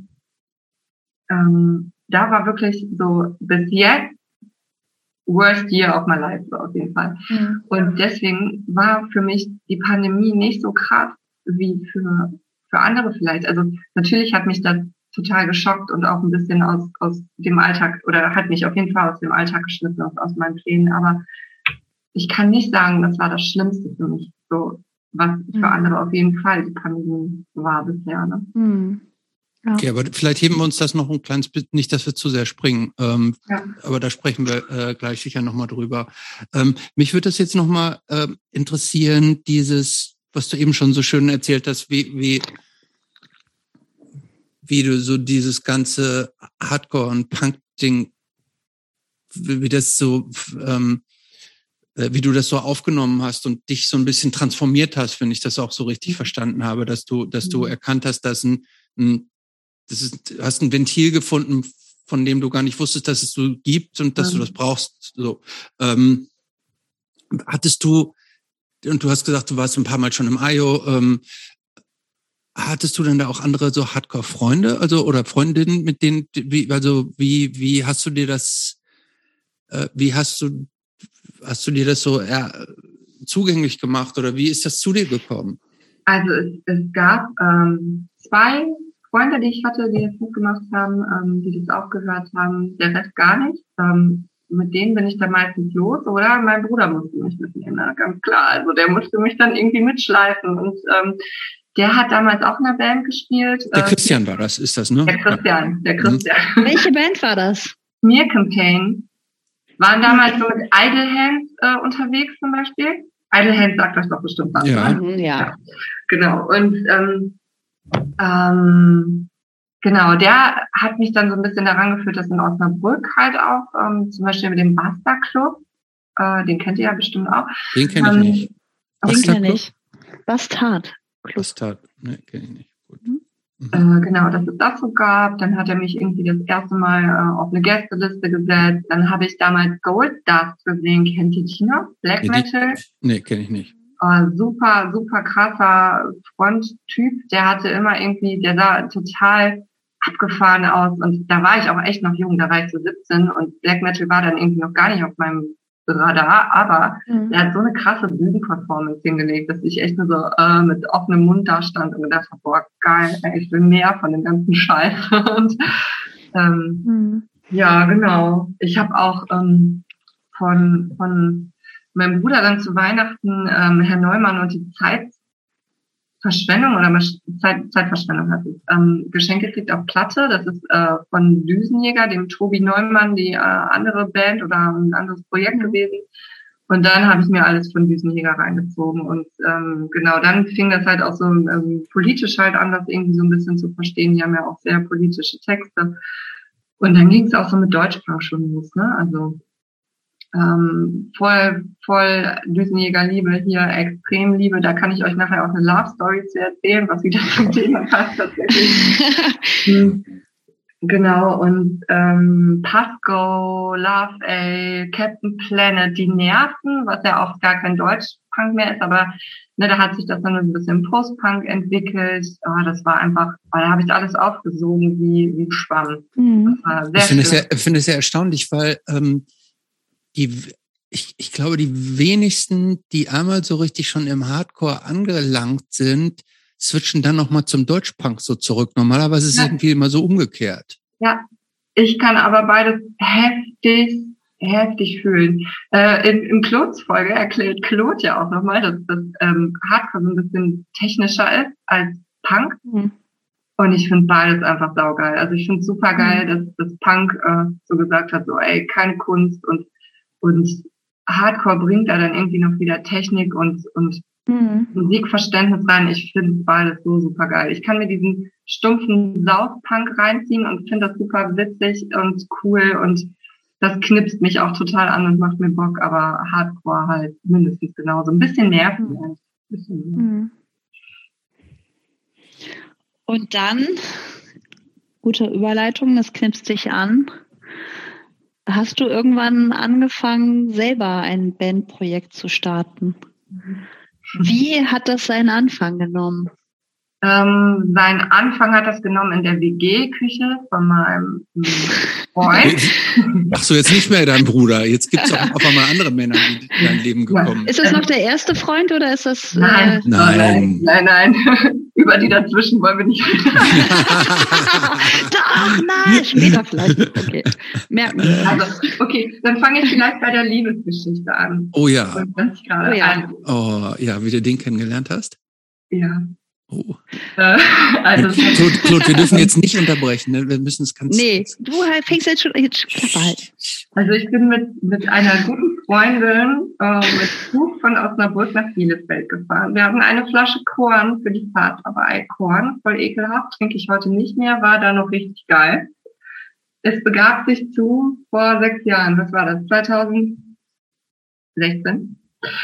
da war wirklich so bis jetzt worst year of my life, so auf jeden Fall. Mhm. Und deswegen war für mich die Pandemie nicht so krass wie für andere vielleicht. Also natürlich hat mich das total geschockt und auch ein bisschen aus dem Alltag oder hat mich auf jeden Fall aus dem Alltag geschnitten, aus meinen Plänen. Aber ich kann nicht sagen, das war das Schlimmste für mich, so was für andere auf jeden Fall die Pandemie war bisher. Ne? Mhm. Ja. Okay, aber vielleicht heben wir uns das noch ein kleines bisschen, nicht, dass wir zu sehr springen, aber da sprechen wir gleich sicher nochmal drüber. Mich würde das jetzt nochmal interessieren, dieses, was du eben schon so schön erzählt hast, wie du so dieses ganze Hardcore- und Punk-Ding, wie das so, wie du das so aufgenommen hast und dich so ein bisschen transformiert hast, wenn ich das auch so richtig verstanden habe, dass du erkannt hast, dass hast ein Ventil gefunden, von dem du gar nicht wusstest, dass es so gibt und dass du das brauchst. So, hattest du, und du hast gesagt, du warst ein paar Mal schon im IO, hattest du denn da auch andere so Hardcore-Freunde, also oder Freundinnen, mit denen, wie hast du dir das, wie hast du dir das so zugänglich gemacht oder wie ist das zu dir gekommen? Also es gab 2 Freunde, die ich hatte, die das mitgemacht haben, die das auch gehört haben, der Rest gar nicht. Mit denen bin ich dann meistens los, oder? Mein Bruder musste mich mitnehmen, ne? Ganz klar. Also der musste mich dann irgendwie mitschleifen und der hat damals auch in einer Band gespielt. Der Christian war das, ist das, ne? Der Christian. Welche Band war das? Smear Campaign. Waren damals so mit Idle Hands unterwegs zum Beispiel. Idle Hands sagt das doch bestimmt was. Ja. Ne? Ja. Genau. Und genau, der hat mich dann so ein bisschen daran geführt, dass in Osnabrück halt auch, zum Beispiel mit dem Basta Club, den kennt ihr ja bestimmt auch. Den kenne ich nicht. Den kenne ich. Bastard Club. Bastard, ne, kenne ich nicht. Gut. Genau, dass es das so gab. Dann hat er mich irgendwie das erste Mal auf eine Gästeliste gesetzt. Dann habe ich damals Gold Dust gesehen. Kennt ihr die noch? Black Metal? Nee, kenne ich nicht. Super, super krasser Fronttyp. Der hatte immer irgendwie, der sah total abgefahren aus. Und da war ich auch echt noch jung, da war ich so 17 und Black Metal war dann irgendwie noch gar nicht auf meinem Radar, aber der hat so eine krasse Bühnenperformance hingelegt, dass ich echt nur so mit offenem Mund da stand und gedacht habe, boah, geil, ich will mehr von dem ganzen Scheiß. Und ja, genau. Ich habe auch von meinem Bruder dann zu Weihnachten Herr Neumann und die Zeitverschwendung oder Zeitverschwendung hat es Geschenk gekriegt auf Platte. Das ist von Düsenjäger, dem Tobi Neumann, die andere Band oder ein anderes Projekt gewesen. Und dann habe ich mir alles von Düsenjäger reingezogen. Und genau, dann fing das halt auch so politisch halt an, das irgendwie so ein bisschen zu verstehen. Die haben ja auch sehr politische Texte. Und dann ging es auch so mit Deutschsprach schon los, ne? Also voll Düsenjäger-Liebe hier, Extremliebe. Da kann ich euch nachher auch eine Love-Story zu erzählen, was wieder zum Thema passt tatsächlich. Genau, und Pasco, Love A, Captain Planet, die Nerven, was ja auch gar kein Deutsch-Punk mehr ist, aber ne, da hat sich das dann ein bisschen Post-Punk entwickelt. Das war einfach, da habe ich alles aufgesogen wie Schwamm. Das war sehr ich finde es sehr erstaunlich, weil ich glaube, die wenigsten, die einmal so richtig schon im Hardcore angelangt sind, switchen dann nochmal zum Deutschpunk so zurück. Normalerweise ist es irgendwie immer so umgekehrt. Ja, ich kann aber beides heftig fühlen. In Claudes Folge erklärt Claude ja auch nochmal, dass das Hardcore so ein bisschen technischer ist als Punk. Und ich finde beides einfach saugeil. Also ich finde es super geil, dass das Punk so gesagt hat, so ey, keine Kunst und Hardcore bringt da dann irgendwie noch wieder Technik und Musikverständnis rein. Ich finde beides so super geil. Ich kann mir diesen stumpfen Sauf-Punk reinziehen und finde das super witzig und cool und das knipst mich auch total an und macht mir Bock, aber Hardcore halt mindestens genauso. Ein bisschen nervig. Und dann, gute Überleitung, das knipst dich an. Hast du irgendwann angefangen, selber ein Bandprojekt zu starten? Wie hat das seinen Anfang genommen? Seinen Anfang hat das genommen in der WG-Küche von meinem Freund. Ach so, jetzt nicht mehr dein Bruder. Jetzt gibt es auch auf einmal andere Männer, die in dein Leben gekommen sind. Ist das noch der erste Freund oder ist das... Nein. Über die dazwischen wollen wir nicht reden. Doch, nein, später vielleicht. Okay, merken wir. Also, okay, dann fange ich vielleicht bei der Liebesgeschichte an. Oh ja. Ja, wie du den kennengelernt hast? Ja. Oh. Also Claude, wir dürfen jetzt nicht unterbrechen, ne? Wir müssen es ganz... Nee, du fängst jetzt schon Klappe halt. Also ich bin mit einer guten Freundin mit Zug von Osnabrück nach Bielefeld gefahren. Wir hatten eine Flasche Korn für die Fahrt, aber Korn, voll ekelhaft, trinke ich heute nicht mehr, war da noch richtig geil. Es begab sich vor 6 Jahren, was war das, 2016.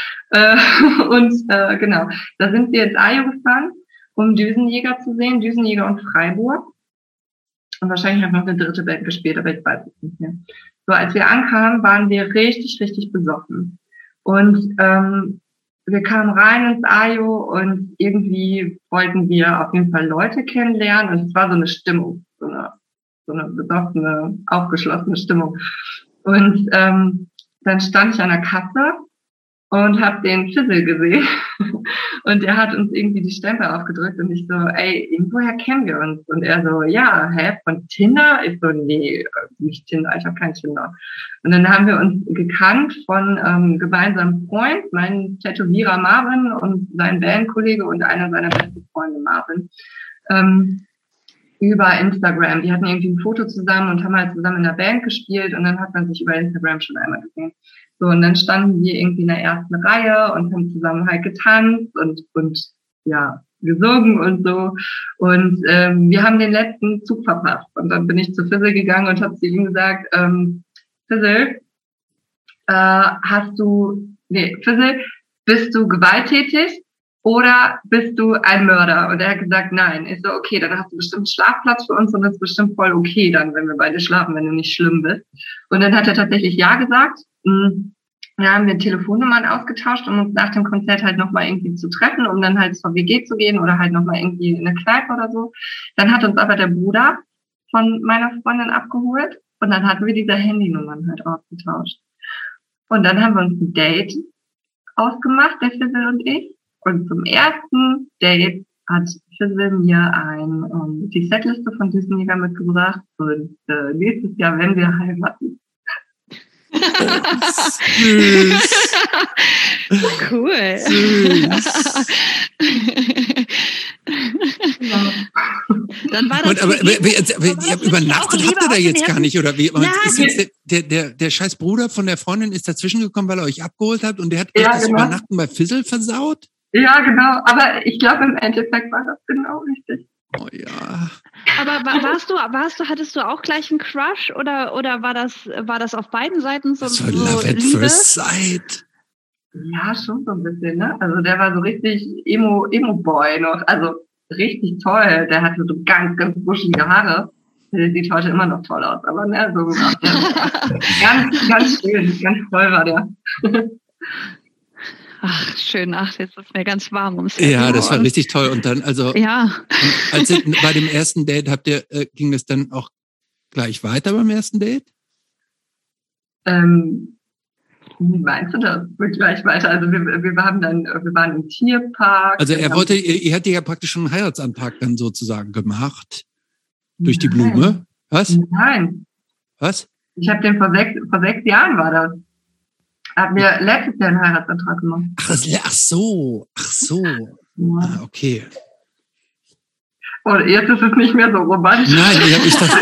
Genau, da sind wir ins Ajo gefahren, um Düsenjäger zu sehen, Düsenjäger und Freiburg. Und wahrscheinlich noch eine dritte Band gespielt, aber ich weiß es nicht mehr. So, als wir ankamen, waren wir richtig, richtig besoffen. Und wir kamen rein ins Ajo und irgendwie wollten wir auf jeden Fall Leute kennenlernen. Und es war so eine Stimmung, so eine besoffene, aufgeschlossene Stimmung. Und dann stand ich an der Kasse und habe den Fizzle gesehen und der hat uns irgendwie die Stempel aufgedrückt und ich so, ey, irgendwoher kennen wir uns? Und er so, ja, von Tinder? Ich so, nee, nicht Tinder, ich habe kein Tinder. Und dann haben wir uns gekannt von gemeinsamen Freund, mein Tätowierer Marvin und sein Bandkollege und einer seiner besten Freunde Marvin, über Instagram. Die hatten irgendwie ein Foto zusammen und haben halt zusammen in der Band gespielt und dann hat man sich über Instagram schon einmal gesehen. So, und dann standen wir irgendwie in der ersten Reihe und haben zusammen halt getanzt und ja, gesungen und so. Und wir haben den letzten Zug verpasst. Und dann bin ich zu Fizzle gegangen und habe zu ihm gesagt, Fizzle, Fizzle, bist du gewalttätig? oder bist du ein Mörder? Und er hat gesagt, nein. Ich so, okay, dann hast du bestimmt einen Schlafplatz für uns und das ist bestimmt voll okay dann, wenn wir beide schlafen, wenn du nicht schlimm bist. Und dann hat er tatsächlich ja gesagt. Da haben wir Telefonnummern ausgetauscht, um uns nach dem Konzert halt nochmal irgendwie zu treffen, um dann halt zur WG zu gehen oder halt nochmal irgendwie in eine Kneipe oder so. Dann hat uns aber der Bruder von meiner Freundin abgeholt und dann hatten wir diese Handynummern halt ausgetauscht. Und dann haben wir uns ein Date ausgemacht, der Fizzle und ich. Und zum ersten Date hat Fizzle mir die Setliste von Düsenjäger mitgebracht und nächstes Jahr, wenn wir heiraten. Süß. Cool. Süß. Dann war das Und, aber übernachtet habt ihr da jetzt gar nicht, oder wie? Ja, Ist jetzt der scheiß Bruder von der Freundin ist dazwischen gekommen, weil er euch abgeholt habt und der hat euch das Übernachten bei Fizzle versaut? Ja, genau. Aber ich glaube, im Endeffekt war das genau richtig. Oh ja. Aber hattest du auch gleich einen Crush oder war das auf beiden Seiten so? Das war Love at First Sight. Ja, schon so ein bisschen, ne? Also der war so richtig Emo-Boy noch. Also richtig toll. Der hatte so ganz, ganz buschelige Haare. Der sieht heute immer noch toll aus. Aber ne, so ganz, ganz schön. Ganz toll war der. Ach, schön. Ach, jetzt ist mir ganz warm ums Herz. Ja, das war richtig toll. Und dann, ja. Bei dem ersten Date ging es dann auch gleich weiter beim ersten Date? Wie meinst du das? Gleich weiter. Also wir waren im Tierpark. Also ihr hattet ja praktisch schon einen Heiratsantrag dann sozusagen gemacht. Durch die Blume. Was? Nein. Was? Ich habe den vor 6 Jahren war das. Haben wir letztes Jahr einen Heiratsantrag gemacht. Ach so. Ja. Ah, okay. Und jetzt ist es nicht mehr so romantisch. Nein, ich dachte,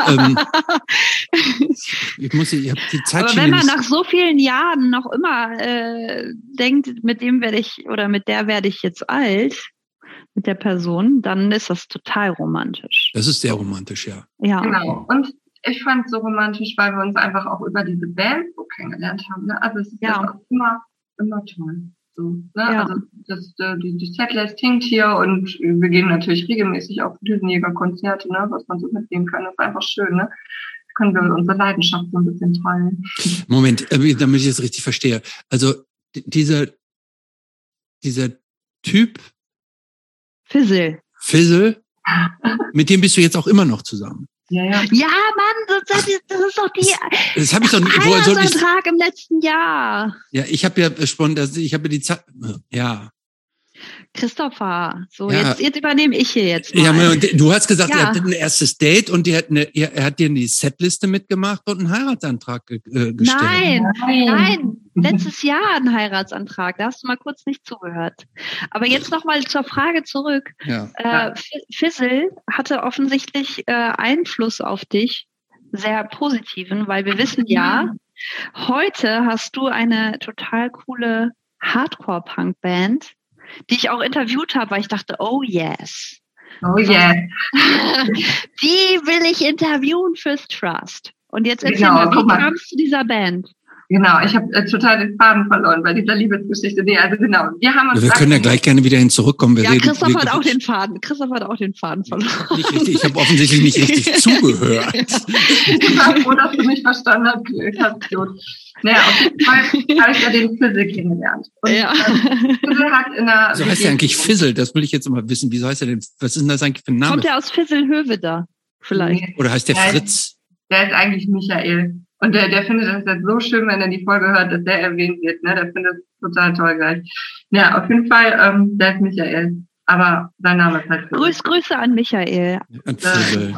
ich habe die Zeit aber schon. Wenn man nach so vielen Jahren noch immer denkt, mit der werde ich jetzt alt, mit der Person, dann ist das total romantisch. Das ist sehr romantisch, ja. Ja. Genau. Und ich fand es so romantisch, weil wir uns einfach auch über diese Band so kennengelernt haben. Ne? Also es ist ja auch immer toll. So, ne? Ja. Also die Setlist hinkt hier und wir gehen natürlich regelmäßig auf Düsenjäger-Konzerte, ne? Was man so mitnehmen kann. Das ist einfach schön, ne? Können wir unsere Leidenschaft so ein bisschen teilen. Moment, damit ich das richtig verstehe. Also dieser Typ Fizzle, mit dem bist du jetzt auch immer noch zusammen. Ja, Mann, das ist doch das habe ich doch nicht. Heiratsantrag im letzten Jahr. Ja, ich habe ja die Zeit. Ja. Christopher, so ja. Jetzt übernehme ich hier jetzt mal. Ja, du hast gesagt, ihr hattet ein erstes Date und er hat dir die Setliste mitgemacht und einen Heiratsantrag gestellt. Nein, letztes Jahr ein Heiratsantrag. Da hast du mal kurz nicht zugehört. Aber jetzt nochmal zur Frage zurück. Ja. Fizzle hatte offensichtlich Einfluss auf dich, sehr positiven, weil wir wissen ja, heute hast du eine total coole Hardcore-Punk-Band, die ich auch interviewt habe, weil ich dachte, oh yes. Oh yes. Die will ich interviewen fürs Trust. Und jetzt erzähl mal, wie kamst du dieser Band? Genau, ich habe total den Faden verloren bei dieser Liebesgeschichte. Nee, also genau. Wir können ja gleich gerne wieder hin zurückkommen. Christoph hat auch den Faden verloren. Nicht richtig, ich habe offensichtlich nicht richtig zugehört. Ich war froh, dass du mich verstanden hast. Naja, auf jeden Fall habe ich ja den Fizzle kennengelernt. Und Fizzle hat so heißt der eigentlich Fizzle? Das will ich jetzt mal wissen. Wieso heißt er denn? Was ist denn das eigentlich für ein Name? Kommt der aus Fisselhöwe da? Vielleicht. Nee. Oder heißt der Fritz? Der ist eigentlich Michael. Und der findet das jetzt so schön, wenn er die Folge hört, dass der erwähnt wird. Ne? Der findet es total toll gleich. Ja, auf jeden Fall, der ist Michael. Aber sein Name ist halt Fizzle. Grüße an Michael. An Fizzle.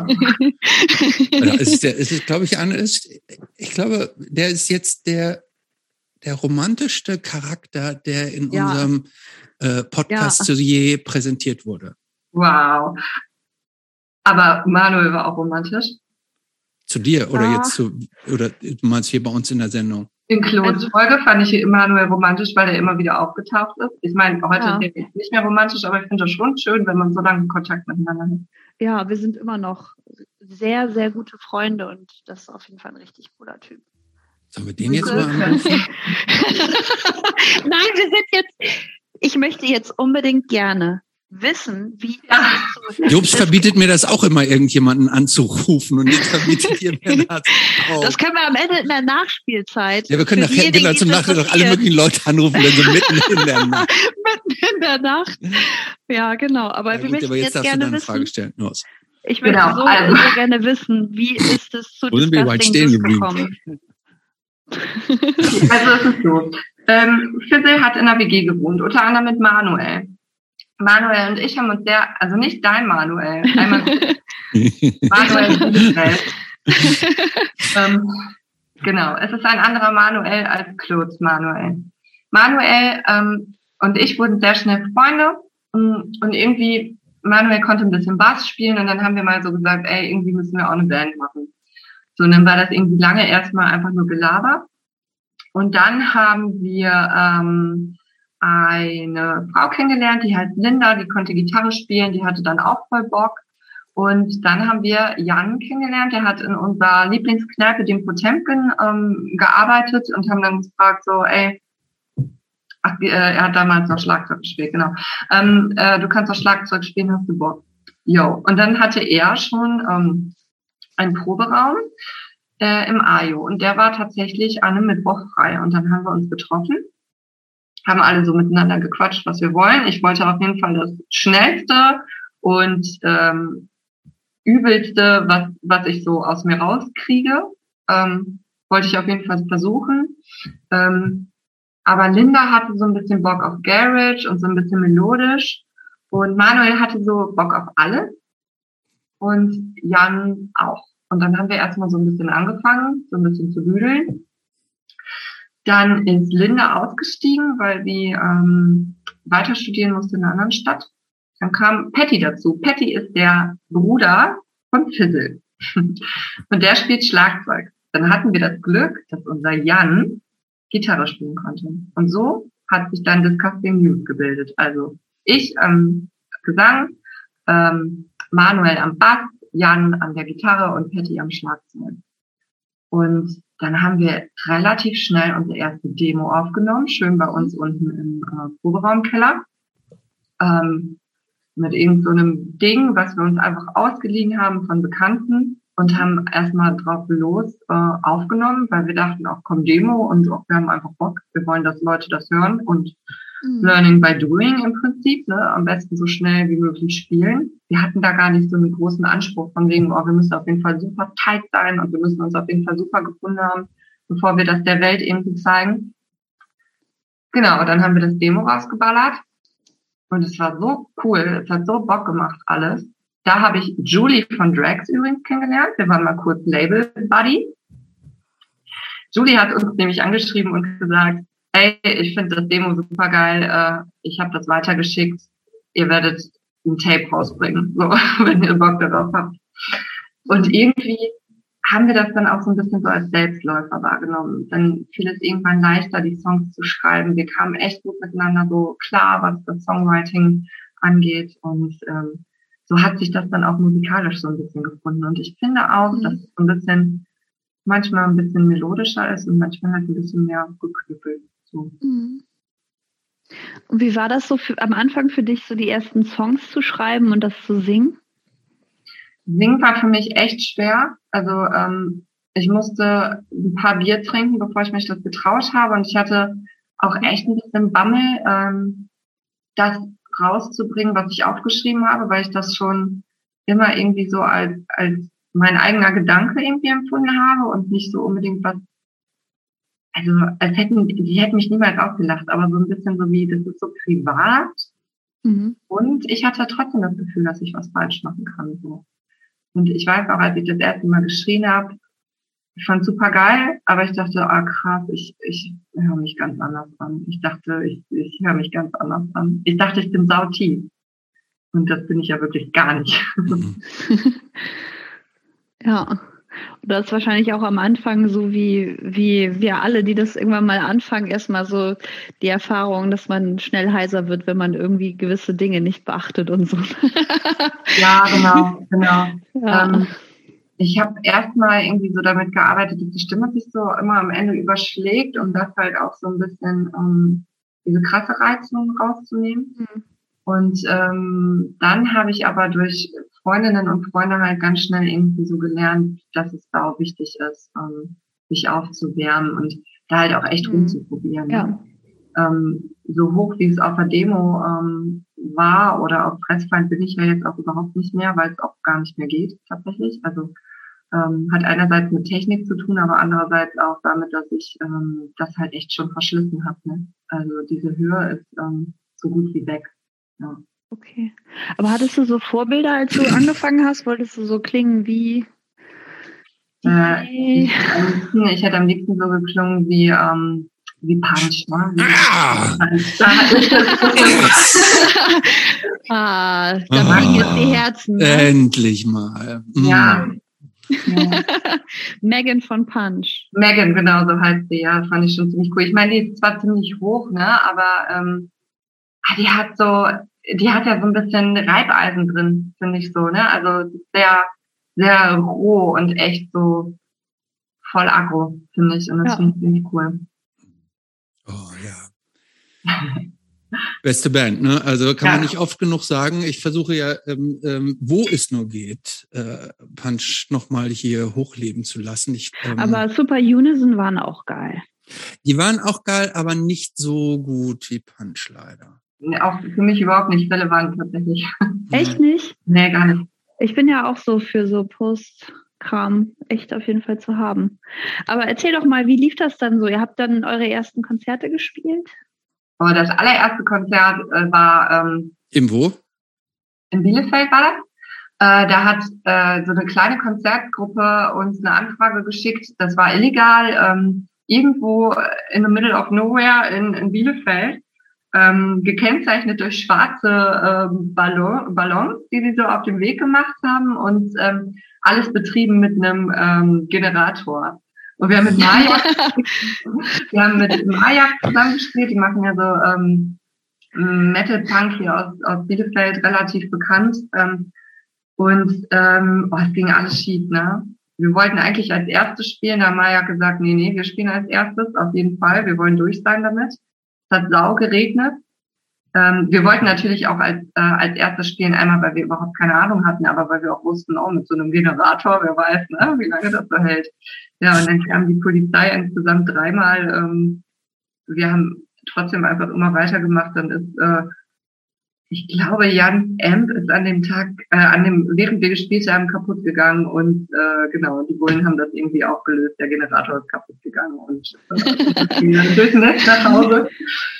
Ich glaube, der ist jetzt der romantischste Charakter, der in unserem Podcast so je präsentiert wurde. Wow. Aber Manuel war auch romantisch. Zu dir oder oder du meinst hier bei uns in der Sendung? In Claudes Folge fand ich Emanuel romantisch, weil er immer wieder aufgetaucht ist. Ich meine, heute ist er nicht mehr romantisch, aber ich finde das schon schön, wenn man so lange Kontakt miteinander hat. Ja, wir sind immer noch sehr, sehr gute Freunde und das ist auf jeden Fall ein richtig cooler Typ. Sollen wir den jetzt mal anrufen? Nein, Ich möchte jetzt unbedingt gerne wissen, wie... Jobs verbietet mir das auch immer, irgendjemanden anzurufen, und jetzt verbietet ihr mir das auch. Das können wir am Ende in der Nachspielzeit. Ja, wir können nachher zum Nachhinein doch alle möglichen Leute anrufen, wenn so mitten in der Nacht. Mitten in der Nacht. Ja, genau. Aber Ja, wir möchten jetzt gerne wissen. Frage stellen. Los. Ich möchte so gerne wissen, wie ist es zu Disgusting News gekommen? Also es ist so. Fizzle hat in einer WG gewohnt, unter anderem mit Manuel. Manuel und ich haben uns also nicht dein Manuel, einmal Manuel genau, es ist ein anderer Manuel als Claude's Manuel. Manuel und ich wurden sehr schnell Freunde und irgendwie, Manuel konnte ein bisschen Bass spielen und dann haben wir mal so gesagt, ey, irgendwie müssen wir auch eine Band machen. So, und dann war das irgendwie lange erstmal einfach nur Gelaber. Und dann haben wir eine Frau kennengelernt, die heißt Linda, die konnte Gitarre spielen, die hatte dann auch voll Bock. Und dann haben wir Jan kennengelernt, der hat in unserer Lieblingskneipe, dem Potemkin, gearbeitet und haben dann gefragt so, ey, er hat damals noch Schlagzeug gespielt, genau. Du kannst doch Schlagzeug spielen, hast du Bock? Jo. Und dann hatte er schon einen Proberaum im Ajo und der war tatsächlich an einem Mittwoch frei und dann haben wir uns getroffen, haben alle so miteinander gequatscht, was wir wollen. Ich wollte auf jeden Fall das Schnellste und Übelste, was ich so aus mir rauskriege, wollte ich auf jeden Fall versuchen. Aber Linda hatte so ein bisschen Bock auf Garage und so ein bisschen melodisch und Manuel hatte so Bock auf alles und Jan auch. Und dann haben wir erstmal so ein bisschen angefangen, so ein bisschen zu büdeln. Dann ist Linda ausgestiegen, weil sie weiter studieren musste in einer anderen Stadt. Dann kam Patty dazu. Patty ist der Bruder von Fizzle. Und der spielt Schlagzeug. Dann hatten wir das Glück, dass unser Jan Gitarre spielen konnte. Und so hat sich dann Disgusting News gebildet. Also ich am Gesang, Manuel am Bass, Jan an der Gitarre und Patty am Schlagzeug. Und dann haben wir relativ schnell unsere erste Demo aufgenommen, schön bei uns unten im Proberaumkeller, mit irgend so einem Ding, was wir uns einfach ausgeliehen haben von Bekannten und haben erstmal drauf los aufgenommen, weil wir dachten, auch komm Demo und auch, wir haben einfach Bock, wir wollen, dass Leute das hören und Learning by Doing im Prinzip, ne, am besten so schnell wie möglich spielen. Wir hatten da gar nicht so einen großen Anspruch von wegen, wir müssen auf jeden Fall super tight sein und wir müssen uns auf jeden Fall super gefunden haben, bevor wir das der Welt irgendwie zeigen. Genau, dann haben wir das Demo rausgeballert und es war so cool, es hat so Bock gemacht alles. Da habe ich Julie von Drags übrigens kennengelernt, wir waren mal kurz Label-Buddy. Julie hat uns nämlich angeschrieben und gesagt, hey, ich finde das Demo super geil, ich habe das weitergeschickt, ihr werdet ein Tape rausbringen, so, wenn ihr Bock darauf habt. Und irgendwie haben wir das dann auch so ein bisschen so als Selbstläufer wahrgenommen. Dann fiel es irgendwann leichter, die Songs zu schreiben. Wir kamen echt gut miteinander so klar, was das Songwriting angeht. Und so hat sich das dann auch musikalisch so ein bisschen gefunden. Und ich finde auch, dass es so ein bisschen, manchmal ein bisschen melodischer ist und manchmal halt ein bisschen mehr geknüppelt. So. Und wie war das so am Anfang für dich, so die ersten Songs zu schreiben und das zu singen? Singen war für mich echt schwer. Also ich musste ein paar Bier trinken, bevor ich mich das getraut habe. Und ich hatte auch echt ein bisschen Bammel, das rauszubringen, was ich aufgeschrieben habe, weil ich das schon immer irgendwie so als mein eigener Gedanke irgendwie empfunden habe und nicht so unbedingt was. Also die hätten mich niemals ausgelacht, aber so ein bisschen so wie, das ist so privat. Und ich hatte trotzdem das Gefühl, dass ich was falsch machen kann. So. Und ich weiß auch, als ich das erste Mal geschrien habe, ich fand super geil, aber ich dachte, krass, ich höre mich ganz anders an. Ich dachte, ich höre mich ganz anders an. Ich dachte, ich bin sautief. Und das bin ich ja wirklich gar nicht. Ja. Und das ist wahrscheinlich auch am Anfang so wie wir alle, die das irgendwann mal anfangen, erstmal so die Erfahrung, dass man schnell heiser wird, wenn man irgendwie gewisse Dinge nicht beachtet und so. Ja, genau. Ja. Ich habe erstmal irgendwie so damit gearbeitet, dass die Stimme sich so immer am Ende überschlägt und das halt auch so ein bisschen diese krasse Reizung rauszunehmen. Mhm. Und dann habe ich aber durch Freundinnen und Freunde halt ganz schnell irgendwie so gelernt, dass es da auch wichtig ist, sich aufzuwärmen und da halt auch echt rumzuprobieren. Ja. So hoch wie es auf der Demo war oder auf Fressfeind bin ich ja jetzt auch überhaupt nicht mehr, weil es auch gar nicht mehr geht tatsächlich. Also hat einerseits mit Technik zu tun, aber andererseits auch damit, dass ich das halt echt schon verschlissen habe. Ne? Also diese Höhe ist so gut wie weg. Ja. Okay. Aber hattest du so Vorbilder, als du angefangen hast? Wolltest du so klingen wie? Ich hätte am liebsten so geklungen wie Punch. Ne? Da fliegen jetzt die Herzen. Ne? Endlich mal. Ja. Megan von Punch. Megan, genau, so heißt sie, ja, fand ich schon ziemlich cool. Ich meine, die ist zwar ziemlich hoch, ne, aber die hat ja so ein bisschen Reibeisen drin, finde ich so, ne? Also sehr, sehr roh und echt so voll aggro, finde ich. Und das finde ich ziemlich cool. Oh ja. Beste Band, ne? Also kann man nicht oft genug sagen. Ich versuche ja, wo es nur geht, Punch nochmal hier hochleben zu lassen. Aber Super Unison waren auch geil. Die waren auch geil, aber nicht so gut wie Punch leider. Auch für mich überhaupt nicht relevant tatsächlich. Echt nicht? Nee, gar nicht. Ich bin ja auch so für so Postkram echt auf jeden Fall zu haben. Aber erzähl doch mal, wie lief das dann so? Ihr habt dann eure ersten Konzerte gespielt? Oh, das allererste Konzert war Im wo? In Bielefeld war das. Da hat so eine kleine Konzertgruppe uns eine Anfrage geschickt. Das war illegal, irgendwo in the middle of nowhere in Bielefeld. Gekennzeichnet durch schwarze Ballons, die sie so auf dem Weg gemacht haben und alles betrieben mit einem Generator. Und wir haben mit Majak zusammengespielt, die machen ja so Metal Punk hier aus Bielefeld, relativ bekannt. Es ging alles schief, ne? Wir wollten eigentlich als erstes spielen, da hat Majak gesagt, nee, wir spielen als erstes, auf jeden Fall, wir wollen durch sein damit. Es hat sau geregnet. Wir wollten natürlich auch als erstes spielen, einmal, weil wir überhaupt keine Ahnung hatten, aber weil wir auch wussten, mit so einem Generator, wer weiß, ne, wie lange das so hält. Ja, und dann kam die Polizei insgesamt 3-mal. Wir haben trotzdem einfach immer weitergemacht. Dann ist, ich glaube, Jan Amp ist an dem Tag, während wir gespielt haben, kaputt gegangen und genau, die Bullen haben das irgendwie auch gelöst. Der Generator ist kaputt gegangen und ging dann durchs Netz nach Hause.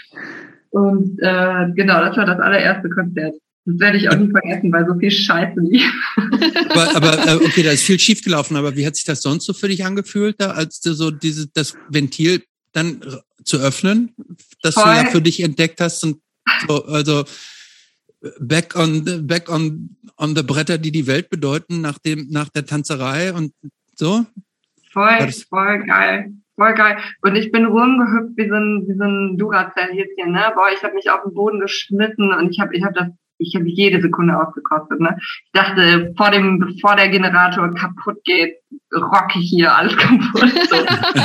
Und genau, das war das allererste Konzert. Das werde ich auch nie vergessen, weil so viel Scheiße lief. Aber okay, da ist viel schiefgelaufen, aber wie hat sich das sonst so für dich angefühlt, da, als du so das Ventil dann zu öffnen, das du ja für dich entdeckt hast und so, also back on the Bretter, die Welt bedeuten, nach der Tanzerei und so? Voll geil. Voll geil. Und ich bin rumgehüpft wie so ein Duracell-Häschen, ne? Boah, ich habe mich auf den Boden geschmissen und ich habe jede Sekunde ausgekostet, ne? Ich dachte, bevor der Generator kaputt geht, rock ich hier alles kaputt. So.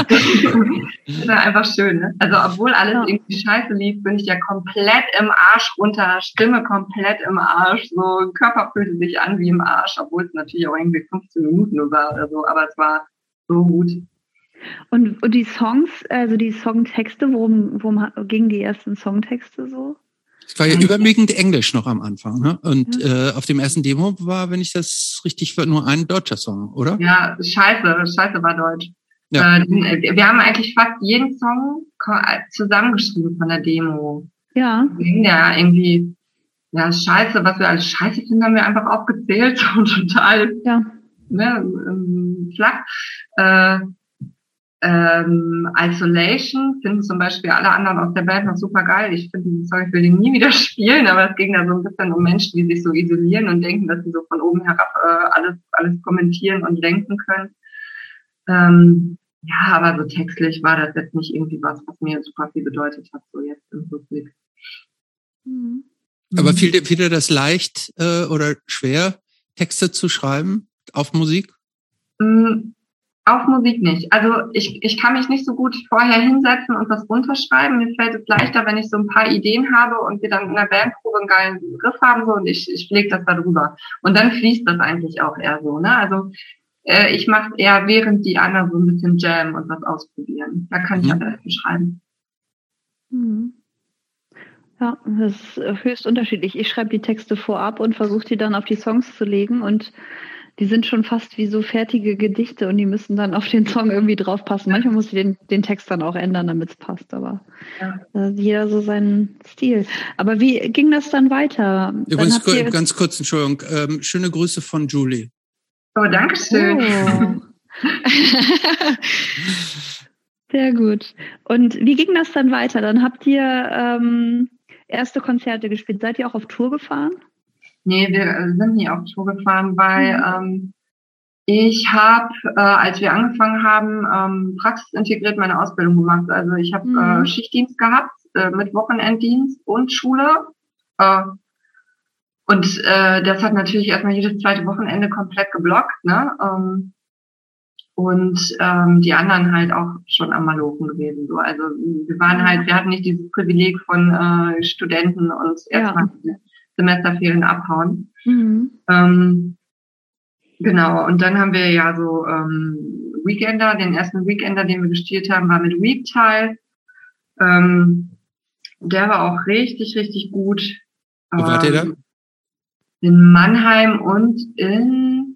Das war einfach schön, ne? Also, obwohl alles irgendwie scheiße lief, bin ich ja komplett im Arsch runter, Stimme komplett im Arsch, so, Körper fühlte sich an wie im Arsch, obwohl es natürlich auch irgendwie 15 Minuten nur war oder so, aber es war so gut. Und die Songs, also die Songtexte, worum gingen die ersten Songtexte so? Es war ja überwiegend Englisch noch am Anfang, ne? Und auf dem ersten Demo war, wenn ich das richtig war, nur ein deutscher Song, oder? Ja, Scheiße war deutsch. Ja. Wir haben eigentlich fast jeden Song zusammengeschrieben von der Demo. Ja. Ja, irgendwie, ja, Scheiße, was wir alles Scheiße finden, haben wir einfach aufgezählt und total flach. Isolation finden zum Beispiel alle anderen aus der Band noch super geil. Ich finde diesen Song, ich will den nie wieder spielen, aber es ging da so ein bisschen um Menschen, die sich so isolieren und denken, dass sie so von oben herab alles kommentieren und lenken können. Ja, aber so textlich war das jetzt nicht irgendwie was mir super viel bedeutet hat, so jetzt im Rückblick. Mhm. Aber fiel dir das leicht oder schwer, Texte zu schreiben auf Musik? Auf Musik nicht. Also ich kann mich nicht so gut vorher hinsetzen und was runterschreiben. Mir fällt es leichter, wenn ich so ein paar Ideen habe und wir dann in der Bandprobe einen geilen Griff haben so und ich lege das da drüber. Und dann fließt das eigentlich auch eher so. Ne? Also ich mache eher, während die anderen so ein bisschen jammen und was ausprobieren. Da kann ich am besten schreiben. Ja, das ist höchst unterschiedlich. Ich schreibe die Texte vorab und versuche die dann auf die Songs zu legen und die sind schon fast wie so fertige Gedichte und die müssen dann auf den Song irgendwie draufpassen. Manchmal muss ich den Text dann auch ändern, damit es passt, aber jeder so seinen Stil. Aber wie ging das dann weiter? Übrigens, ganz kurz, Entschuldigung, schöne Grüße von Julie. Oh, danke schön. Oh. Sehr gut. Und wie ging das dann weiter? Dann habt ihr erste Konzerte gespielt. Seid ihr auch auf Tour gefahren? Nee, wir sind nie auf Tour gefahren, weil ich habe, als wir angefangen haben, praxisintegriert meine Ausbildung gemacht. Also ich habe Schichtdienst gehabt mit Wochenenddienst und Schule. Und das hat natürlich erstmal jedes zweite Wochenende komplett geblockt, ne? Und die anderen halt auch schon am Malochen gewesen. So. Also wir hatten nicht dieses Privileg von Studenten und erstmal Semesterferien abhauen. Genau, und dann haben wir ja so Weekender, den ersten Weekender, den wir gespielt haben, war mit Weekteil. Der war auch richtig, richtig gut. Wo wart ihr da? In Mannheim und in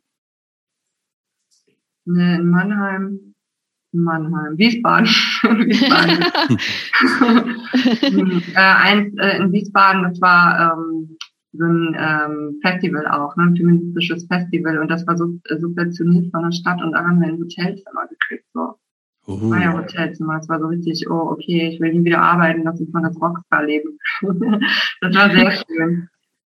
Mannheim, Wiesbaden. In Wiesbaden, das war so ein Festival auch, ne, ein feministisches Festival und das war so subventioniert von der Stadt und da haben wir ein Hotelzimmer gekriegt, so. Hotelzimmer, es war so richtig, oh, okay, ich will nie wieder arbeiten, lass uns mal das Rockstar-Leben. Das war sehr schön.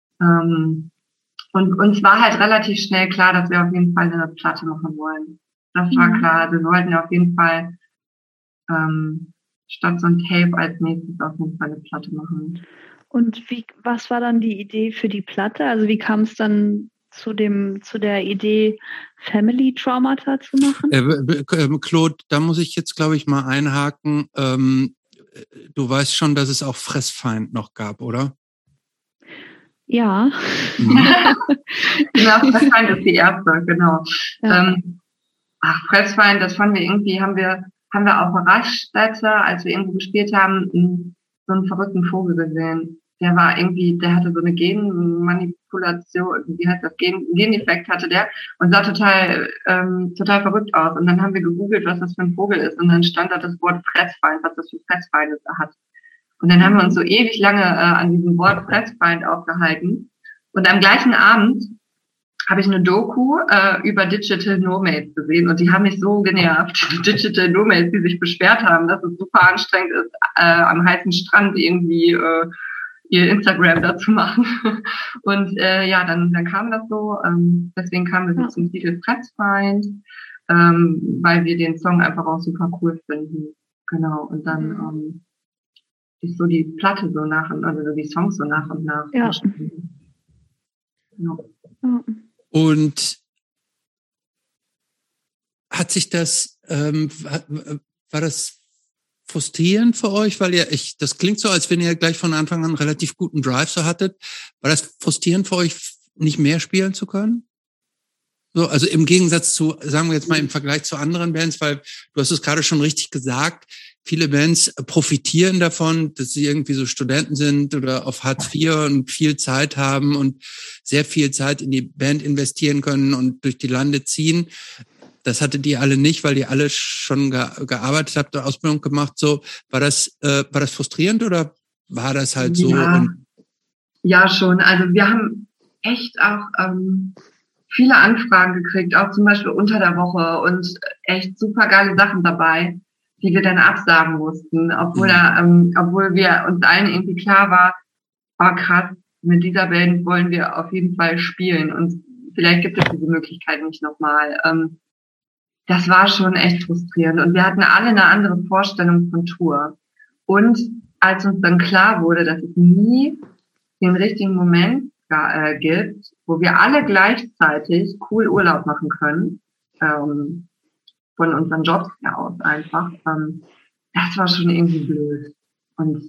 Und uns war halt relativ schnell klar, dass wir auf jeden Fall eine Platte machen wollen. Das war klar. Wir wollten auf jeden Fall statt so ein Tape als nächstes auf jeden Fall eine Platte machen. Und was war dann die Idee für die Platte? Also wie kam es dann zu der Idee, Family Traumata zu machen? Claude, da muss ich jetzt, glaube ich, mal einhaken. Du weißt schon, dass es auch Fressfeind noch gab, oder? Ja. Genau, Fressfeind ist die erste, genau. Ja. Fressfeind, das fanden wir irgendwie, haben wir auf der Raststätte, als wir irgendwo gespielt haben, so einen verrückten Vogel gesehen. Der hatte so eine Genmanipulation, wie heißt das, Gendefekt hatte der und sah total verrückt aus. Und dann haben wir gegoogelt, was das für ein Vogel ist und dann stand da das Wort Fressfeind, was das für Fressfeinde hat. Und dann haben wir uns so ewig lange an diesem Wort Fressfeind aufgehalten. Und am gleichen Abend habe ich eine Doku über Digital Nomads gesehen und die haben mich so genervt, Digital Nomads, die sich beschwert haben, dass es super anstrengend ist, am heißen Strand irgendwie ihr Instagram dazu machen. Und dann kam das so, deswegen kamen wir zum Titel Fressfeind, weil wir den Song einfach auch super cool finden. Genau, und dann ist so die Platte so also die Songs so nach und nach. Ja. Genau. Und hat sich das, war das frustrierend für euch, weil das klingt so, als wenn ihr gleich von Anfang an einen relativ guten Drive so hattet. War das frustrierend für euch, nicht mehr spielen zu können? So, also im Gegensatz zu, sagen wir jetzt mal im Vergleich zu anderen Bands, weil du hast es gerade schon richtig gesagt, viele Bands profitieren davon, dass sie irgendwie so Studenten sind oder auf Hartz IV und viel Zeit haben und sehr viel Zeit in die Band investieren können und durch die Lande ziehen. Das hattet ihr alle nicht, weil ihr alle schon gearbeitet habt, eine Ausbildung gemacht. So, war das frustrierend oder war das halt so? Ja, schon. Also wir haben echt auch viele Anfragen gekriegt, auch zum Beispiel unter der Woche und echt super geile Sachen dabei, die wir dann absagen mussten, obwohl wir uns allen irgendwie klar war, oh krass, mit dieser Band wollen wir auf jeden Fall spielen und vielleicht gibt es diese Möglichkeit nicht nochmal. Das war schon echt frustrierend und wir hatten alle eine andere Vorstellung von Tour. Und als uns dann klar wurde, dass es nie den richtigen Moment gibt, wo wir alle gleichzeitig cool Urlaub machen können, von unseren Jobs her aus einfach. Das war schon irgendwie blöd. Und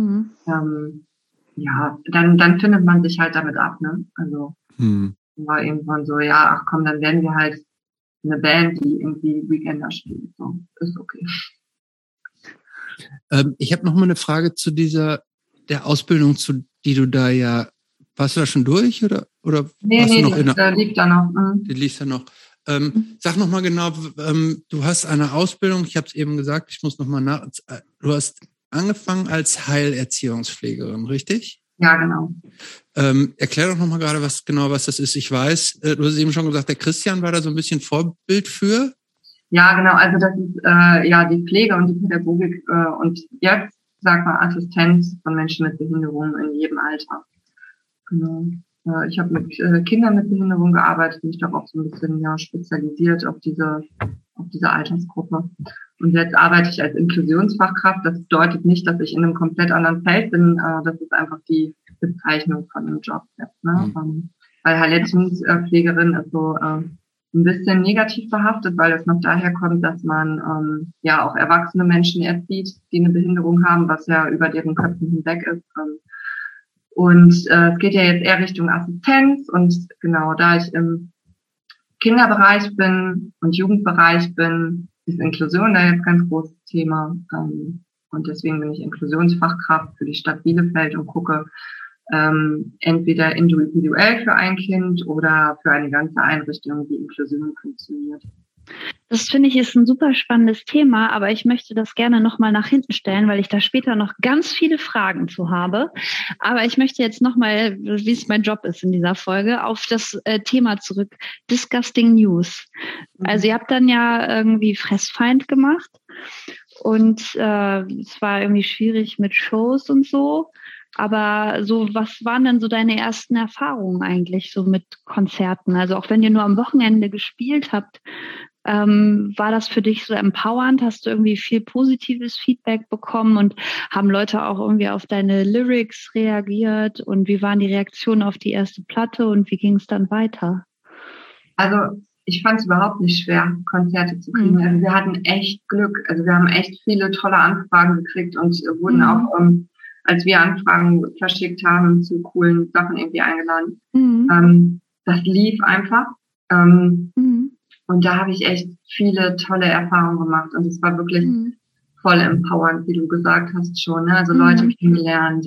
ja, dann findet man sich halt damit ab, ne? Also war irgendwann so, ja, ach komm, dann werden wir halt eine Band, die irgendwie Weekender spielt. So, ist okay. Ich habe noch mal eine Frage zu der Ausbildung, die du da ja, warst du da schon durch oder Nee, warst du noch liegt da noch. Die liegt da noch. Sag noch mal genau, du hast eine Ausbildung, ich habe es eben gesagt, ich muss noch mal du hast angefangen als Heilerziehungspflegerin, richtig? Ja, genau. Erklär doch noch mal gerade, was das ist. Ich weiß, du hast eben schon gesagt, der Christian war da so ein bisschen Vorbild für. Ja, genau. Also das ist die Pflege und die Pädagogik und jetzt, sag mal, Assistenz von Menschen mit Behinderung in jedem Alter. Genau. Ich habe mit Kindern mit Behinderung gearbeitet, mich doch auch so ein bisschen spezialisiert auf diese Altersgruppe. Und jetzt arbeite ich als Inklusionsfachkraft. Das bedeutet nicht, dass ich in einem komplett anderen Feld bin. Das ist einfach die Bezeichnung von dem Job jetzt. Ne? Weil Heilerziehungspflegerin ist so ein bisschen negativ behaftet, weil es noch daher kommt, dass man auch erwachsene Menschen erzieht, die eine Behinderung haben, was ja über deren Köpfen hinweg ist. Und es geht ja jetzt eher Richtung Assistenz. Und genau, da ich im Kinderbereich bin und Jugendbereich bin, ist Inklusion da jetzt ganz großes Thema. Und deswegen bin ich Inklusionsfachkraft für die Stadt Bielefeld und gucke entweder individuell für ein Kind oder für eine ganze Einrichtung, wie Inklusion funktioniert. Das finde ich ist ein super spannendes Thema, aber ich möchte das gerne nochmal nach hinten stellen, weil ich da später noch ganz viele Fragen zu habe. Aber ich möchte jetzt nochmal, wie es mein Job ist in dieser Folge, auf das Thema zurück. Disgusting News. Also ihr habt dann ja irgendwie Fressfeind gemacht und es war irgendwie schwierig mit Shows und so. Aber so, was waren denn so deine ersten Erfahrungen eigentlich so mit Konzerten? Also auch wenn ihr nur am Wochenende gespielt habt, war das für dich so empowernd? Hast du irgendwie viel positives Feedback bekommen und haben Leute auch irgendwie auf deine Lyrics reagiert? Und wie waren die Reaktionen auf die erste Platte und wie ging es dann weiter? Also ich fand es überhaupt nicht schwer, Konzerte zu kriegen. Also wir hatten echt Glück. Also wir haben echt viele tolle Anfragen gekriegt und wurden auch, als wir Anfragen verschickt haben, zu coolen Sachen irgendwie eingeladen. Das lief einfach. Und da habe ich echt viele tolle Erfahrungen gemacht. Und es war wirklich voll empowernd, wie du gesagt hast schon. Ne? Also Leute kennengelernt,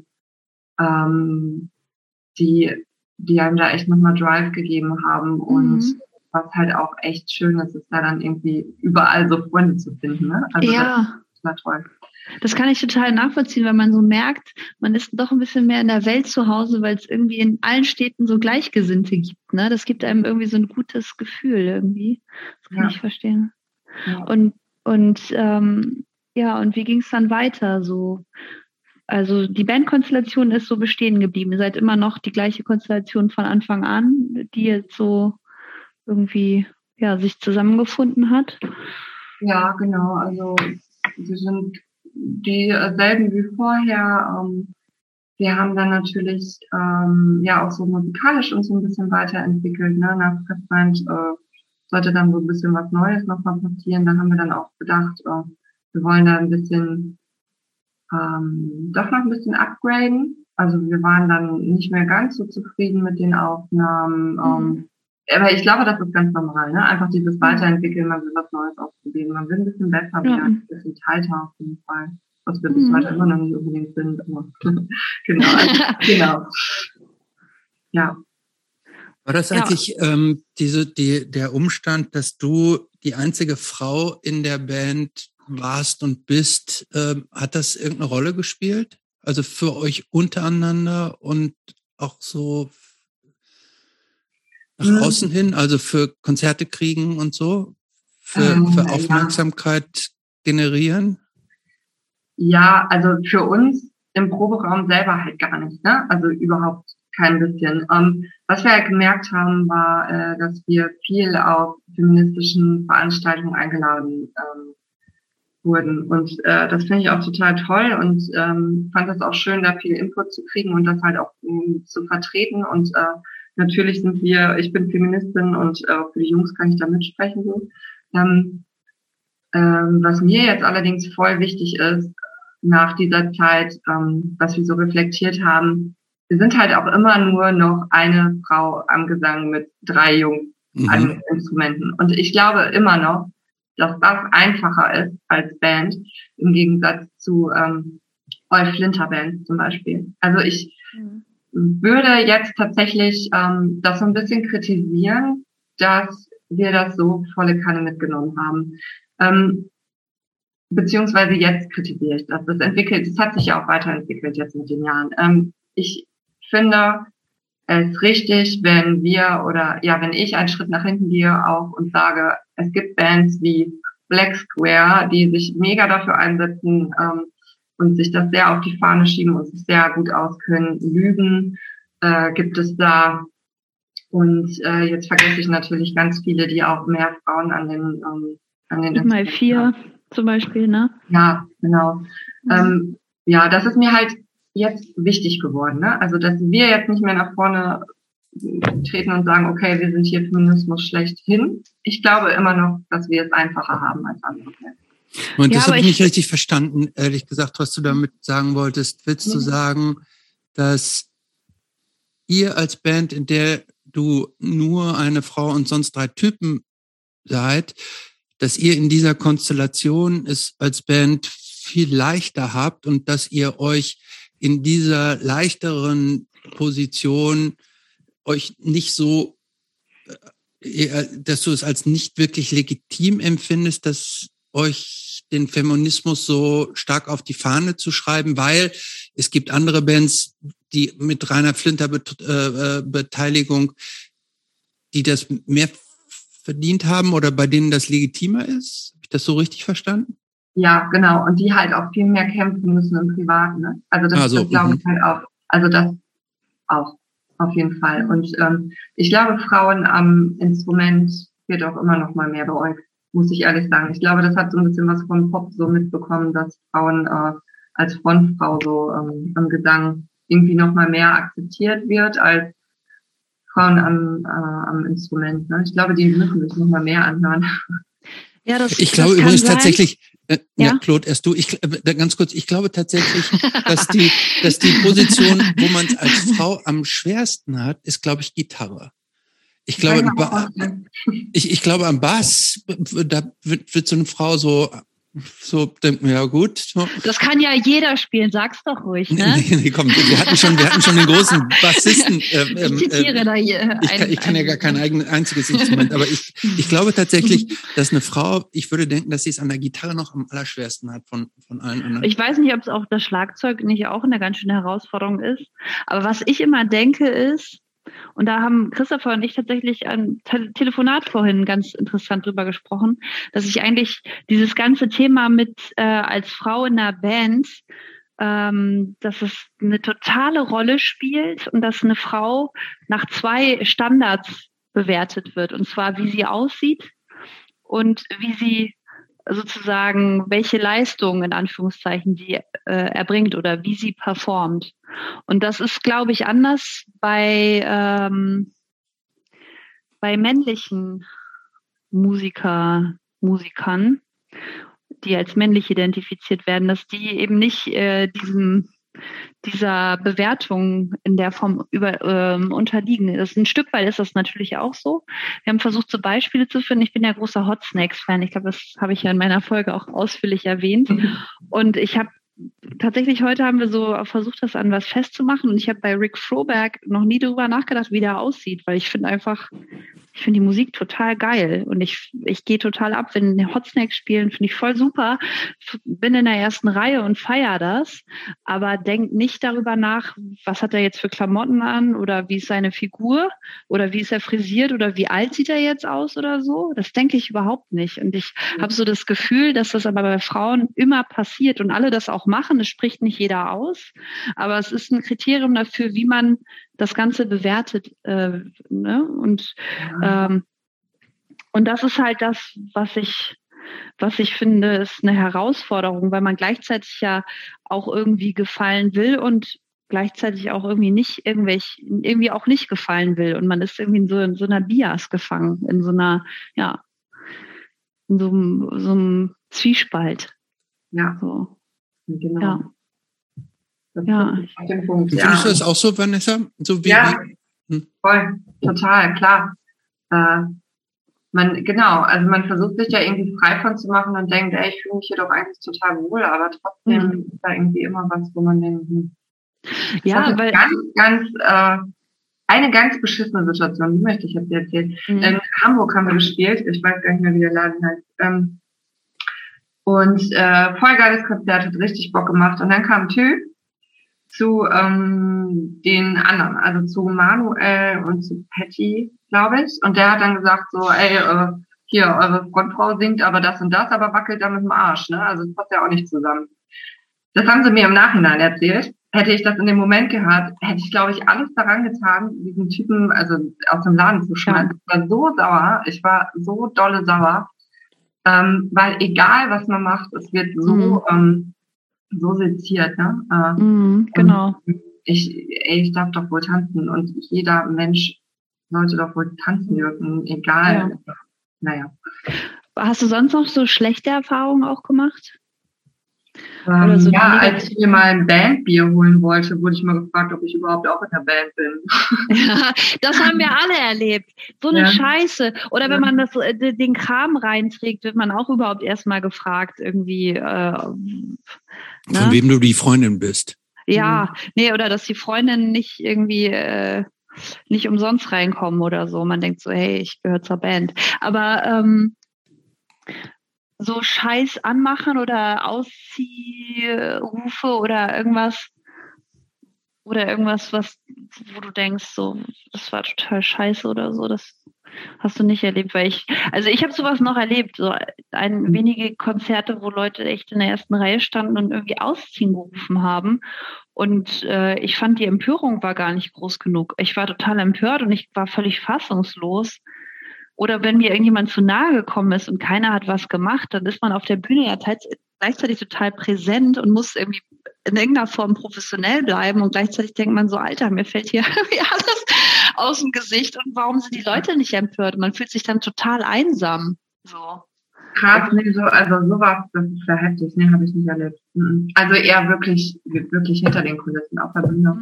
die einem da echt nochmal Drive gegeben haben. Und was halt auch echt schön ist da dann irgendwie überall so Freunde zu finden. Ne? Also das war toll. Das kann ich total nachvollziehen, weil man so merkt, man ist doch ein bisschen mehr in der Welt zu Hause, weil es irgendwie in allen Städten so Gleichgesinnte gibt. Ne? Das gibt einem irgendwie so ein gutes Gefühl irgendwie. Das kann ich verstehen. Ja. Und wie ging es dann weiter? So, also die Bandkonstellation ist so bestehen geblieben. Ihr seid immer noch die gleiche Konstellation von Anfang an, die jetzt so irgendwie sich zusammengefunden hat. Ja, genau. Also wir sind dieselben wie vorher. Wir haben dann natürlich auch so musikalisch uns so ein bisschen weiterentwickelt. Ne? Nach Fressfeind sollte dann so ein bisschen was Neues noch mal passieren. Dann haben wir dann auch gedacht, wir wollen da ein bisschen doch noch ein bisschen upgraden. Also wir waren dann nicht mehr ganz so zufrieden mit den Aufnahmen. Aber ich glaube, das ist ganz normal, ne? Einfach dieses Weiterentwickeln, man will was Neues ausprobieren, man will ein bisschen besser werden, ein bisschen tighter auf jeden Fall. Was wir bis heute immer noch nicht unbedingt sind, aber genau. Ja. War das eigentlich der Umstand, dass du die einzige Frau in der Band warst und bist, hat das irgendeine Rolle gespielt? Also für euch untereinander und auch so nach außen hin, also für Konzerte kriegen und so, für Aufmerksamkeit generieren? Ja, also für uns im Proberaum selber halt gar nicht, ne? Also überhaupt kein bisschen. Was wir halt gemerkt haben, war, dass wir viel auf feministischen Veranstaltungen eingeladen wurden. Und das finde ich auch total toll und fand das auch schön, da viel Input zu kriegen und das halt auch zu vertreten. Und natürlich ich bin Feministin und für die Jungs kann ich da mitsprechen. So. Was mir jetzt allerdings voll wichtig ist, nach dieser Zeit, was wir so reflektiert haben, wir sind halt auch immer nur noch eine Frau am Gesang mit 3 Jungs an Instrumenten. Und ich glaube immer noch, dass das einfacher ist als Band, im Gegensatz zu Flinter-Bands zum Beispiel. Also ich würde jetzt tatsächlich das so ein bisschen kritisieren, dass wir das so volle Kanne mitgenommen haben. Beziehungsweise jetzt kritisiere ich das. Das hat sich ja auch weiterentwickelt jetzt mit den Jahren. Ich finde es richtig, wenn wenn ich einen Schritt nach hinten gehe auch und sage, es gibt Bands wie Black Square, die sich mega dafür einsetzen und sich das sehr auf die Fahne schieben und sich sehr gut auskennen. Lügen gibt es da. Und jetzt vergesse ich natürlich ganz viele, die auch mehr Frauen an den mal 4 zum Beispiel, ne? Ja, genau. Das ist mir halt jetzt wichtig geworden, ne? Also, dass wir jetzt nicht mehr nach vorne treten und sagen, okay, wir sind hier Feminismus schlechthin. Ich glaube immer noch, dass wir es einfacher haben als andere. Und das habe ich nicht richtig verstanden, ehrlich gesagt, was du damit sagen wolltest. Willst du sagen, dass ihr als Band, in der du nur eine Frau und sonst 3 Typen seid, dass ihr in dieser Konstellation es als Band viel leichter habt und dass ihr euch in dieser leichteren Position euch nicht so, dass du es als nicht wirklich legitim empfindest, dass euch den Feminismus so stark auf die Fahne zu schreiben, weil es gibt andere Bands, die mit reiner Flinter-Beteiligung, die das mehr verdient haben oder bei denen das legitimer ist? Habe ich das so richtig verstanden? Ja, genau. Und die halt auch viel mehr kämpfen müssen im Privaten. Ne? Also das glaube ich halt auch. Also das auch, auf jeden Fall. Und ich glaube, Frauen am Instrument wird auch immer noch mal mehr beäugt, muss ich ehrlich sagen. Ich glaube, das hat so ein bisschen was von Pop so mitbekommen, dass Frauen als Frontfrau so am Gesang irgendwie noch mal mehr akzeptiert wird als Frauen am Instrument. Ne? Ich glaube, die müssen sich noch mal mehr anhören. Ja, ich glaube übrigens tatsächlich, Claude, erst du, ganz kurz, ich glaube tatsächlich, dass die Position, wo man es als Frau am schwersten hat, ist, glaube ich, Gitarre. Ich glaube, am Bass, da wird so eine Frau so denken, ja gut. So. Das kann ja jeder spielen, sag's doch ruhig, ne? Nee, komm, wir hatten schon den großen Bassisten. Ich zitiere da hier. Ich kann ja gar kein einziges Instrument, aber ich glaube tatsächlich, dass eine Frau, ich würde denken, dass sie es an der Gitarre noch am allerschwersten hat von allen anderen. Ich weiß nicht, ob es auch das Schlagzeug nicht auch eine ganz schöne Herausforderung ist, aber was ich immer denke ist, und da haben Christopher und ich tatsächlich ein Telefonat vorhin ganz interessant drüber gesprochen, dass ich eigentlich dieses ganze Thema mit als Frau in einer Band, dass es eine totale Rolle spielt und dass eine Frau nach 2 Standards bewertet wird. Und zwar, wie sie aussieht und wie sie sozusagen, welche Leistung in Anführungszeichen sie erbringt oder wie sie performt. Und das ist, glaube ich, anders bei männlichen Musikern, die als männlich identifiziert werden, dass die eben nicht dieser Bewertung in der Form unterliegen. Ein Stück weit ist das natürlich auch so. Wir haben versucht, so Beispiele zu finden. Ich bin ja großer Hot Snacks-Fan. Ich glaube, das habe ich ja in meiner Folge auch ausführlich erwähnt. Und ich habe tatsächlich, heute haben wir so versucht, das an was festzumachen. Und ich habe bei Rick Froberg noch nie darüber nachgedacht, wie der aussieht, weil ich finde die Musik total geil. Und ich gehe total ab, wenn die Hot Snacks spielen, finde ich voll super. Bin in der ersten Reihe und feiere das. Aber denk nicht darüber nach, was hat er jetzt für Klamotten an oder wie ist seine Figur oder wie ist er frisiert oder wie alt sieht er jetzt aus oder so. Das denke ich überhaupt nicht. Und ich habe so das Gefühl, dass das aber bei Frauen immer passiert und alle das auch machen. Es spricht nicht jeder aus. Aber es ist ein Kriterium dafür, wie man das Ganze bewertet. Ne? Und das ist halt das, was ich finde, ist eine Herausforderung, weil man gleichzeitig ja auch irgendwie gefallen will und gleichzeitig auch irgendwie auch nicht gefallen will. Und man ist irgendwie in so einer Bias gefangen, in so einer, in so einem Zwiespalt. Ja, so. Genau. Ja. Ja. Auf den Punkt, Findest du das auch so, Vanessa? So wie ja, voll, total, klar. Man versucht sich ja irgendwie frei von zu machen und denkt, ey, ich fühle mich hier doch eigentlich total wohl, aber trotzdem ist da irgendwie immer was, wo man denkt, ja, weil eine ganz beschissene Situation, die möchte ich jetzt erzählen. In Hamburg haben wir gespielt, ich weiß gar nicht mehr, wie der Laden heißt. Und voll geiles Konzert, hat richtig Bock gemacht. Und dann kam ein Typ zu den anderen, also zu Manuel und zu Patty, glaube ich. Und der hat dann gesagt so, ey, hier, eure Frontfrau singt aber das und das, aber wackelt da mit dem Arsch, ne? Also das passt ja auch nicht zusammen. Das haben sie mir im Nachhinein erzählt. Hätte ich das in dem Moment gehört, hätte ich, glaube ich, alles daran getan, diesen Typen also aus dem Laden zu schmeißen. Ich war so sauer, ich war so dolle sauer, weil egal, was man macht, es wird so seziert, ne? Genau. Ich darf doch wohl tanzen und jeder Mensch sollte doch wohl tanzen dürfen, egal. Ja. Naja. Hast du sonst noch so schlechte Erfahrungen auch gemacht? Oder so ja, als ich mir mal ein Bandbier holen wollte, wurde ich mal gefragt, ob ich überhaupt auch in der Band bin. Ja, das haben wir alle erlebt. So eine Scheiße. Oder wenn man den Kram reinträgt, wird man auch überhaupt erstmal gefragt, irgendwie. Von wem du die Freundin bist. Ja, nee, oder dass die Freundinnen nicht irgendwie nicht umsonst reinkommen oder so. Man denkt so, hey, ich gehöre zur Band. Aber so Scheiß anmachen oder Ausziehrufe oder irgendwas, wo du denkst, so, das war total scheiße oder so, das hast du nicht erlebt, weil ich habe sowas noch erlebt, so wenige Konzerte, wo Leute echt in der ersten Reihe standen und irgendwie Ausziehen gerufen haben und ich fand, die Empörung war gar nicht groß genug. Ich war total empört und ich war völlig fassungslos. Oder wenn mir irgendjemand zu nahe gekommen ist und keiner hat was gemacht, dann ist man auf der Bühne ja gleichzeitig total präsent und muss irgendwie in irgendeiner Form professionell bleiben und gleichzeitig denkt man so, Alter, mir fällt hier alles aus dem Gesicht und warum sind die Leute nicht empört? Man fühlt sich dann total einsam. So. Krass, also sowas, das ist ja heftig, ne, habe ich nicht erlebt. Also eher wirklich hinter den Kulissen auf der Bühne.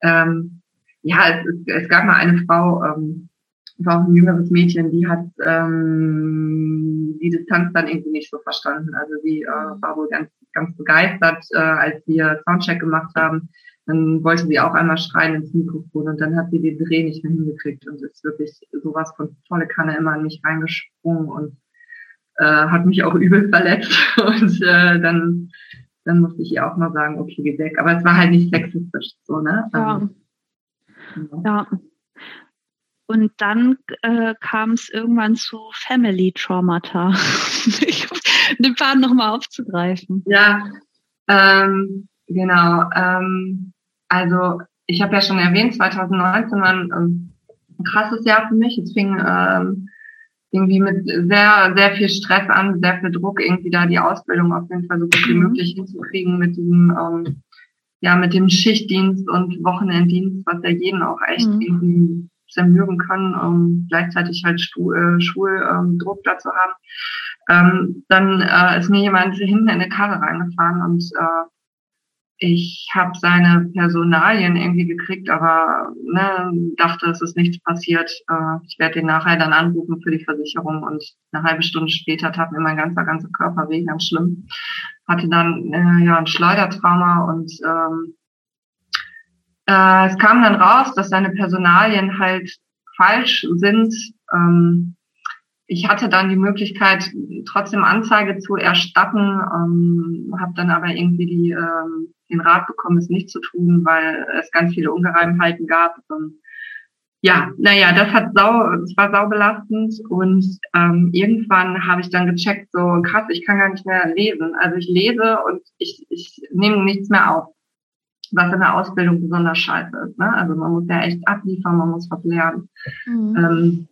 Es gab mal eine Frau, war auch ein jüngeres Mädchen, die hat die Distanz dann irgendwie nicht so verstanden. Also sie war wohl ganz, ganz begeistert, als wir Soundcheck gemacht haben. Dann wollte sie auch einmal schreien ins Mikrofon und dann hat sie den Dreh nicht mehr hingekriegt und ist wirklich sowas von volle Kanne immer in mich reingesprungen und hat mich auch übel verletzt. Und dann musste ich ihr auch mal sagen, okay, geh weg. Aber es war halt nicht sexistisch, so, ne? Ja. Und dann kam es irgendwann zu Family Traumata. Den Faden nochmal aufzugreifen. Ja, genau. Also ich habe ja schon erwähnt, 2019 war ein krasses Jahr für mich. Es fing irgendwie mit sehr, sehr viel Stress an, sehr viel Druck, irgendwie da die Ausbildung auf jeden Fall so gut wie möglich hinzukriegen mit diesem mit dem Schichtdienst und Wochenenddienst, was ja jeden auch echt irgendwie zermürben kann, gleichzeitig halt Schuldruck dazu haben. Dann ist mir jemand hinten in eine Karre reingefahren und ich habe seine Personalien irgendwie gekriegt, aber dachte, es ist nichts passiert. Ich werde den nachher dann anrufen für die Versicherung und eine halbe Stunde später tat mir mein ganzer Körper weh, ganz schlimm. Hatte dann ein Schleudertrauma und es kam dann raus, dass seine Personalien halt falsch sind. Ich hatte dann die Möglichkeit, trotzdem Anzeige zu erstatten, habe dann aber irgendwie den Rat bekommen, es nicht zu tun, weil es ganz viele Ungereimtheiten gab. Das war saubelastend und irgendwann habe ich dann gecheckt, so krass, ich kann gar nicht mehr lesen. Also ich lese und ich nehme nichts mehr auf, was in der Ausbildung besonders scheiße ist. Ne? Also man muss ja echt abliefern, man muss was lernen. Und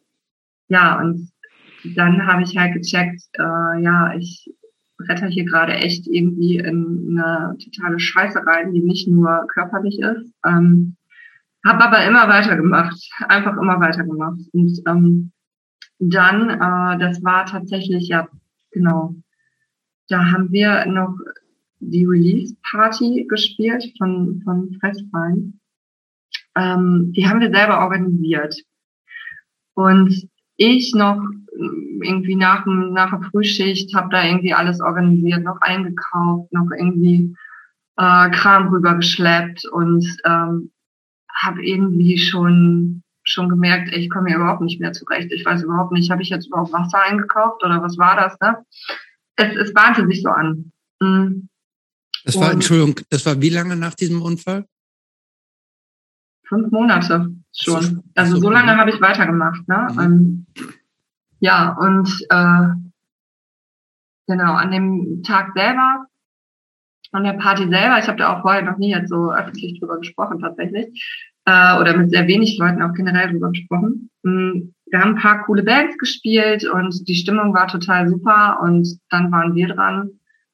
dann habe ich halt gecheckt, ich bretter hier gerade echt irgendwie in eine totale Scheiße rein, die nicht nur körperlich ist. Habe aber immer weitergemacht, einfach immer weitergemacht. Und dann, das war tatsächlich genau. Da haben wir noch die Release-Party gespielt von Fressfein. Die haben wir selber organisiert. Und ich noch irgendwie nach der Frühschicht habe da irgendwie alles organisiert, noch eingekauft, noch irgendwie Kram rübergeschleppt und habe irgendwie schon gemerkt, ich komme hier überhaupt nicht mehr zurecht. Ich weiß überhaupt nicht, habe ich jetzt überhaupt Wasser eingekauft oder was war das, ne? Es bahnte sich so an. Das war, Entschuldigung, das war wie lange nach diesem Unfall? 5 Monate schon. Also so lange habe ich weitergemacht, ne? Ja, und genau, an dem Tag selber, an der Party selber, ich habe da auch vorher noch nie jetzt so öffentlich drüber gesprochen tatsächlich, oder mit sehr wenig Leuten auch generell drüber gesprochen. Wir haben ein paar coole Bands gespielt und die Stimmung war total super und dann waren wir dran.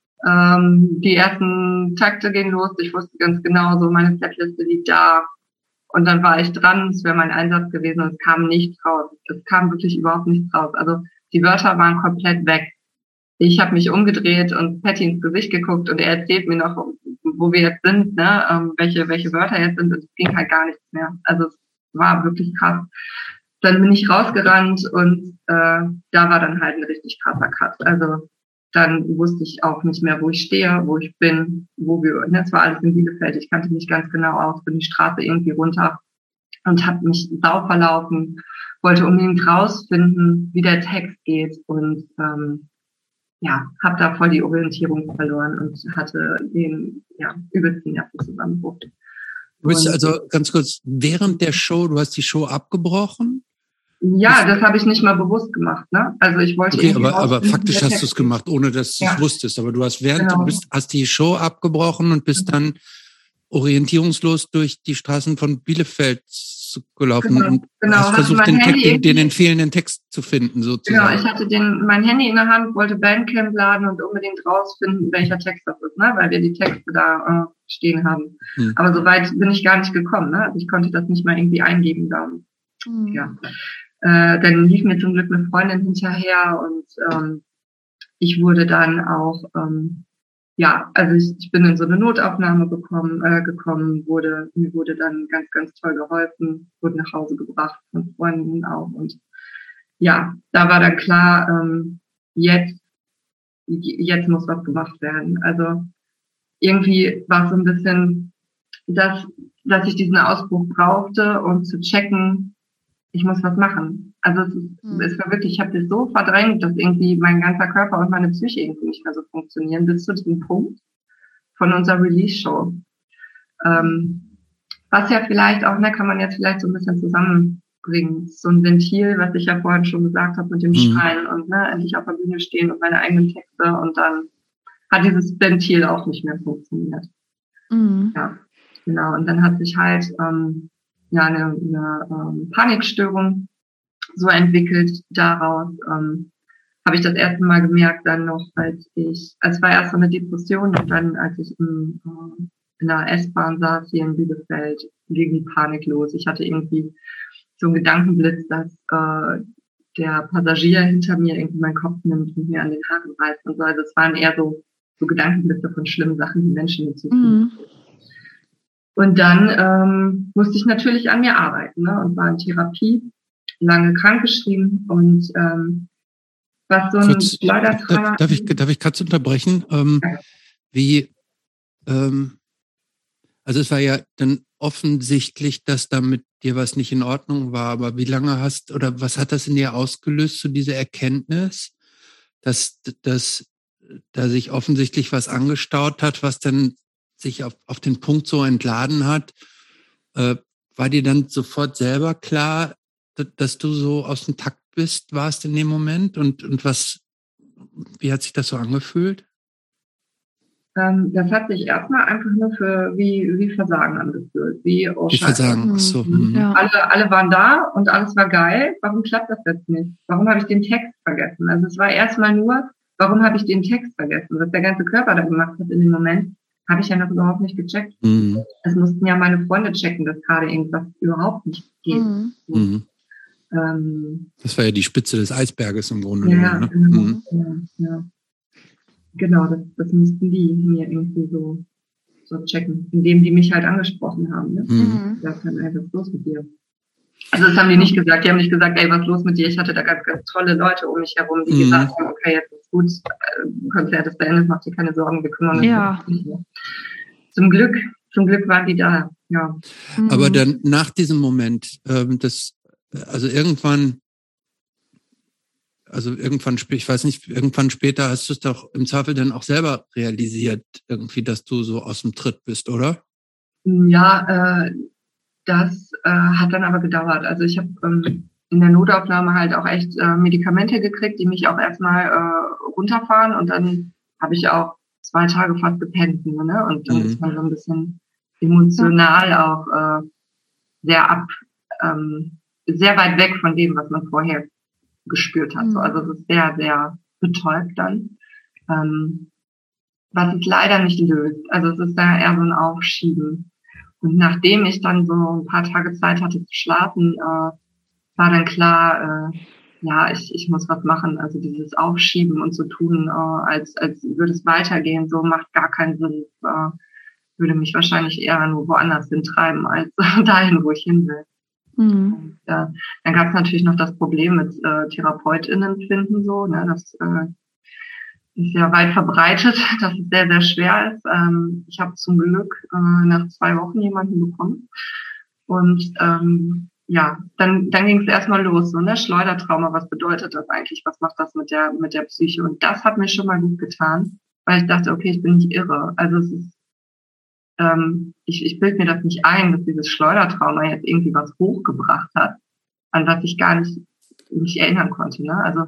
Die ersten Takte gingen los, ich wusste ganz genau, so meine Setliste liegt da. Und dann war ich dran, es wäre mein Einsatz gewesen und es kam nichts raus. Es kam wirklich überhaupt nichts raus. Also die Wörter waren komplett weg. Ich habe mich umgedreht und Patty ins Gesicht geguckt und er erzählt mir noch, wo wir jetzt sind, ne, welche Wörter jetzt sind, und es ging halt gar nichts mehr. Also es war wirklich krass. Dann bin ich rausgerannt und da war dann halt ein richtig krasser Cut. Also dann wusste ich auch nicht mehr, wo ich stehe, wo ich bin, wo wir, ne, es war alles in Bielefeld, ich kannte mich ganz genau aus, bin die Straße irgendwie runter und habe mich sau verlaufen, wollte unbedingt rausfinden, wie der Text geht und habe da voll die Orientierung verloren und hatte den übelsten Nervenzusammenbruch. Du bist also ganz kurz, während der Show, du hast die Show abgebrochen? Ja, das habe ich nicht mal bewusst gemacht, ne? Also ich wollte aber faktisch hast du es gemacht, ohne dass du es wusstest. Aber du hast hast die Show abgebrochen und bist dann orientierungslos durch die Straßen von Bielefeld gelaufen und hast versucht, den fehlenden Text zu finden, sozusagen. Genau, ich hatte mein Handy in der Hand, wollte Bandcamp laden und unbedingt rausfinden, welcher Text das ist, ne? Weil wir die Texte da stehen haben. Aber so weit bin ich gar nicht gekommen, ne? Also ich konnte das nicht mal irgendwie eingeben da. Ja. Dann lief mir zum Glück eine Freundin hinterher und ich wurde dann auch, also ich bin in so eine Notaufnahme gekommen, mir wurde dann ganz, ganz toll geholfen, wurde nach Hause gebracht von Freunden auch und ja, da war dann klar, jetzt muss was gemacht werden. Also irgendwie war es so ein bisschen, dass ich diesen Ausbruch brauchte, um zu checken, ich muss was machen. Also es war wirklich, ich habe das so verdrängt, dass irgendwie mein ganzer Körper und meine Psyche irgendwie nicht mehr so funktionieren, bis zu diesem Punkt von unserer Release-Show. Was ja vielleicht auch, kann man jetzt vielleicht so ein bisschen zusammenbringen. So ein Ventil, was ich ja vorhin schon gesagt habe mit dem Schreien und endlich auf der Bühne stehen und meine eigenen Texte und dann hat dieses Ventil auch nicht mehr funktioniert. Ja, genau. Und dann hat sich halt eine Panikstörung so entwickelt. Daraus habe ich das erste Mal gemerkt, dann noch, es war erst so eine Depression und dann, als ich in einer S-Bahn saß hier in Bielefeld, ging die Panik los. Ich hatte irgendwie so einen Gedankenblitz, dass der Passagier hinter mir irgendwie meinen Kopf nimmt und mir an den Haaren reißt und so. Also es waren eher so Gedankenblitze von schlimmen Sachen, die Menschen hinzufügen. Und dann musste ich natürlich an mir arbeiten, ne, und war in Therapie, lange krankgeschrieben und was so ein Schleudertrauma... Darf ich kurz unterbrechen? Also es war ja dann offensichtlich, dass da mit dir was nicht in Ordnung war, aber wie lange was hat das in dir ausgelöst, so diese Erkenntnis, dass da sich offensichtlich was angestaut hat, was dann sich auf den Punkt so entladen hat? War dir dann sofort selber klar, dass du so aus dem Takt warst in dem Moment? Und wie hat sich das so angefühlt? Das hat sich erstmal einfach nur wie Versagen angefühlt. Wie Versagen, ach so. Ja. Alle waren da und alles war geil. Warum klappt das jetzt nicht? Warum habe ich den Text vergessen? Also es war erstmal nur, warum habe ich den Text vergessen? Was der ganze Körper da gemacht hat in dem Moment, habe ich ja noch überhaupt nicht gecheckt. Es mussten ja meine Freunde checken, dass gerade irgendwas überhaupt nicht geht. Das war ja die Spitze des Eisberges im Grunde. Ja, ne? ja. Genau, das mussten die mir irgendwie so checken, indem die mich halt angesprochen haben. Ne? Was ist los mit dir? Also das haben die nicht gesagt. Die haben nicht gesagt, ey, was ist los mit dir? Ich hatte da ganz, ganz tolle Leute um mich herum, die gesagt haben, okay, jetzt ist gut, Konzert ist beendet, mach dir keine Sorgen, wir kümmern uns nicht mehr. Zum Glück waren die da, ja. Aber dann nach diesem Moment, irgendwann, ich weiß nicht, irgendwann später hast du es doch im Zweifel dann auch selber realisiert, irgendwie, dass du so aus dem Tritt bist, oder? Ja, das hat dann aber gedauert. Also ich habe in der Notaufnahme halt auch echt Medikamente gekriegt, die mich auch erstmal runterfahren, und dann habe ich auch 2 Tage fast gepennt, ne? Und dann ist man so ein bisschen emotional auch sehr weit weg von dem, was man vorher gespürt hat. Also es ist sehr, sehr betäubt dann. Was es leider nicht löst. Also es ist da eher so ein Aufschieben. Und nachdem ich dann so ein paar Tage Zeit hatte zu schlafen, war dann klar, ich muss was machen. Also dieses Aufschieben und so tun, als würde es weitergehen, so macht gar keinen Sinn. Würde mich wahrscheinlich eher nur woanders hintreiben, als dahin, wo ich hin will. Und, dann gab es natürlich noch das Problem mit TherapeutInnen finden, so, ne, das ist ja weit verbreitet, dass es sehr, sehr schwer ist. Ich habe zum Glück nach 2 Wochen jemanden bekommen. Und dann ging es erstmal los, so, ne? Schleudertrauma, was bedeutet das eigentlich? Was macht das mit der Psyche? Und das hat mir schon mal gut getan, weil ich dachte, okay, ich bin nicht irre. Also es ist, ich bilde mir das nicht ein, dass dieses Schleudertrauma jetzt irgendwie was hochgebracht hat, an was ich gar nicht mich erinnern konnte, ne? Also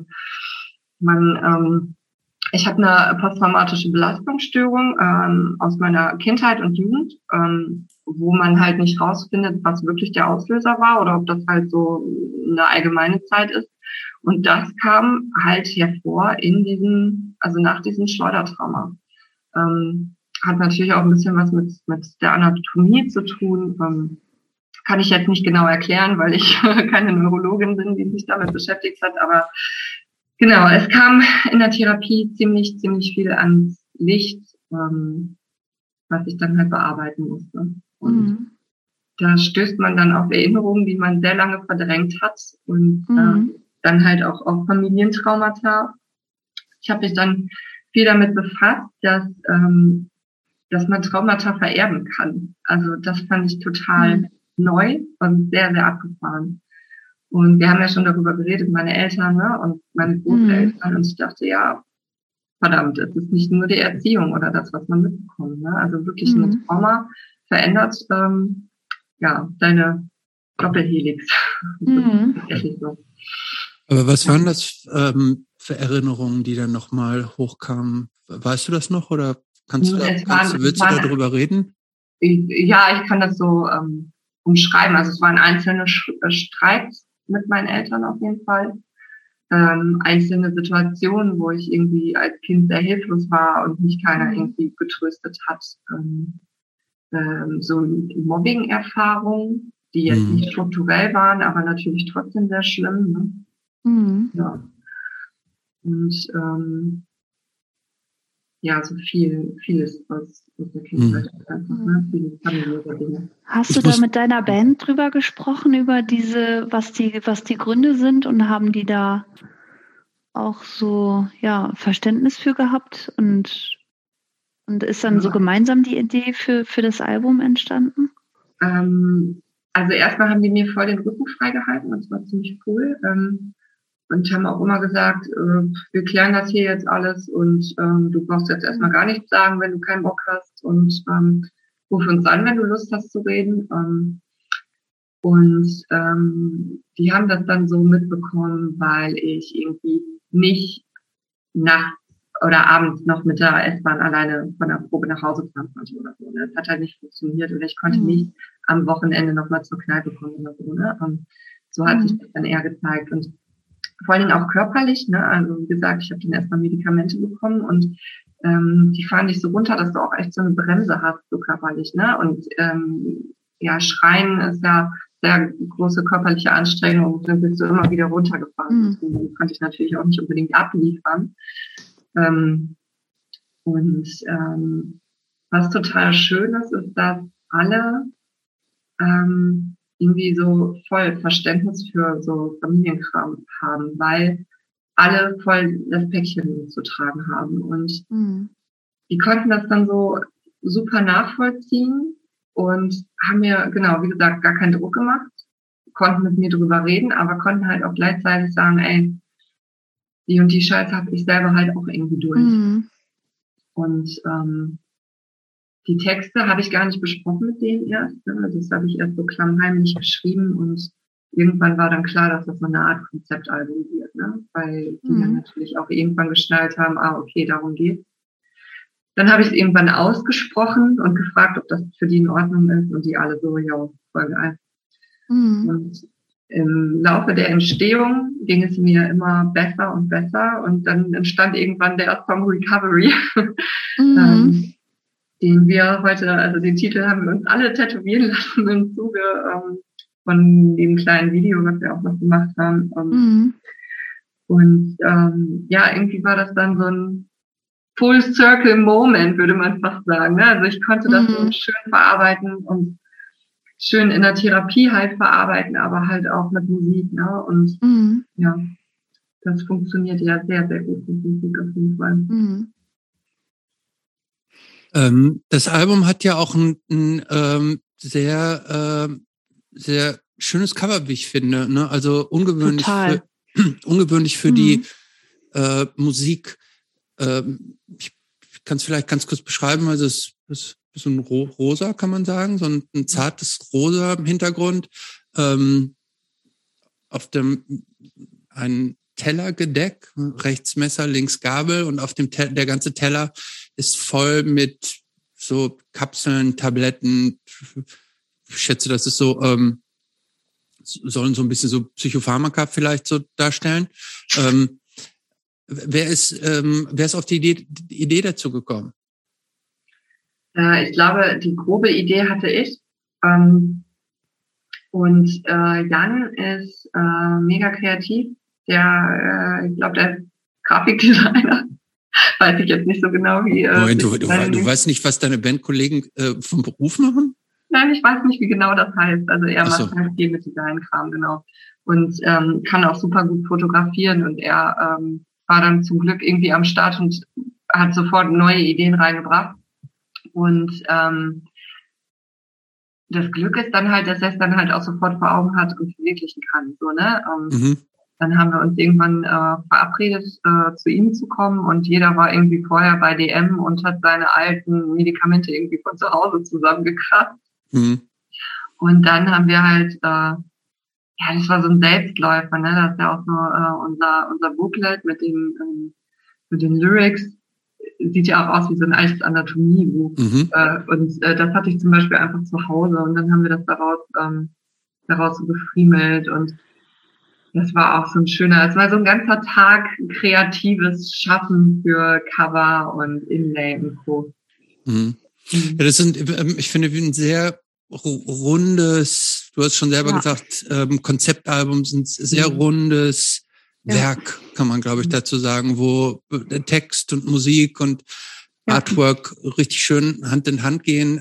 ich habe eine posttraumatische Belastungsstörung aus meiner Kindheit und Jugend, wo man halt nicht rausfindet, was wirklich der Auslöser war oder ob das halt so eine allgemeine Zeit ist. Und das kam halt hervor nach diesem Schleudertrauma. Hat natürlich auch ein bisschen was mit der Anatomie zu tun. Kann ich jetzt nicht genau erklären, weil ich keine Neurologin bin, die sich damit beschäftigt hat, aber genau, es kam in der Therapie ziemlich viel ans Licht, was ich dann halt bearbeiten musste. Und da stößt man dann auf Erinnerungen, die man sehr lange verdrängt hat, und dann halt auch auf Familientraumata. Ich habe mich dann viel damit befasst, dass man Traumata vererben kann. Also das fand ich total neu und sehr, sehr abgefahren. Und wir haben ja schon darüber geredet, meine Eltern, ne, und meine Großeltern. Und ich dachte, ja, verdammt, es ist nicht nur die Erziehung oder das, was man mitbekommt. Ne? Also wirklich ein Trauma verändert deine Doppelhelix. Das ist echt so. Aber was waren das für Erinnerungen, die dann nochmal hochkamen? Weißt du das noch oder willst du darüber reden? Ja, ich kann das so umschreiben. Also es waren einzelne Streits mit meinen Eltern auf jeden Fall. Einzelne Situationen, wo ich irgendwie als Kind sehr hilflos war und mich keiner irgendwie getröstet hat. So Mobbing-Erfahrungen, die jetzt nicht strukturell waren, aber natürlich trotzdem sehr schlimm. Ne? Ja. Und so vieles aus der Kindheit einfach, ne? Viele familiäre Dinge. Hast du da mit deiner Band drüber gesprochen, über was die Gründe sind, und haben die da auch so, Verständnis für gehabt, und ist dann so gemeinsam die Idee für das Album entstanden? Also erstmal haben die mir voll den Rücken freigehalten, das war ziemlich cool. Und haben auch immer gesagt, wir klären das hier jetzt alles, und du brauchst jetzt erstmal gar nichts sagen, wenn du keinen Bock hast, und ruf uns an, wenn du Lust hast zu reden. Die haben das dann so mitbekommen, weil ich irgendwie nicht nachts oder abends noch mit der S-Bahn alleine von der Probe nach Hause fahren konnte oder so. Ne? Das hat halt nicht funktioniert, oder ich konnte nicht am Wochenende noch mal zur Kneipe kommen oder so. Ne? So hat sich das dann eher gezeigt. Und vor allen Dingen auch körperlich, ne? Also wie gesagt, ich habe dann erstmal Medikamente bekommen, und die fahren dich so runter, dass du auch echt so eine Bremse hast, so körperlich, ne? Und Schreien ist ja sehr große körperliche Anstrengung und dann bist du immer wieder runtergefahren. Die konnte ich natürlich auch nicht unbedingt abliefern. Was total schön ist, dass alle irgendwie so voll Verständnis für so Familienkram haben, weil alle voll das Päckchen zu tragen haben. Und die konnten das dann so super nachvollziehen und haben mir, genau, wie gesagt, gar keinen Druck gemacht, konnten mit mir drüber reden, aber konnten halt auch gleichzeitig sagen, ey, die und die Scheiße habe ich selber halt auch irgendwie durch. Und die Texte habe ich gar nicht besprochen mit denen erst. Ne? Also das habe ich erst so klammheimlich geschrieben und irgendwann war dann klar, dass das so eine Art Konzeptalbum wird, ne? Weil die dann natürlich auch irgendwann geschnallt haben, okay, darum geht's. Dann habe ich es irgendwann ausgesprochen und gefragt, ob das für die in Ordnung ist und die alle so, ja, voll geil. Und im Laufe der Entstehung ging es mir immer besser und besser und dann entstand irgendwann der Song Recovery, den wir heute, also den Titel haben wir uns alle tätowieren lassen im Zuge von dem kleinen Video, was wir auch noch gemacht haben. Und irgendwie war das dann so ein Full Circle Moment, würde man fast sagen. Ne? Also ich konnte das so schön verarbeiten und schön in der Therapie halt verarbeiten, aber halt auch mit Musik. Ne? Und ja, das funktioniert ja sehr, sehr gut mit Musik auf jeden Fall. Das Album hat ja auch ein sehr, sehr schönes Cover, wie ich finde. Ne? Also ungewöhnlich für die Musik. Ich kann es vielleicht ganz kurz beschreiben. Also es ist so ein rosa, kann man sagen, so ein zartes rosa im Hintergrund. Auf dem ein Tellergedeck, rechts Messer, links Gabel und auf dem der ganze Teller ist voll mit so Kapseln, Tabletten. Ich schätze, das ist so, sollen so ein bisschen so Psychopharmaka vielleicht so darstellen. Wer ist auf die Idee dazu gekommen? Ich glaube, die grobe Idee hatte ich. Und Jan ist mega kreativ. Ich glaube, der ist Grafikdesigner. Weiß ich jetzt nicht so genau, wie... Moment, du weißt nicht, was deine Bandkollegen vom Beruf machen? Nein, ich weiß nicht, wie genau das heißt. Also er macht halt viel mit Designkram, genau. Und kann auch super gut fotografieren. Und er war dann zum Glück irgendwie am Start und hat sofort neue Ideen reingebracht. Und das Glück ist dann halt, dass er es dann halt auch sofort vor Augen hat und verwirklichen kann. So, ne? Dann haben wir uns irgendwann verabredet, zu ihm zu kommen und jeder war irgendwie vorher bei DM und hat seine alten Medikamente irgendwie von zu Hause zusammengekratzt. Und dann haben wir halt, das war so ein Selbstläufer, ne? Das ist ja auch so unser Booklet mit den Lyrics. Sieht ja auch aus wie so ein altes Anatomiebuch. Und das hatte ich zum Beispiel einfach zu Hause und dann haben wir das daraus so gefriemelt und das war auch so es war so ein ganzer Tag kreatives Schaffen für Cover und Inlay und Co. Ja, das sind, ich finde, ein sehr rundes, du hast schon selber gesagt, Konzeptalbum sind sehr rundes Werk, kann man, glaube ich, dazu sagen, wo der Text und Musik und Artwork richtig schön Hand in Hand gehen.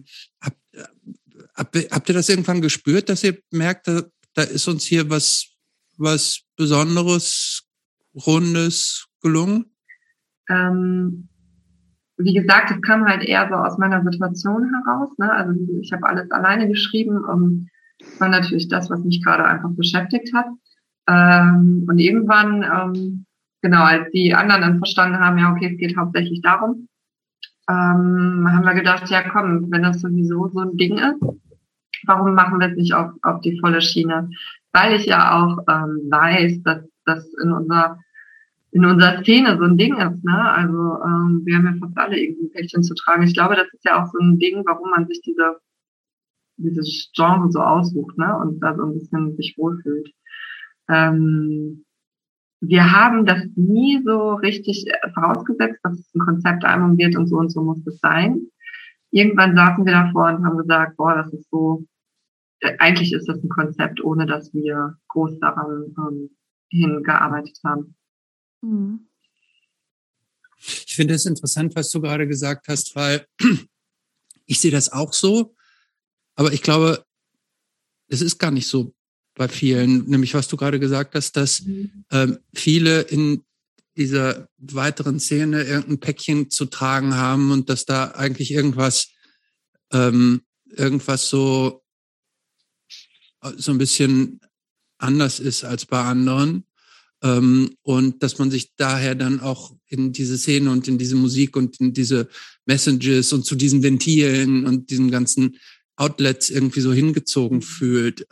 Habt ihr das irgendwann gespürt, dass ihr merkt, da ist uns hier was Besonderes, Rundes gelungen? Wie gesagt, es kam halt eher so aus meiner Situation heraus. Ne? Also ich habe alles alleine geschrieben. Das war natürlich das, was mich gerade einfach beschäftigt hat. Und irgendwann, als die anderen dann verstanden haben, ja, okay, es geht hauptsächlich darum, haben wir gedacht, ja komm, wenn das sowieso so ein Ding ist, warum machen wir es nicht auf die volle Schiene? Weil ich ja auch weiß, dass das in unserer Szene so ein Ding ist, ne? Also wir haben ja fast alle irgendwie ein Päckchen zu tragen. Ich glaube, das ist ja auch so ein Ding, warum man sich dieses Genre so aussucht, ne? Und da so ein bisschen sich wohlfühlt. Wir haben das nie so richtig vorausgesetzt, dass es ein Konzeptalbum wird und so muss es sein. Irgendwann saßen wir davor und haben gesagt, boah, das ist so eigentlich ist das ein Konzept, ohne dass wir groß daran hingearbeitet haben. Mhm. Ich finde es interessant, was du gerade gesagt hast, weil ich sehe das auch so, aber ich glaube, es ist gar nicht so bei vielen, nämlich was du gerade gesagt hast, dass viele in dieser weiteren Szene irgendein Päckchen zu tragen haben und dass da eigentlich irgendwas so ein bisschen anders ist als bei anderen. Und dass man sich daher dann auch in diese Szene und in diese Musik und in diese Messages und zu diesen Ventilen und diesen ganzen Outlets irgendwie so hingezogen fühlt.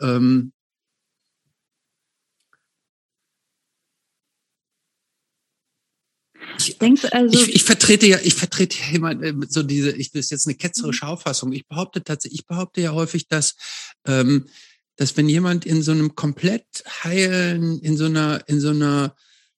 Ich vertrete ja immer so das ist jetzt eine ketzerische Auffassung. Ich behaupte ja häufig, dass wenn jemand in so einem komplett heilen, in so einem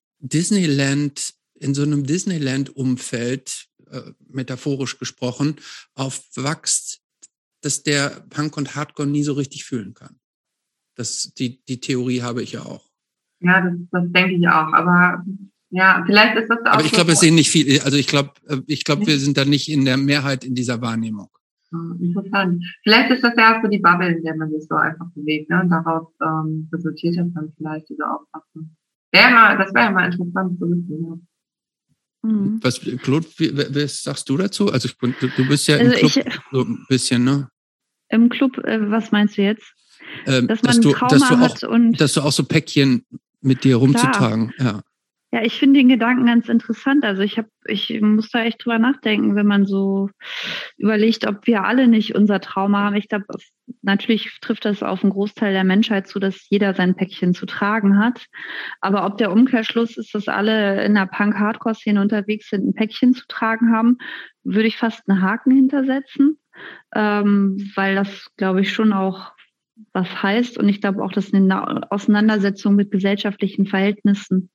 Disneyland-Umfeld, metaphorisch gesprochen, aufwächst, dass der Punk und Hardcore nie so richtig fühlen kann. Die Theorie habe ich ja auch. Ja, das denke ich auch. Aber ja, vielleicht ist das auch. Aber ich glaube, es sehen nicht viele. Also ich glaube, wir sind da nicht in der Mehrheit in dieser Wahrnehmung. Interessant. Vielleicht ist das ja auch so die Bubble, in der man sich so einfach bewegt, ne? Und daraus resultiert das dann vielleicht diese Auffassung. Das wäre ja mal interessant zu wissen. Ja. Mhm. Claude, was sagst du dazu? Also du bist ja im Club so ein bisschen, ne? Im Club, was meinst du jetzt? Dass man ein Trauma hat und dass du auch so Päckchen mit dir rumzutragen. Ja, ich finde den Gedanken ganz interessant. Also ich muss da echt drüber nachdenken, wenn man so überlegt, ob wir alle nicht unser Trauma haben. Ich glaube, natürlich trifft das auf einen Großteil der Menschheit zu, dass jeder sein Päckchen zu tragen hat. Aber ob der Umkehrschluss ist, dass alle in der Punk-Hardcore-Szene unterwegs sind, ein Päckchen zu tragen haben, würde ich fast einen Haken hintersetzen, weil das, glaube ich, schon auch was heißt. Und ich glaube auch, dass eine Auseinandersetzung mit gesellschaftlichen Verhältnissen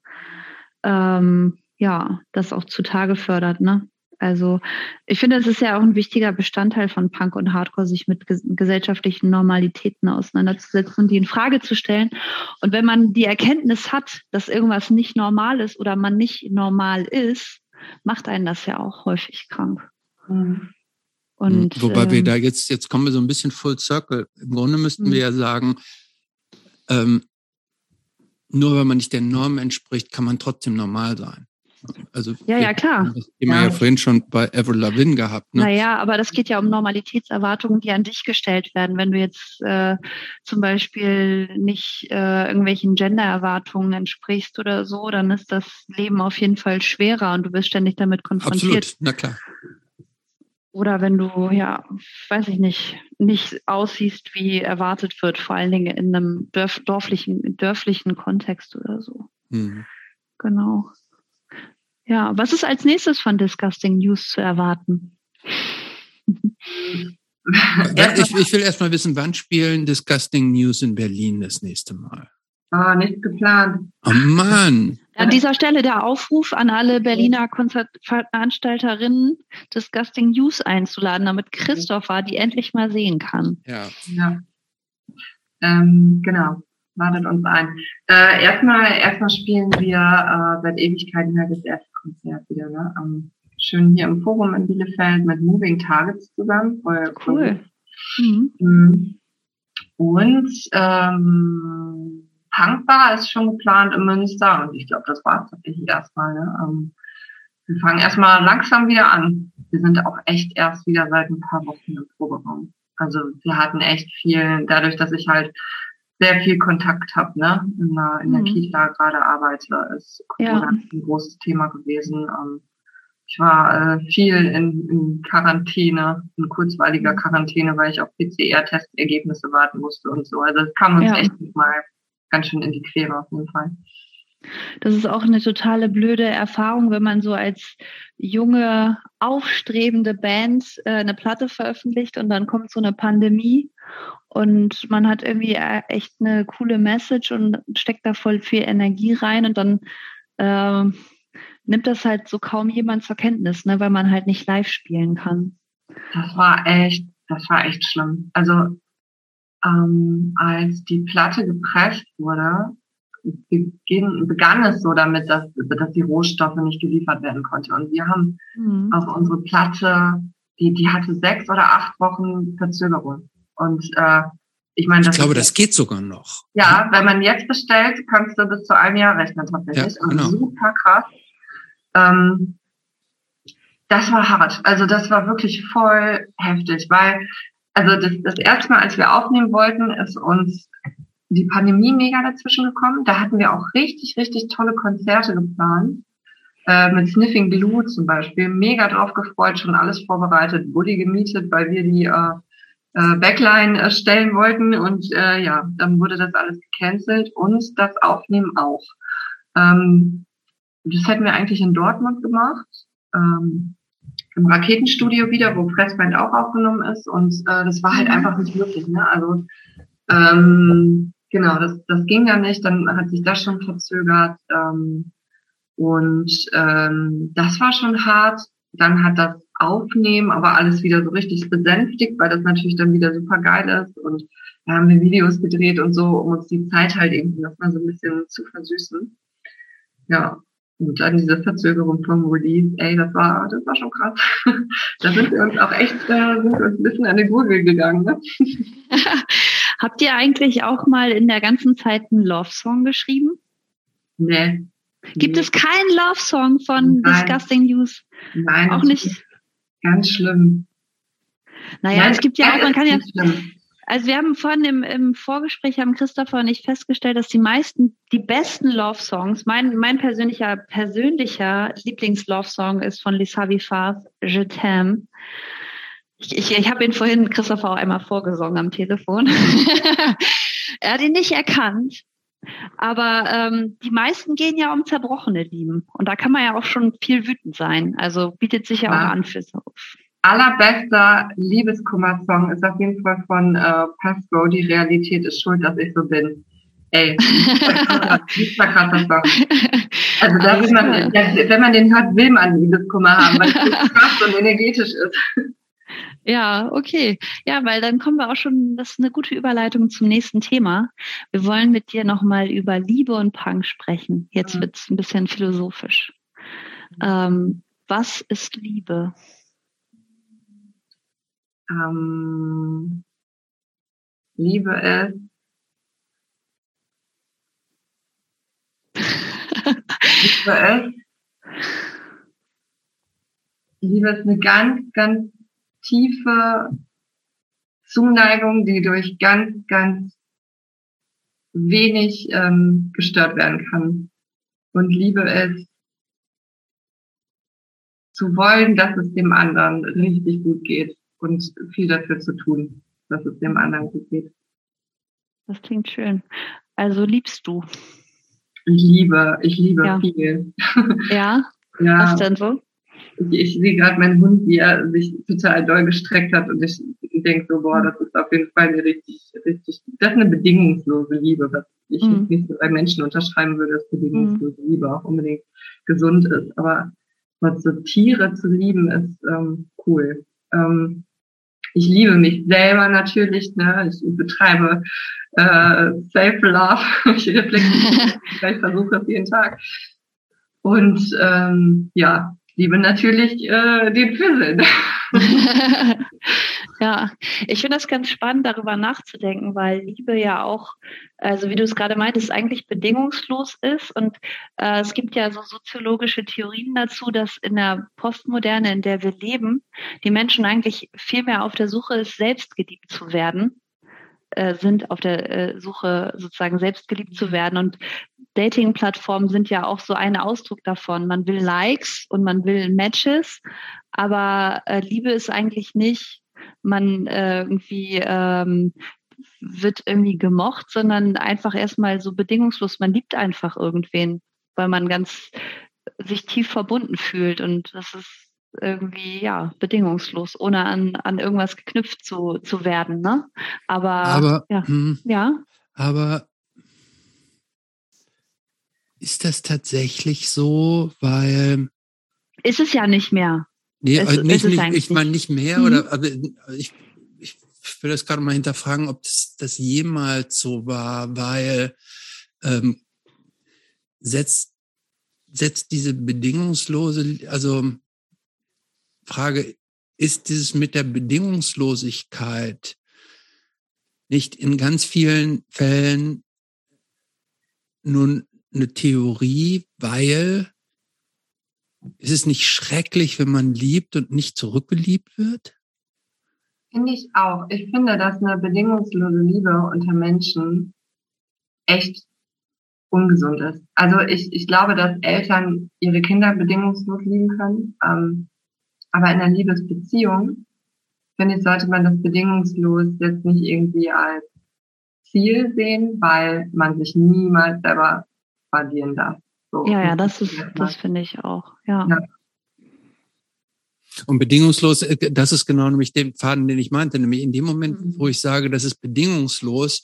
das auch zutage fördert, ne? Also ich finde, es ist ja auch ein wichtiger Bestandteil von Punk und Hardcore, sich mit gesellschaftlichen Normalitäten auseinanderzusetzen und die in Frage zu stellen. Und wenn man die Erkenntnis hat, dass irgendwas nicht normal ist oder man nicht normal ist, macht einen das ja auch häufig krank. Mhm. Und wobei wir da jetzt kommen wir so ein bisschen full circle. Im Grunde müssten wir ja sagen, nur weil man nicht der Norm entspricht, kann man trotzdem normal sein. Also ja, klar. Das Thema ja vorhin schon bei Avril Lavigne gehabt. Ne? Naja, aber das geht ja um Normalitätserwartungen, die an dich gestellt werden. Wenn du jetzt zum Beispiel nicht irgendwelchen Gendererwartungen entsprichst oder so, dann ist das Leben auf jeden Fall schwerer und du wirst ständig damit konfrontiert. Absolut, na klar. Oder wenn du, weiß ich nicht aussiehst, wie erwartet wird, vor allen Dingen in einem dörflichen Kontext oder so. Mhm. Genau. Ja, was ist als nächstes von Disgusting News zu erwarten? Ich will erst mal wissen, wann spielen Disgusting News in Berlin das nächste Mal? Nichts geplant. Oh Mann. An dieser Stelle der Aufruf an alle Berliner Konzertveranstalterinnen, Disgusting News einzuladen, damit Christopher die endlich mal sehen kann. Ja. Genau. Ladet uns ein. Erstmal spielen wir seit Ewigkeiten das erste Konzert wieder, ne? Schön hier im Forum in Bielefeld mit Moving Targets zusammen. Voll cool. Mhm. Und Punkbar ist schon geplant in Münster und ich glaube, das war es tatsächlich erstmal. Ne? Wir fangen erstmal langsam wieder an. Wir sind auch echt erst wieder seit ein paar Wochen im Proberaum. Also wir hatten echt viel, dadurch, dass ich halt sehr viel Kontakt habe, ne? In der Kita gerade arbeite, ist Corona ein großes Thema gewesen. Ich war viel in Quarantäne, in kurzweiliger Quarantäne, weil ich auf PCR-Testergebnisse warten musste und so. Also es kam uns echt mal ganz schön in die Quere auf jeden Fall. Das ist auch eine totale blöde Erfahrung, wenn man so als junge, aufstrebende Band eine Platte veröffentlicht und dann kommt so eine Pandemie und man hat irgendwie echt eine coole Message und steckt da voll viel Energie rein und dann nimmt das halt so kaum jemand zur Kenntnis, ne, weil man halt nicht live spielen kann. Das war echt schlimm. Also als die Platte gepresst wurde, begann es so damit, dass die Rohstoffe nicht geliefert werden konnten. Und wir haben auf unsere Platte, die hatte 6 oder 8 Wochen Verzögerung. Und ich meine, ich glaube, das geht sogar noch. Ja, wenn man jetzt bestellt, kannst du bis zu einem Jahr rechnen tatsächlich. Ja, genau. Also super krass. Das war hart. Also das war wirklich voll heftig, weil also das erste Mal, als wir aufnehmen wollten, ist uns die Pandemie mega dazwischen gekommen. Da hatten wir auch richtig, richtig tolle Konzerte geplant. Mit Sniffing Glue zum Beispiel. Mega drauf gefreut, schon alles vorbereitet, Bulli gemietet, weil wir die Backline stellen wollten. Und ja, dann wurde das alles gecancelt und das Aufnehmen auch. Das hätten wir eigentlich in Dortmund gemacht. Im Raketenstudio wieder, wo Fressband auch aufgenommen ist. Und das war halt einfach nicht möglich. Ne? Also genau, das ging dann nicht. Dann hat sich das schon verzögert. Das war schon hart. Dann hat das Aufnehmen aber alles wieder so richtig besänftigt, weil das natürlich dann wieder super geil ist. Und da haben wir Videos gedreht und so, um uns die Zeit halt irgendwie noch mal so ein bisschen zu versüßen. Ja. Und dann diese Verzögerung vom Release, das war schon krass. Da sind wir uns auch echt ein bisschen an den Gurgel gegangen. Ne? Habt ihr eigentlich auch mal in der ganzen Zeit einen Love-Song geschrieben? Nee. Gibt es keinen Love-Song von Disgusting News? Nein. Auch nicht? Ganz schlimm. Naja, es gibt ja auch, man kann ja... Also wir haben vorhin im Vorgespräch haben Christopher und ich festgestellt, dass die besten Love-Songs, mein persönlicher Lieblings-Love-Song ist von Lisa Vifas, Je t'aime. Ich habe ihn vorhin Christopher auch einmal vorgesungen am Telefon. Er hat ihn nicht erkannt, aber die meisten gehen ja um zerbrochene Lieben und da kann man ja auch schon viel wütend sein. Also bietet sich ja auch an für so. Allerbester Liebeskummer-Song ist auf jeden Fall von Pasco, Die Realität ist schuld, dass ich so bin. Ey, super krasser Song. Also wenn man den hört, will man Liebeskummer haben, weil es so krass und energetisch ist. Ja, okay. Ja, weil dann kommen wir auch schon, das ist eine gute Überleitung zum nächsten Thema. Wir wollen mit dir nochmal über Liebe und Punk sprechen. Jetzt wird's ein bisschen philosophisch. Was ist Liebe? Liebe ist eine ganz, ganz tiefe Zuneigung, die durch ganz, ganz wenig gestört werden kann. Und Liebe ist zu wollen, dass es dem anderen richtig gut geht. Und viel dafür zu tun, dass es dem anderen gut geht. Das klingt schön. Also liebst du? Ich liebe ja. Viel. Ja? Ja. Was denn so? Ich sehe gerade meinen Hund, wie er sich total doll gestreckt hat und ich denke so, boah, das ist auf jeden Fall eine richtig, das ist eine bedingungslose Liebe, was ich nicht so bei Menschen unterschreiben würde, dass bedingungslose Liebe auch unbedingt gesund ist. Aber was so Tiere zu lieben ist cool. Ich liebe mich selber natürlich, ne? Ich betreibe Self-Love, ich reflektiere, ich versuche das jeden Tag. Und ja, liebe natürlich den Fizzle. Ja, ich finde das ganz spannend, darüber nachzudenken, weil Liebe ja auch, also wie du es gerade meintest, eigentlich bedingungslos ist. Und es gibt ja so soziologische Theorien dazu, dass in der Postmoderne, in der wir leben, die Menschen eigentlich viel mehr auf der Suche ist, selbst geliebt zu werden, sind auf der Suche sozusagen selbst geliebt zu werden. Und Dating-Plattformen sind ja auch so ein Ausdruck davon. Man will Likes und man will Matches, aber Liebe ist eigentlich nicht, man wird irgendwie gemocht, sondern einfach erstmal so bedingungslos. Man liebt einfach irgendwen, weil man ganz sich tief verbunden fühlt und das ist irgendwie, ja, bedingungslos, ohne an irgendwas geknüpft zu werden, ne? Aber ist das tatsächlich so? Weil ist es ja nicht mehr. Nee, ich meine nicht mehr, oder also ich will das gerade mal hinterfragen, ob das jemals so war, weil setzt diese bedingungslose, also Frage, ist dieses mit der Bedingungslosigkeit nicht in ganz vielen Fällen nun eine Theorie, weil ist es nicht schrecklich, wenn man liebt und nicht zurückgeliebt wird? Finde ich auch. Ich finde, dass eine bedingungslose Liebe unter Menschen echt ungesund ist. Also ich glaube, dass Eltern ihre Kinder bedingungslos lieben können. Aber in einer Liebesbeziehung, finde ich, sollte man das bedingungslos jetzt nicht irgendwie als Ziel sehen, weil man sich niemals selber verlieren darf. So. Ja, das finde ich auch, ja. Und bedingungslos, das ist genau nämlich der Faden, den ich meinte, nämlich in dem Moment, wo ich sage, das ist bedingungslos,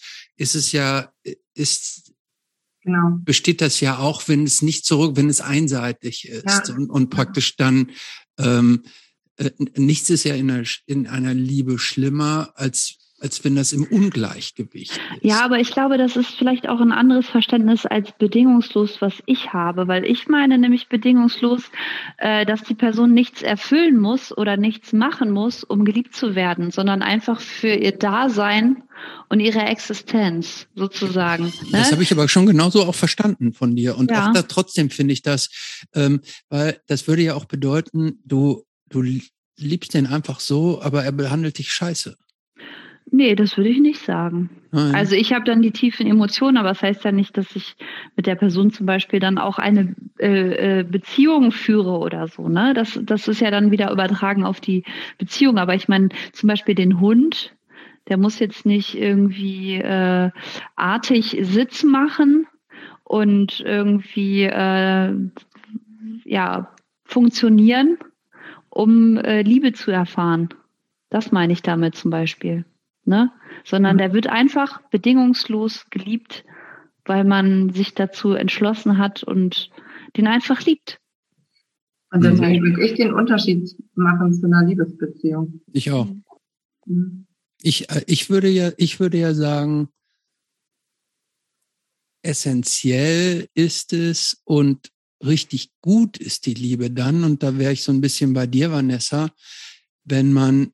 besteht das ja auch, wenn es einseitig ist und praktisch dann nichts ist ja in einer Liebe schlimmer, als wenn das im Ungleichgewicht ist. Ja, aber ich glaube, das ist vielleicht auch ein anderes Verständnis als bedingungslos, was ich habe, weil ich meine nämlich bedingungslos, dass die Person nichts erfüllen muss oder nichts machen muss, um geliebt zu werden, sondern einfach für ihr Dasein und ihre Existenz sozusagen. Ne? Das habe ich aber schon genauso auch verstanden von dir. Und auch da trotzdem finde ich das, weil das würde ja auch bedeuten, du liebst den einfach so, aber er behandelt dich scheiße. Nee, das würde ich nicht sagen. Nein. Also ich habe dann die tiefen Emotionen, aber das heißt ja nicht, dass ich mit der Person zum Beispiel dann auch eine Beziehung führe oder so. Ne? Das ist ja dann wieder übertragen auf die Beziehung. Aber ich meine zum Beispiel den Hund, der muss jetzt nicht irgendwie artig Sitz machen und irgendwie funktionieren, um Liebe zu erfahren. Das meine ich damit zum Beispiel. Ne? Sondern der wird einfach bedingungslos geliebt, weil man sich dazu entschlossen hat und den einfach liebt. Und deswegen würde ich den Unterschied machen zu einer Liebesbeziehung. Ich auch. Ich würde ja sagen, essentiell ist es und richtig gut ist die Liebe dann, und da wäre ich so ein bisschen bei dir, Vanessa, wenn man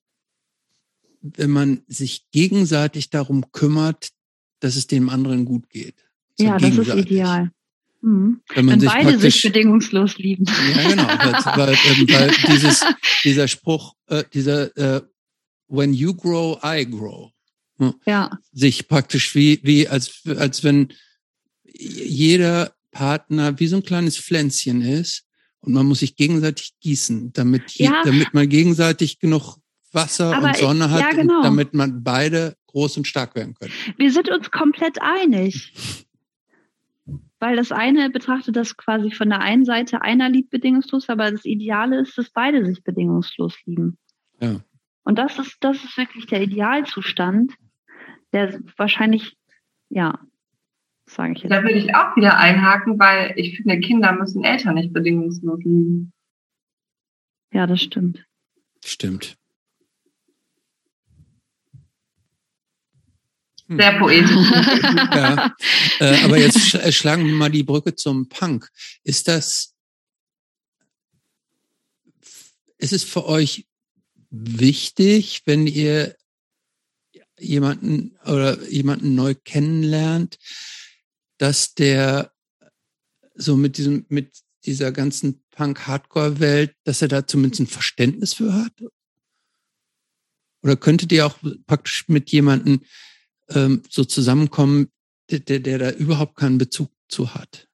sich gegenseitig darum kümmert, dass es dem anderen gut geht. So ja, das ist ideal. Wenn man sich beide sich bedingungslos lieben. Ja, genau. Weil dieser Spruch, when you grow, I grow. Ja. Sich praktisch wie als wenn jeder Partner wie so ein kleines Pflänzchen ist und man muss sich gegenseitig gießen, damit man gegenseitig genug Wasser und Sonne hat, genau. damit man beide groß und stark werden können. Wir sind uns komplett einig. Weil das eine betrachtet das quasi von der einen Seite, einer liebt bedingungslos, aber das Ideale ist, dass beide sich bedingungslos lieben. Ja. Und das ist wirklich der Idealzustand, der wahrscheinlich, sage ich jetzt. Da würde ich auch wieder einhaken, weil ich finde, Kinder müssen Eltern nicht bedingungslos lieben. Ja, das stimmt. Stimmt. Sehr poetisch. Ja, aber jetzt schlagen wir mal die Brücke zum Punk. Ist es für euch wichtig, wenn ihr jemanden neu kennenlernt, dass der so mit dieser ganzen Punk-Hardcore-Welt, dass er da zumindest ein Verständnis für hat? Oder könntet ihr auch praktisch mit jemandem so zusammenkommen, der da überhaupt keinen Bezug zu hat?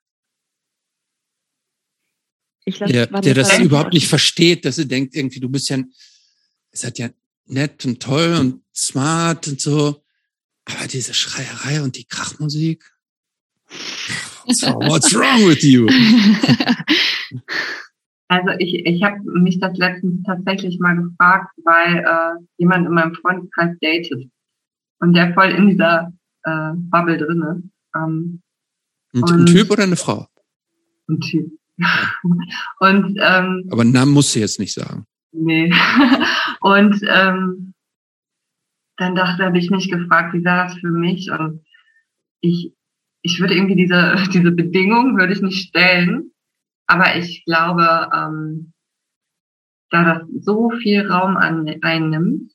Der das überhaupt nicht versteht, dass er denkt, irgendwie, du bist ja, ihr seid ja nett und toll und smart und so, aber diese Schreierei und die Krachmusik, what's wrong with you? Also ich habe mich das letztens tatsächlich mal gefragt, weil jemand in meinem Freundeskreis datet. Und der voll in dieser Bubble drin ist. Ein Typ oder eine Frau? Ein Typ. Und aber einen Namen musst du jetzt nicht sagen. Nee. Und dann habe ich mich gefragt, wie wäre das für mich? Und ich würde irgendwie diese Bedingung würde ich nicht stellen, aber ich glaube, da das so viel Raum einnimmt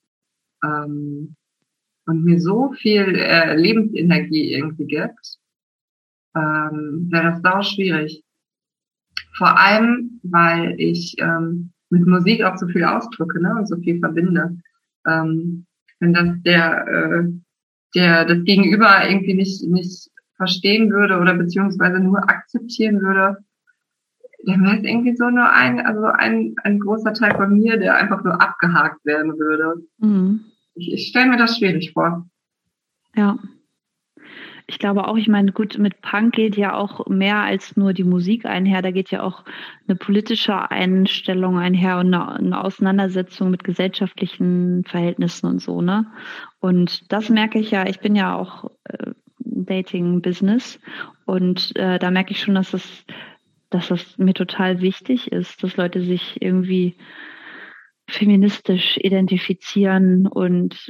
und mir so viel Lebensenergie irgendwie gibt, wäre das sau schwierig. Vor allem, weil ich mit Musik auch so viel ausdrücke, ne, und so viel verbinde. Wenn das das Gegenüber irgendwie nicht verstehen würde oder beziehungsweise nur akzeptieren würde, dann wäre es irgendwie so nur ein großer Teil von mir, der einfach nur abgehakt werden würde. Mhm. Ich stelle mir das schwierig vor. Ja. Ich glaube auch, ich meine, gut, mit Punk geht ja auch mehr als nur die Musik einher. Da geht ja auch eine politische Einstellung einher und eine Auseinandersetzung mit gesellschaftlichen Verhältnissen und so, ne? Und das merke ich ja, ich bin ja auch Dating-Business und da merke ich schon, dass das mir total wichtig ist, dass Leute sich irgendwie feministisch identifizieren und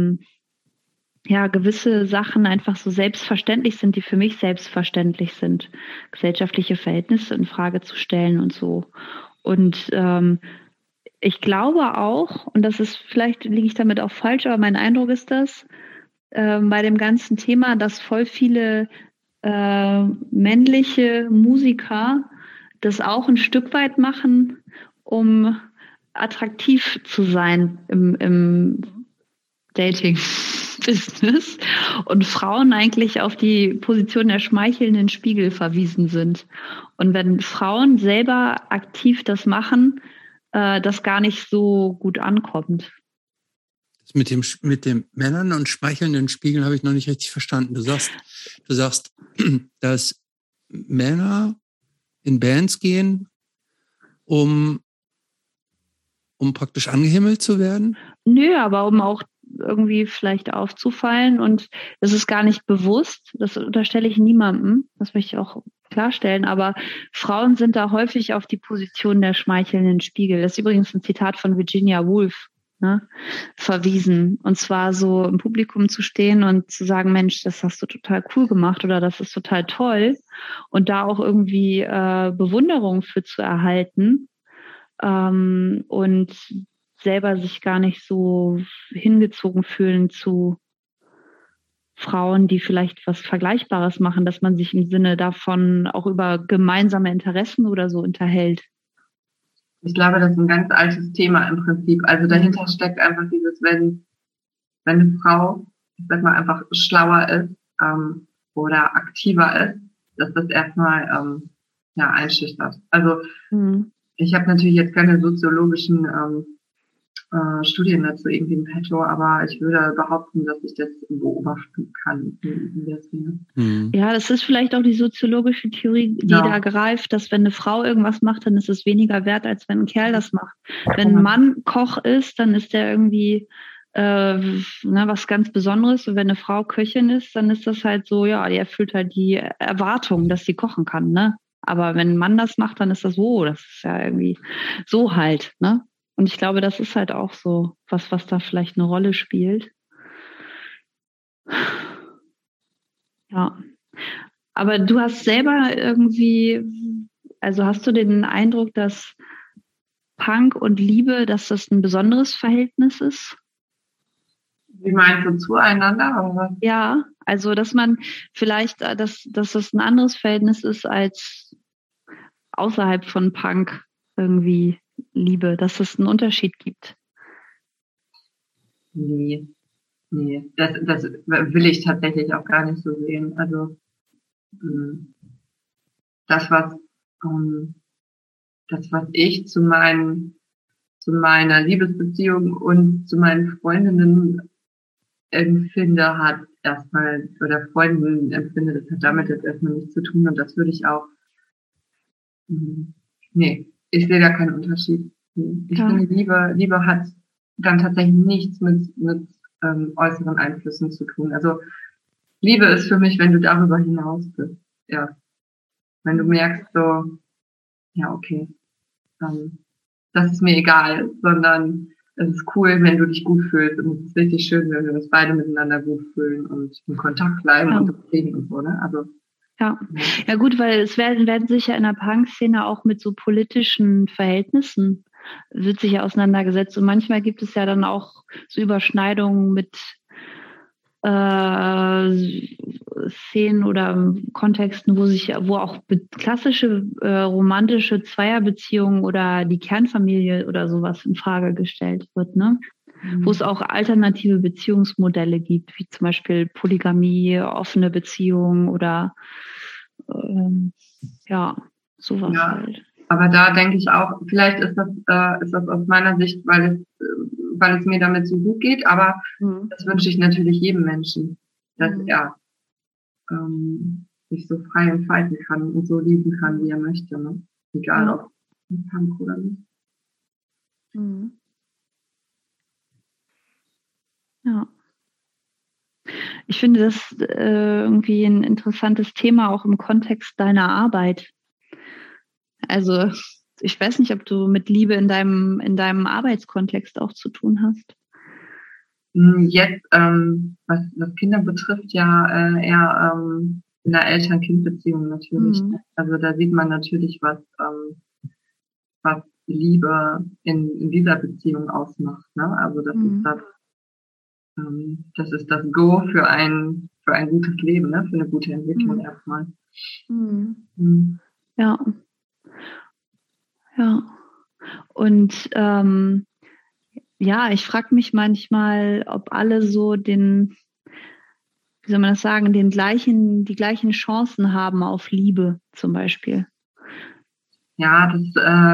gewisse Sachen einfach so selbstverständlich sind, die für mich selbstverständlich sind, gesellschaftliche Verhältnisse in Frage zu stellen und so. Und ich glaube auch, und das ist, vielleicht liege ich damit auch falsch, aber mein Eindruck ist das, bei dem ganzen Thema, dass voll viele männliche Musiker das auch ein Stück weit machen, um attraktiv zu sein im Dating-Business und Frauen eigentlich auf die Position der schmeichelnden Spiegel verwiesen sind. Und wenn Frauen selber aktiv das machen, das gar nicht so gut ankommt. Mit dem Männern und schmeichelnden Spiegeln habe ich noch nicht richtig verstanden. Du sagst, dass Männer in Bands gehen, um praktisch angehimmelt zu werden? Nö, aber um auch irgendwie vielleicht aufzufallen, und das ist gar nicht bewusst, das unterstelle ich niemandem, das möchte ich auch klarstellen, aber Frauen sind da häufig auf die Position der schmeichelnden Spiegel. Das ist übrigens ein Zitat von Virginia Woolf, ne, verwiesen, und zwar so im Publikum zu stehen und zu sagen, Mensch, das hast du total cool gemacht oder das ist total toll, und da auch irgendwie Bewunderung für zu erhalten und selber sich gar nicht so hingezogen fühlen zu Frauen, die vielleicht was Vergleichbares machen, dass man sich im Sinne davon auch über gemeinsame Interessen oder so unterhält. Ich glaube, das ist ein ganz altes Thema im Prinzip. Also dahinter steckt einfach dieses, wenn eine Frau, ich sag mal, einfach schlauer ist oder aktiver ist, dass das erstmal einschüchtert. Also ich habe natürlich jetzt keine soziologischen Studien dazu irgendwie im Petto, aber ich würde behaupten, dass ich das beobachten kann in der Szene. Ja, das ist vielleicht auch die soziologische Theorie, die da greift, dass wenn eine Frau irgendwas macht, dann ist es weniger wert, als wenn ein Kerl das macht. Wenn ein Mann Koch ist, dann ist der irgendwie was ganz Besonderes, und wenn eine Frau Köchin ist, dann ist das halt so, ja, die erfüllt halt die Erwartung, dass sie kochen kann, ne? Aber wenn ein Mann das macht, dann ist das so, das ist ja irgendwie so halt, ne? Und ich glaube, das ist halt auch so was da vielleicht eine Rolle spielt. Ja. Aber du hast selber irgendwie, also hast du den Eindruck, dass Punk und Liebe, dass das ein besonderes Verhältnis ist? Wie meinst du, zueinander? Oder? Ja, also dass man vielleicht, dass das ein anderes Verhältnis ist als außerhalb von Punk irgendwie Liebe, dass es einen Unterschied gibt. Nee, das will ich tatsächlich auch gar nicht so sehen. Also das, was ich zu meiner Liebesbeziehung und zu meinen Freundinnen empfinde, hat erstmal, oder Freundinnen empfinde, das hat damit jetzt erstmal nichts zu tun, und das würde ich auch, ich sehe da keinen Unterschied. Ich finde, Liebe hat dann tatsächlich nichts mit äußeren Einflüssen zu tun. Also Liebe ist für mich, wenn du darüber hinaus bist. Ja. Wenn du merkst so, ja, okay, das ist mir egal, sondern es ist cool, wenn du dich gut fühlst und es ist richtig schön, wenn wir uns beide miteinander gut fühlen und in Kontakt bleiben und zufrieden und so, ne? Also ja gut, weil es werden sich ja in der Punk-Szene auch mit so politischen Verhältnissen wird sich ja auseinandergesetzt und manchmal gibt es ja dann auch so Überschneidungen mit Szenen oder Kontexten, wo auch klassische romantische Zweierbeziehungen oder die Kernfamilie oder sowas in Frage gestellt wird, ne? Wo es auch alternative Beziehungsmodelle gibt, wie zum Beispiel Polygamie, offene Beziehungen oder sowas halt. Aber da denke ich auch, vielleicht ist das aus meiner Sicht, weil es mir damit so gut geht, aber das wünsche ich natürlich jedem Menschen, dass er sich so frei entfalten kann und so lieben kann, wie er möchte, ne? Egal ob Punk oder nicht. Ja. Ich finde das irgendwie ein interessantes Thema auch im Kontext deiner Arbeit. Also ich weiß nicht, ob du mit Liebe in deinem Arbeitskontext auch zu tun hast. Jetzt, was Kinder betrifft, ja eher in der Eltern-Kind-Beziehung natürlich. Also da sieht man natürlich, was Liebe in dieser Beziehung ausmacht, ne? Also das ist das Go für ein gutes Leben, ne? Für eine gute Entwicklung erstmal. Ja. Und ich frage mich manchmal, ob alle so die gleichen Chancen haben auf Liebe zum Beispiel. Ja, das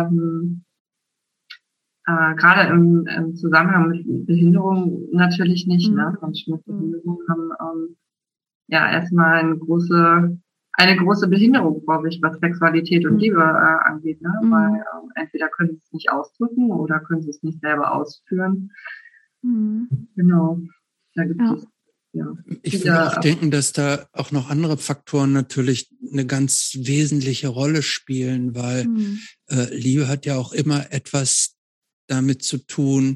gerade im Zusammenhang mit Behinderung natürlich nicht, ne? Menschen mit Behinderung haben erstmal eine große Behinderung vor sich, was Sexualität und Liebe angeht, ne? Weil entweder können sie es nicht ausdrücken oder können sie es nicht selber ausführen. Genau, da gibt es ich würde auch denken, dass da auch noch andere Faktoren natürlich eine ganz wesentliche Rolle spielen, weil Liebe hat ja auch immer etwas damit zu tun,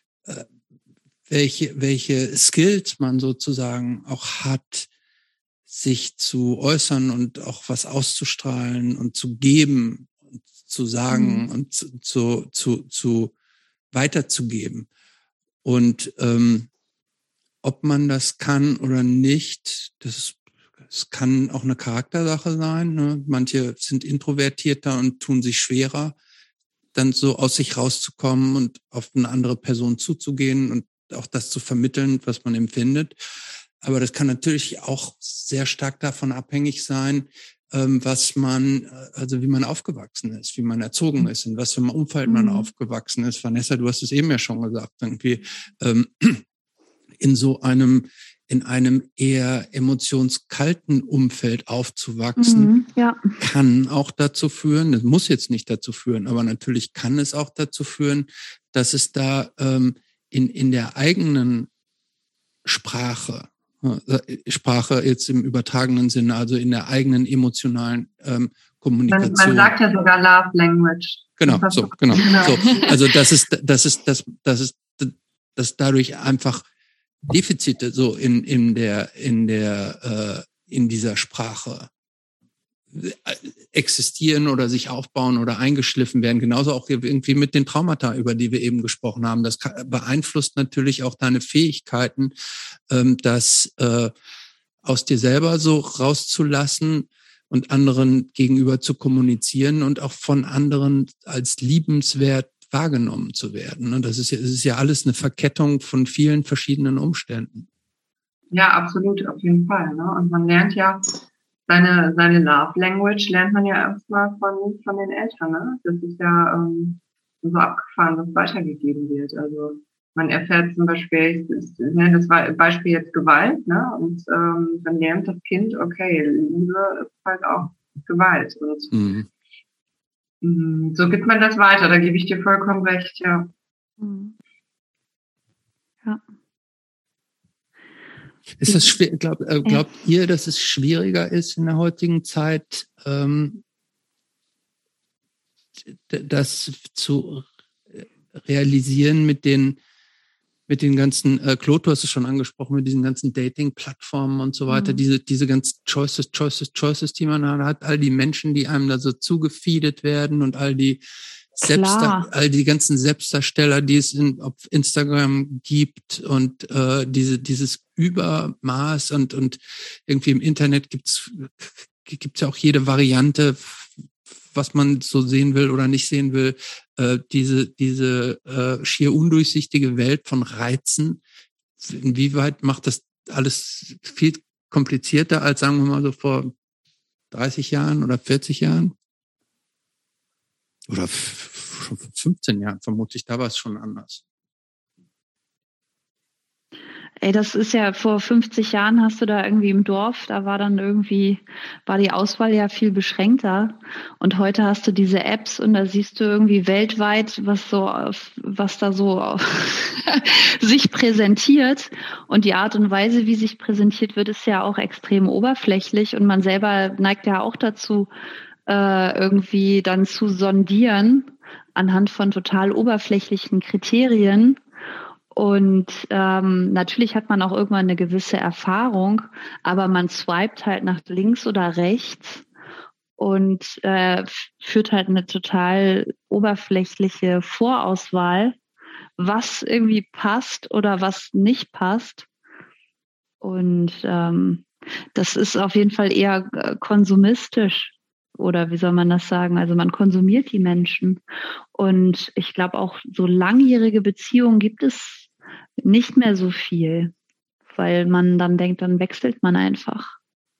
welche Skills man sozusagen auch hat, sich zu äußern und auch was auszustrahlen und zu geben und zu sagen und zu weiterzugeben. Und ob man das kann oder nicht, das kann auch eine Charaktersache sein, ne? Manche sind introvertierter und tun sich schwerer, dann so aus sich rauszukommen und auf eine andere Person zuzugehen und auch das zu vermitteln, was man empfindet. Aber das kann natürlich auch sehr stark davon abhängig sein, wie man aufgewachsen ist, wie man erzogen ist, in was für einem Umfeld man aufgewachsen ist. Vanessa, du hast es eben ja schon gesagt, irgendwie in einem eher emotionskalten Umfeld aufzuwachsen, kann auch dazu führen, das muss jetzt nicht dazu führen, aber natürlich kann es auch dazu führen, dass es da in der eigenen Sprache jetzt im übertragenen Sinne, also in der eigenen emotionalen Kommunikation. Man sagt ja sogar Love Language. Genau. So. Also dass dadurch einfach Defizite so in dieser Sprache existieren oder sich aufbauen oder eingeschliffen werden. Genauso auch irgendwie mit den Traumata, über die wir eben gesprochen haben. Das beeinflusst natürlich auch deine Fähigkeiten, das aus dir selber so rauszulassen und anderen gegenüber zu kommunizieren und auch von anderen als liebenswert wahrgenommen zu werden. Und es ist ja alles eine Verkettung von vielen verschiedenen Umständen. Ja, absolut, auf jeden Fall. Ne? Und man lernt ja seine Love Language lernt man ja erstmal von den Eltern. Ne? Das ist ja so abgefahren, was weitergegeben wird. Also man erfährt zum Beispiel, das war Beispiel jetzt Gewalt, ne? Und dann lernt das Kind, okay, Liebe ist halt auch Gewalt. Und so gibt man das weiter, da gebe ich dir vollkommen recht, ja. Ja. Ist das schwer? Glaubt ihr, dass es schwieriger ist in der heutigen Zeit, das zu realisieren mit den ganzen, Claude, du hast es schon angesprochen, mit diesen ganzen Dating-Plattformen und so weiter, diese ganzen Choices, die man hat, all die Menschen, die einem da so zugefeedet werden und all die ganzen Selbstdarsteller, die es auf Instagram gibt und dieses Übermaß und irgendwie im Internet gibt's ja auch jede Variante, was man so sehen will oder nicht sehen will, diese schier undurchsichtige Welt von Reizen. Inwieweit macht das alles viel komplizierter als, sagen wir mal, so vor 30 Jahren oder 40 Jahren? Oder schon vor 15 Jahren vermutlich, da war es schon anders. Ey, das ist ja vor 50 Jahren hast du da irgendwie im Dorf, da war die Auswahl ja viel beschränkter. Und heute hast du diese Apps und da siehst du irgendwie weltweit, was da so sich präsentiert. Und die Art und Weise, wie sich präsentiert wird, ist ja auch extrem oberflächlich. Und man selber neigt ja auch dazu, irgendwie dann zu sondieren anhand von total oberflächlichen Kriterien. Und natürlich hat man auch irgendwann eine gewisse Erfahrung, aber man swiped halt nach links oder rechts und führt halt eine total oberflächliche Vorauswahl, was irgendwie passt oder was nicht passt. Und das ist auf jeden Fall eher konsumistisch. Oder wie soll man das sagen? Also man konsumiert die Menschen. Und ich glaube auch, so langjährige Beziehungen gibt es nicht mehr so viel, weil man dann denkt, dann wechselt man einfach.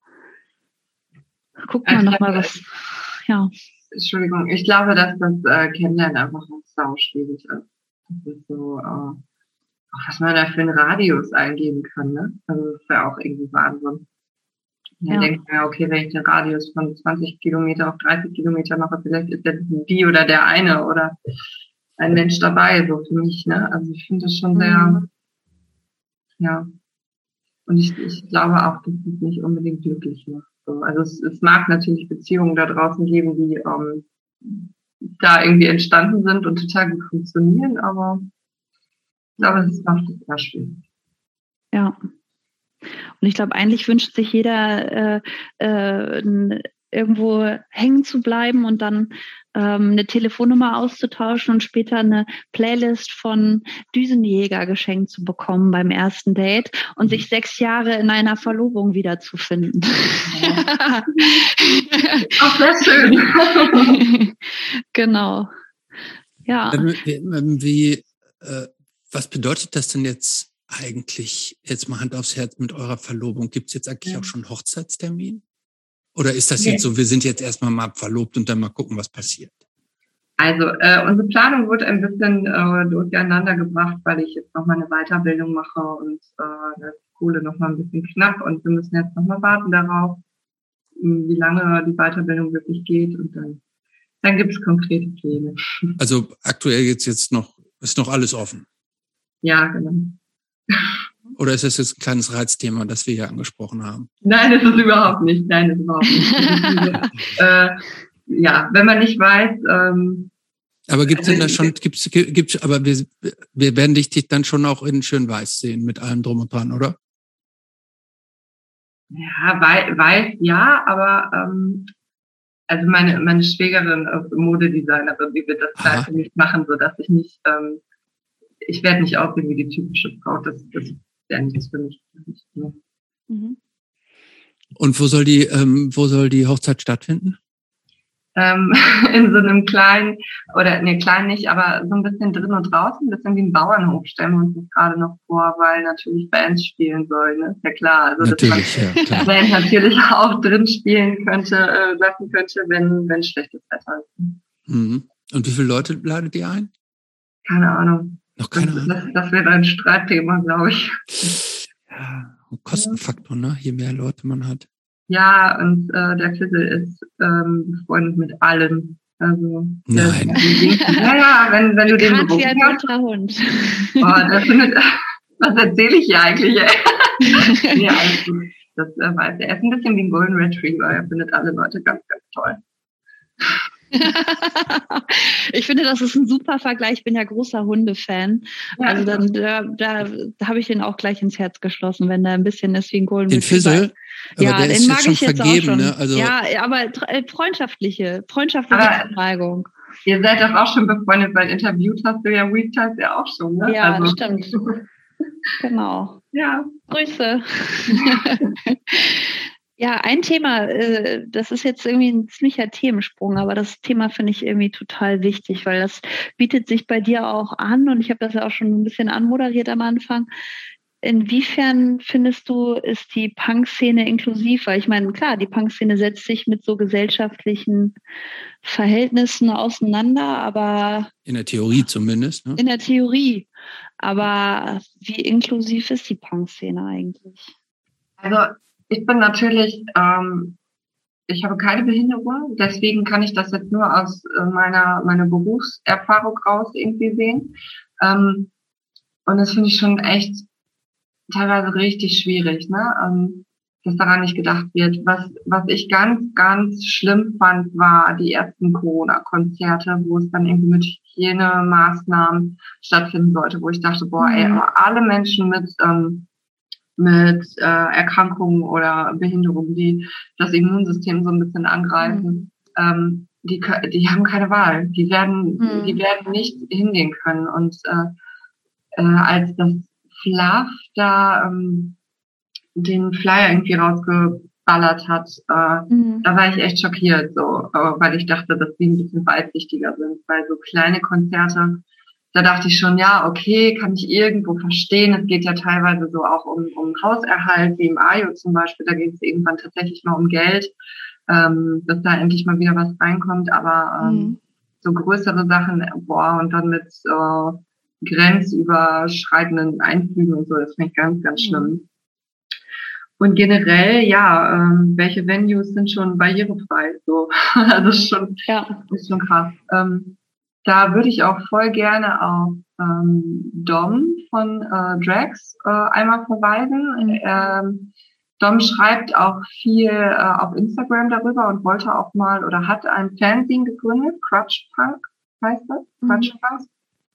Guckt man nochmal was. Ja. Entschuldigung, ich glaube, dass das Kennenlernen einfach sau schwierig ist. Das ist so, was man da für einen Radius eingeben kann, ne? Also das ist ja auch irgendwie Wahnsinn. Dann denkt man, okay, wenn ich den Radius von 20 Kilometer auf 30 Kilometer mache, vielleicht ist jetzt die oder der eine oder ein Mensch dabei, so für mich, ne? Also ich finde das schon sehr, ja. Und ich glaube auch, dass es nicht unbedingt glücklich macht. So. Also es mag natürlich Beziehungen da draußen geben, die da irgendwie entstanden sind und total gut funktionieren, aber ich glaube, es macht es sehr schwierig. Ja. Und ich glaube, eigentlich wünscht sich jeder, irgendwo hängen zu bleiben und dann eine Telefonnummer auszutauschen und später eine Playlist von Düsenjäger geschenkt zu bekommen beim ersten Date und sich 6 Jahre in einer Verlobung wiederzufinden. Ja. Auch sehr schön. Genau. Ja. Was bedeutet das denn jetzt eigentlich, jetzt mal Hand aufs Herz, mit eurer Verlobung? Gibt es jetzt eigentlich auch schon einen Hochzeitstermin? Oder ist das jetzt so, wir sind jetzt erstmal mal verlobt und dann mal gucken, was passiert? Also unsere Planung wurde ein bisschen durcheinander gebracht, weil ich jetzt nochmal eine Weiterbildung mache und da ist die Kohle nochmal ein bisschen knapp und wir müssen jetzt nochmal warten darauf, wie lange die Weiterbildung wirklich geht und dann gibt es konkrete Pläne. Also aktuell ist noch alles offen? Ja, genau. Oder ist das jetzt ein kleines Reizthema, das wir hier angesprochen haben? Nein, das ist überhaupt nicht. Ja, wenn man nicht weiß. Aber gibt's denn da schon? Gibt's? Aber wir werden dich dann schon auch in schön weiß sehen mit allem drum und dran, oder? Ja, weiß ja, aber also meine Schwägerin, Modedesignerin, die wird das Kleid für mich machen, so dass ich nicht, ich werde nicht aussehen wie die typische Frau. Das ja nichts für mich. Mhm. Und wo soll die Hochzeit stattfinden? In so einem kleinen, klein nicht, aber so ein bisschen drin und draußen, ein bisschen wie ein Bauernhof stellen wir uns das gerade noch vor, weil natürlich Bands spielen sollen, ne? Ist ja klar. Also natürlich, dass man Band natürlich auch drin spielen lassen könnte, wenn schlechtes Wetter ist. Mhm. Und wie viele Leute ladet ihr ein? Keine Ahnung. Noch keine Ahnung. Das wird ein Streitthema, glaube ich. Ja, ein Kostenfaktor, ne? Je mehr Leute man hat. Ja, und der Fizzle ist befreundet mit allen. Also nein. Wenn du den wie ein bunter Hund. Was erzähle ich hier eigentlich, ey? Ja, alles gut. Das weiß er. Er ist ein bisschen wie ein Golden Retriever. Er findet alle Leute ganz, ganz toll. Ich finde, das ist ein super Vergleich. Ich bin ja großer Hundefan. Ja, Also dann, da habe ich den auch gleich ins Herz geschlossen, wenn der ein bisschen ist wie ein Golden Den Retriever. Fizzle? Aber Ja, der den ist mag jetzt schon ich jetzt vergeben, auch schon. ne? Also, ja, aber freundschaftliche Aber- Zuneigung. Ihr seid doch auch schon befreundet, weil interviewt hast du ja Weektimes ja auch schon, ne? Ja, das stimmt. Genau. Ja. Grüße. Ja, ein Thema, das ist jetzt irgendwie ein ziemlicher Themensprung, aber das Thema finde ich irgendwie total wichtig, weil das bietet sich bei dir auch an und ich habe das ja auch schon ein bisschen anmoderiert am Anfang. Inwiefern findest du, ist die Punk-Szene inklusiv? Weil ich meine, klar, die Punk-Szene setzt sich mit so gesellschaftlichen Verhältnissen auseinander, aber in der Theorie zumindest. Ne? in der Theorie. Aber wie inklusiv ist die Punk-Szene eigentlich? Also ich bin natürlich, ich habe keine Behinderung, deswegen kann ich das jetzt nur aus meiner Berufserfahrung raus irgendwie sehen. Und das finde ich schon echt teilweise richtig schwierig, ne? Dass daran nicht gedacht wird. Was ich ganz, ganz schlimm fand, war die ersten Corona-Konzerte, wo es dann irgendwie mit Hygienemaßnahmen stattfinden sollte, wo ich dachte, boah, ey, aber alle Menschen mit Erkrankungen oder Behinderungen, die das Immunsystem so ein bisschen angreifen, die haben keine Wahl. Die werden nicht hingehen können. Und als das Fluff da den Flyer irgendwie rausgeballert hat, da war ich echt schockiert, so, weil ich dachte, dass die ein bisschen weitsichtiger sind, weil so kleine Konzerte, da dachte ich schon, ja, okay, kann ich irgendwo verstehen. Es geht ja teilweise so auch um Hauserhalt, wie im AJO zum Beispiel. Da geht es irgendwann tatsächlich mal um Geld, dass da endlich mal wieder was reinkommt. Aber so größere Sachen, boah, und dann mit grenzüberschreitenden Einflügen und so, das finde ich ganz, ganz schlimm. Und generell, ja, welche Venues sind schon barrierefrei? So, also ist schon krass. Da würde ich auch voll gerne auf Dom von Drax einmal verweisen. Dom schreibt auch viel auf Instagram darüber und wollte auch mal oder hat ein Fanzine gegründet, Crutch Punk heißt das, Crutch Punk.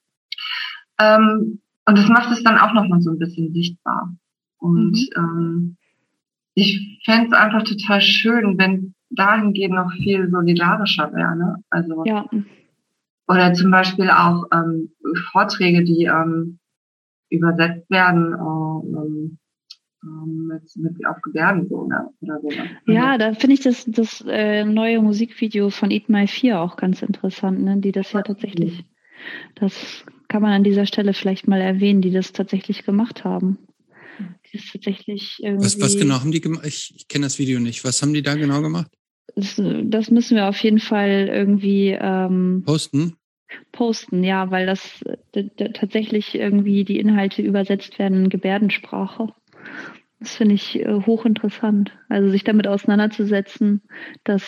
Und das macht es dann auch noch mal so ein bisschen sichtbar. Und ich fände es einfach total schön, wenn dahingehend noch viel solidarischer wäre. Ne? Also oder zum Beispiel auch Vorträge, die übersetzt werden mit auf Gebärden so, ne? Oder so. Ja, da finde ich das neue Musikvideo von Eat My Fear auch ganz interessant, ne? Die das ja tatsächlich, das kann man an dieser Stelle vielleicht mal erwähnen, die das tatsächlich gemacht haben. Die ist tatsächlich irgendwie, was genau haben die gemacht? Ich kenne das Video nicht. Was haben die da genau gemacht? Das müssen wir auf jeden Fall irgendwie posten, ja, weil das tatsächlich irgendwie die Inhalte übersetzt werden in Gebärdensprache. Das finde ich hochinteressant. Also sich damit auseinanderzusetzen, das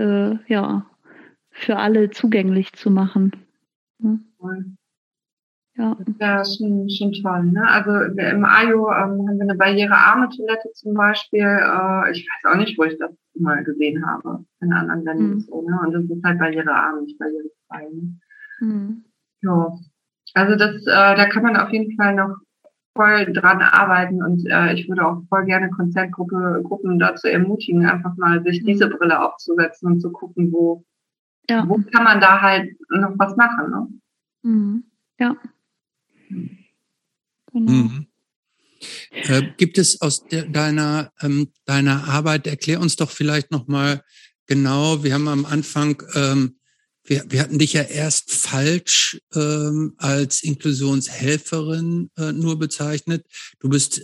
für alle zugänglich zu machen. Ja. Ja, schon toll, ne? Also im AJO haben wir eine barrierearme Toilette zum Beispiel. Ich weiß auch nicht, wo ich das mal gesehen habe. In anderen Ländern so, ne? Und das ist halt barrierearm, nicht barrierefrei. Ne? Ja. Also da kann man auf jeden Fall noch voll dran arbeiten und ich würde auch voll gerne Konzertgruppen dazu ermutigen, einfach mal sich diese Brille aufzusetzen und zu gucken, wo kann man da halt noch was machen, ne? Ja. Genau. Gibt es aus deiner Arbeit, erklär uns doch vielleicht nochmal genau, wir haben am Anfang, wir hatten dich ja erst falsch als Inklusionshelferin nur bezeichnet. Du bist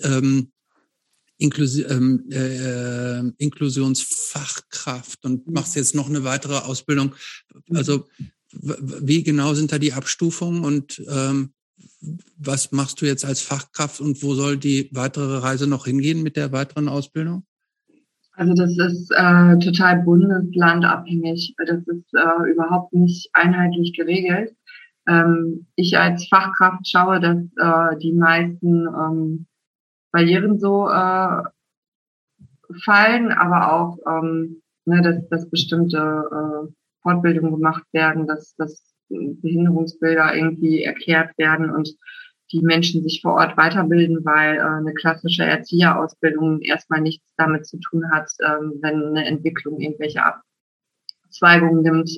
Inklusionsfachkraft und machst jetzt noch eine weitere Ausbildung. Also wie genau sind da die Abstufungen und was machst du jetzt als Fachkraft und wo soll die weitere Reise noch hingehen mit der weiteren Ausbildung? Also das ist total bundeslandabhängig. Das ist überhaupt nicht einheitlich geregelt. Ich als Fachkraft schaue, dass die meisten Barrieren so fallen, aber auch dass bestimmte Fortbildungen gemacht werden, dass Behinderungsbilder irgendwie erklärt werden und die Menschen sich vor Ort weiterbilden, weil eine klassische Erzieherausbildung erstmal nichts damit zu tun hat, wenn eine Entwicklung irgendwelche Abzweigungen nimmt.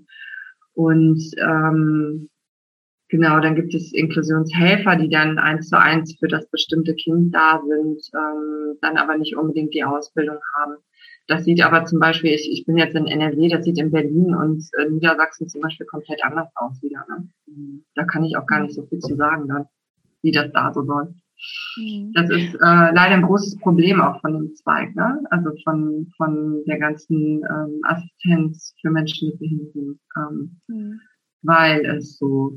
Genau, dann gibt es Inklusionshelfer, die dann 1:1 für das bestimmte Kind da sind, dann aber nicht unbedingt die Ausbildung haben. Das sieht aber zum Beispiel, ich bin jetzt in NRW, das sieht in Berlin und Niedersachsen zum Beispiel komplett anders aus wieder. Ne? Da kann ich auch gar nicht so viel zu sagen dann, wie das da so läuft. Das ist leider ein großes Problem auch von dem Zweig, ne? Also von der ganzen Assistenz für Menschen mit Behinderung, weil es so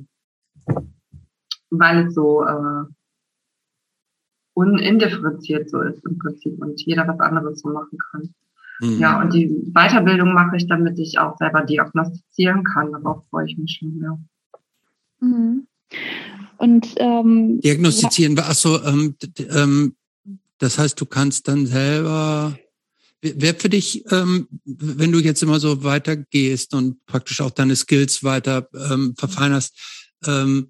indifferenziert so ist im Prinzip und jeder was anderes so machen kann. Ja, und die Weiterbildung mache ich, damit ich auch selber diagnostizieren kann. Darauf freue ich mich schon, ja. Und diagnostizieren, das heißt, du kannst dann selber, wer für dich, wenn du jetzt immer so weitergehst und praktisch auch deine Skills weiter verfeinerst, ein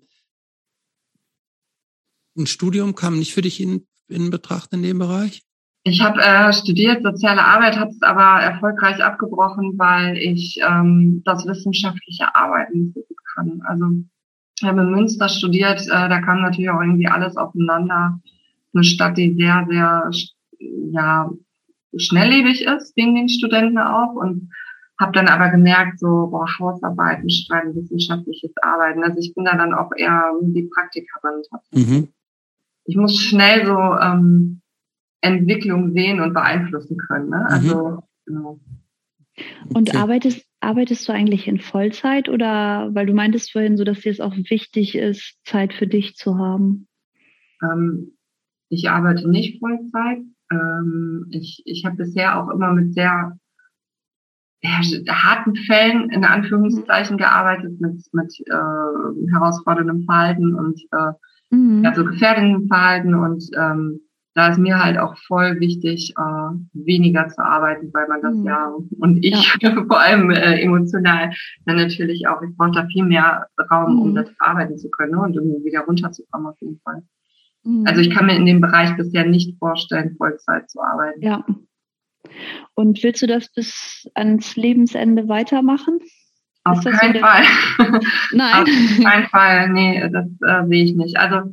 Studium kam nicht für dich in Betracht in dem Bereich? Ich habe studiert Soziale Arbeit, habe es aber erfolgreich abgebrochen, weil ich das wissenschaftliche Arbeiten nicht so gut kann. Also ich habe in Münster studiert, da kam natürlich auch irgendwie alles aufeinander. Eine Stadt, die sehr, sehr schnelllebig ist, wegen den Studenten auch. Und habe dann aber gemerkt, so Hausarbeiten, schreiben, wissenschaftliches Arbeiten. Also ich bin da dann auch eher die Praktikerin. Ich muss schnell so Entwicklung sehen und beeinflussen können. Ne? Also genau. Und arbeitest du eigentlich in Vollzeit oder, weil du meintest vorhin so, dass dir es auch wichtig ist, Zeit für dich zu haben? Ich arbeite nicht Vollzeit. Ich habe bisher auch immer mit sehr harten Fällen in Anführungszeichen gearbeitet, mit herausforderndem Verhalten und so gefährdendem Verhalten und da ist mir halt auch voll wichtig, weniger zu arbeiten, weil man das und ich vor allem emotional dann natürlich auch, ich brauche da viel mehr Raum, um das arbeiten zu können, ne, und um wieder runterzukommen auf jeden Fall. Also ich kann mir in dem Bereich bisher nicht vorstellen, Vollzeit zu arbeiten. Ja. Und willst du das bis ans Lebensende weitermachen? Auf keinen Fall. Nein. Auf keinen Fall, nee, das sehe ich nicht. Also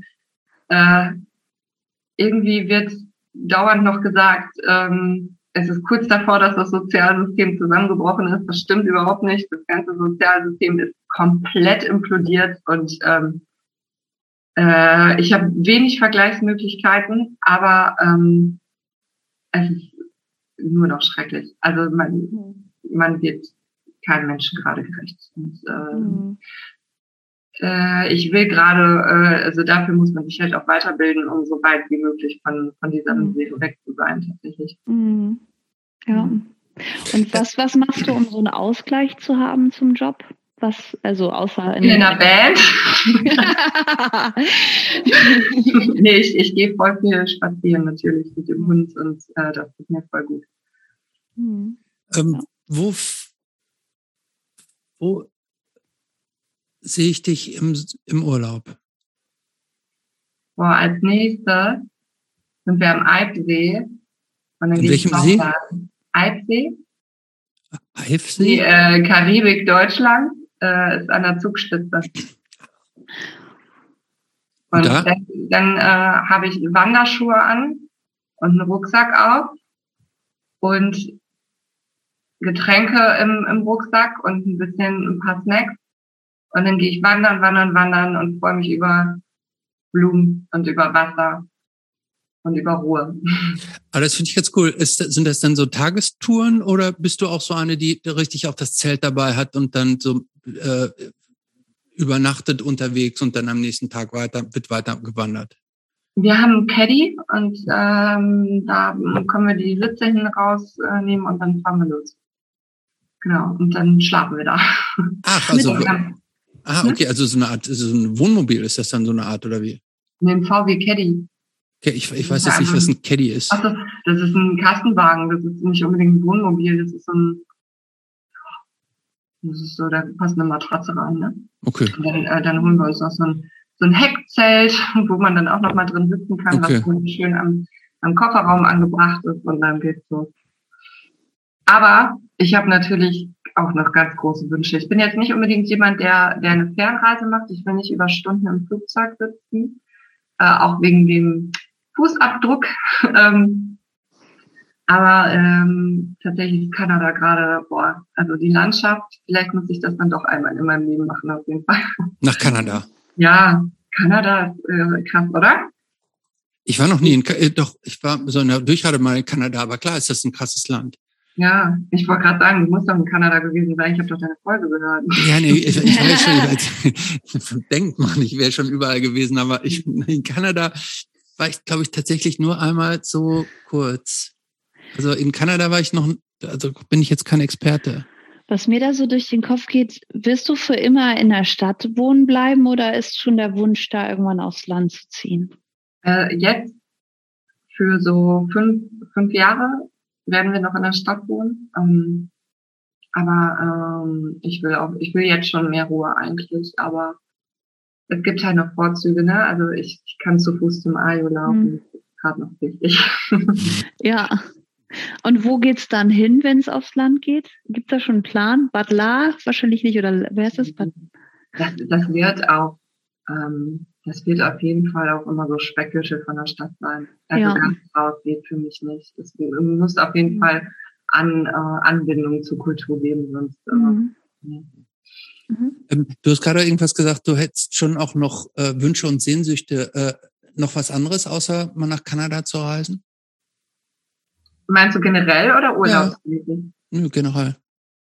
irgendwie wird dauernd noch gesagt, es ist kurz davor, dass das Sozialsystem zusammengebrochen ist. Das stimmt überhaupt nicht. Das ganze Sozialsystem ist komplett implodiert und ich habe wenig Vergleichsmöglichkeiten, aber es ist nur noch schrecklich. Also man wird keinem Menschen gerade gerecht. Und, ich will gerade, also dafür muss man sich halt auch weiterbilden, um so weit wie möglich von dieser Misere weg zu sein, tatsächlich. Ja. Und was machst du, um so einen Ausgleich zu haben zum Job? Was, also außer in einer Band? Nee, ich gehe voll viel spazieren natürlich mit dem Hund und das tut mir voll gut. Wo sehe ich dich im Urlaub? Als nächstes sind wir am Eibsee. Und in welchem See? Eibsee. Eibsee? Die Karibik, Deutschland, ist an der Zugspitze. Und dann habe ich Wanderschuhe an und einen Rucksack auf und Getränke im Rucksack und ein paar Snacks. Und dann gehe ich wandern und freue mich über Blumen und über Wasser und über Ruhe. Aber das finde ich ganz cool. Sind das dann so Tagestouren oder bist du auch so eine, die richtig auch das Zelt dabei hat und dann so übernachtet unterwegs und dann am nächsten Tag wird weiter gewandert? Wir haben einen Caddy und da können wir die Sitze hinten rausnehmen und dann fahren wir los. Genau, und dann schlafen wir da. Ach, also okay, also so eine Art, so ein Wohnmobil ist das dann so eine Art, oder wie? Ein VW Caddy. Okay, ich weiß jetzt nicht, was ein Caddy ist. Ach, das ist ein Kastenwagen, das ist nicht unbedingt ein Wohnmobil, das ist so ein Das ist so, da passt eine Matratze rein, ne? Okay. Und dann holen wir uns noch so ein Heckzelt, wo man dann auch noch mal drin sitzen kann, was schön am Kofferraum angebracht ist und dann geht's so. Aber ich habe natürlich auch noch ganz große Wünsche. Ich bin jetzt nicht unbedingt jemand, der eine Fernreise macht. Ich will nicht über Stunden im Flugzeug sitzen, auch wegen dem Fußabdruck. Aber tatsächlich ist Kanada gerade, also die Landschaft, vielleicht muss ich das dann doch einmal in meinem Leben machen, auf jeden Fall. Nach Kanada? Ja, Kanada ist krass, oder? Ich war noch nie ich war so in der Durchreise mal in Kanada, aber klar ist das ein krasses Land. Ja, ich wollte gerade sagen, du musst doch in Kanada gewesen sein, ich habe doch deine Folge gehört. Ja, nee, ich war schon, denkt man, ich wäre schon überall gewesen, aber in Kanada war ich, glaube ich, tatsächlich nur einmal so kurz. Also in Kanada bin ich jetzt kein Experte. Was mir da so durch den Kopf geht, wirst du für immer in der Stadt wohnen bleiben oder ist schon der Wunsch, da irgendwann aufs Land zu ziehen? Jetzt für so 5 Jahre werden wir noch in der Stadt wohnen. Aber ich will jetzt schon mehr Ruhe eigentlich, aber es gibt halt noch Vorzüge, ne? Also ich kann zu Fuß zum Ajo laufen, das ist gerade noch wichtig. Ja. Und wo geht's dann hin, wenn es aufs Land geht? Gibt's da schon einen Plan? Bad La? Wahrscheinlich nicht, oder wer ist das? Das wird auf jeden Fall auch immer so Speckgürtel von der Stadt sein. Also ganz raus geht für mich nicht. Es muss auf jeden Fall Anbindung zur Kultur geben, sonst. Du hast gerade irgendwas gesagt, du hättest schon auch noch Wünsche und Sehnsüchte. Noch was anderes, außer mal nach Kanada zu reisen? Meinst du generell oder urlaubsmäßig? Ja, generell.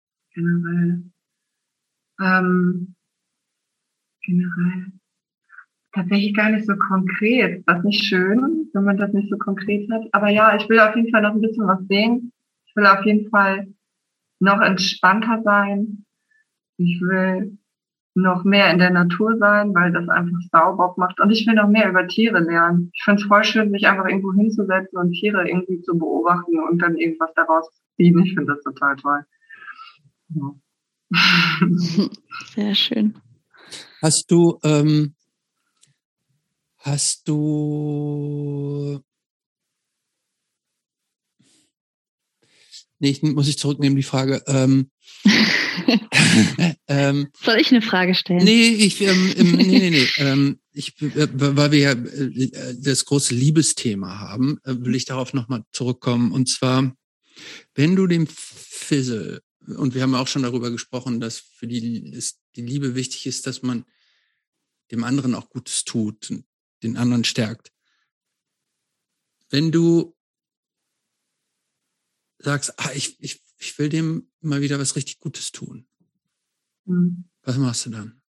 Generell. Tatsächlich gar nicht so konkret. Das ist nicht schön, wenn man das nicht so konkret hat. Aber ja, ich will auf jeden Fall noch ein bisschen was sehen. Ich will auf jeden Fall noch entspannter sein. Ich will noch mehr in der Natur sein, weil das einfach Saubock macht. Und ich will noch mehr über Tiere lernen. Ich finde es voll schön, sich einfach irgendwo hinzusetzen und Tiere irgendwie zu beobachten und dann irgendwas daraus zu ziehen. Ich finde das total toll. Ja. Sehr schön. Hast du muss ich zurücknehmen, die Frage. Soll ich eine Frage stellen? Nee, weil wir ja das große Liebesthema haben, will ich darauf nochmal zurückkommen. Und zwar, wenn du dem Fizzle, und wir haben auch schon darüber gesprochen, dass für die Liebe wichtig ist, dass man dem anderen auch Gutes tut, den anderen stärkt. Wenn du sagst, ich will dem mal wieder was richtig Gutes tun. Was machst du dann?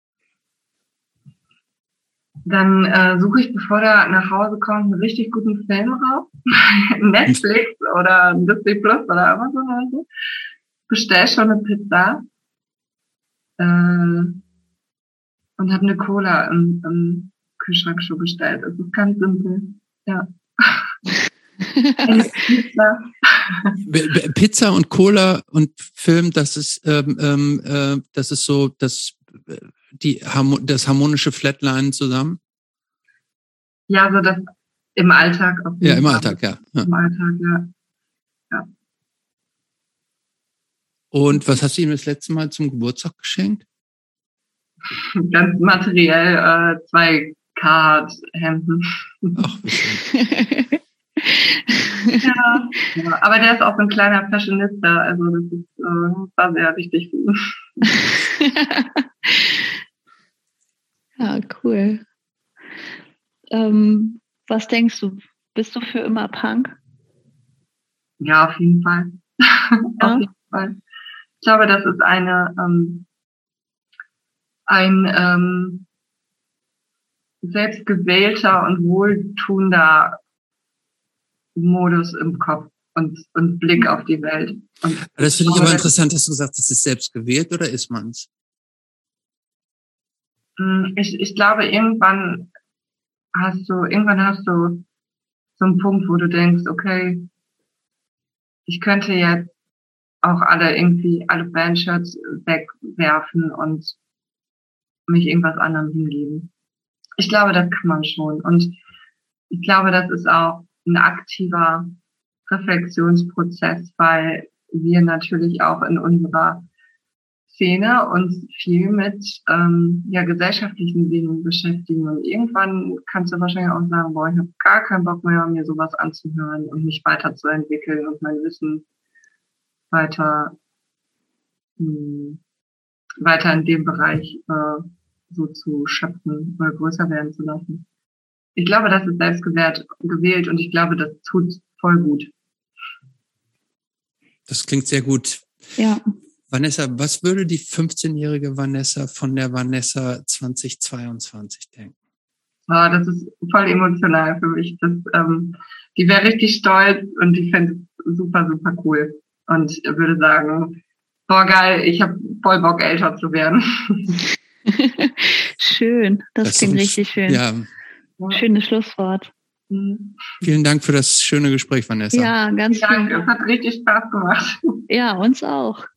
Dann suche ich, bevor der nach Hause kommt, einen richtig guten Film raus. Netflix oder Disney Plus oder Amazon oder so. Bestell schon eine Pizza. Und habe eine Cola im Kühlschrank schon bestellt. Es ist ganz simpel. Ja. Pizza und Cola und Film, das ist so das harmonische Flatline zusammen. Ja, so das im Alltag. Ja, im Alltag, ja. Im Alltag, ja. Und was hast du ihm das letzte Mal zum Geburtstag geschenkt? Ganz materiell 2 Card-Hemden. Ach, wie schön. Ja, aber der ist auch so ein kleiner Fashionista, also das war sehr wichtig für ihn. Ja, cool. Was denkst du? Bist du für immer Punk? Ja, auf jeden Fall. Ja. Auf jeden Fall. Ich glaube, das ist ein selbstgewählter und wohltuender Modus im Kopf und Blick auf die Welt. Und das finde ich aber interessant, dass du gesagt hast, ist es selbst gewählt oder ist man's? Ich glaube, irgendwann hast du so einen Punkt, wo du denkst, okay, ich könnte jetzt auch alle Bandshirts wegwerfen und mich irgendwas anderem hingeben. Ich glaube, das kann man schon. Und ich glaube, das ist auch ein aktiver Reflexionsprozess, weil wir natürlich auch in unserer Szene uns viel mit gesellschaftlichen Dingen beschäftigen. Und irgendwann kannst du wahrscheinlich auch sagen, ich habe gar keinen Bock mehr, mir sowas anzuhören und mich weiterzuentwickeln und mein Wissen weiter in dem Bereich so zu schöpfen oder größer werden zu lassen. Ich glaube, das ist gewählt und ich glaube, das tut voll gut. Das klingt sehr gut. Ja. Vanessa, was würde die 15-jährige Vanessa von der Vanessa 2022 denken? Das ist voll emotional für mich. Die wäre richtig stolz und die fände es super, super cool. Und würde sagen, geil, ich habe voll Bock, älter zu werden. Schön, das klingt richtig schön. Ja. Schönes Schlusswort. Vielen Dank für das schöne Gespräch, Vanessa. Ja, ganz vielen Dank. Es hat richtig Spaß gemacht. Ja, uns auch.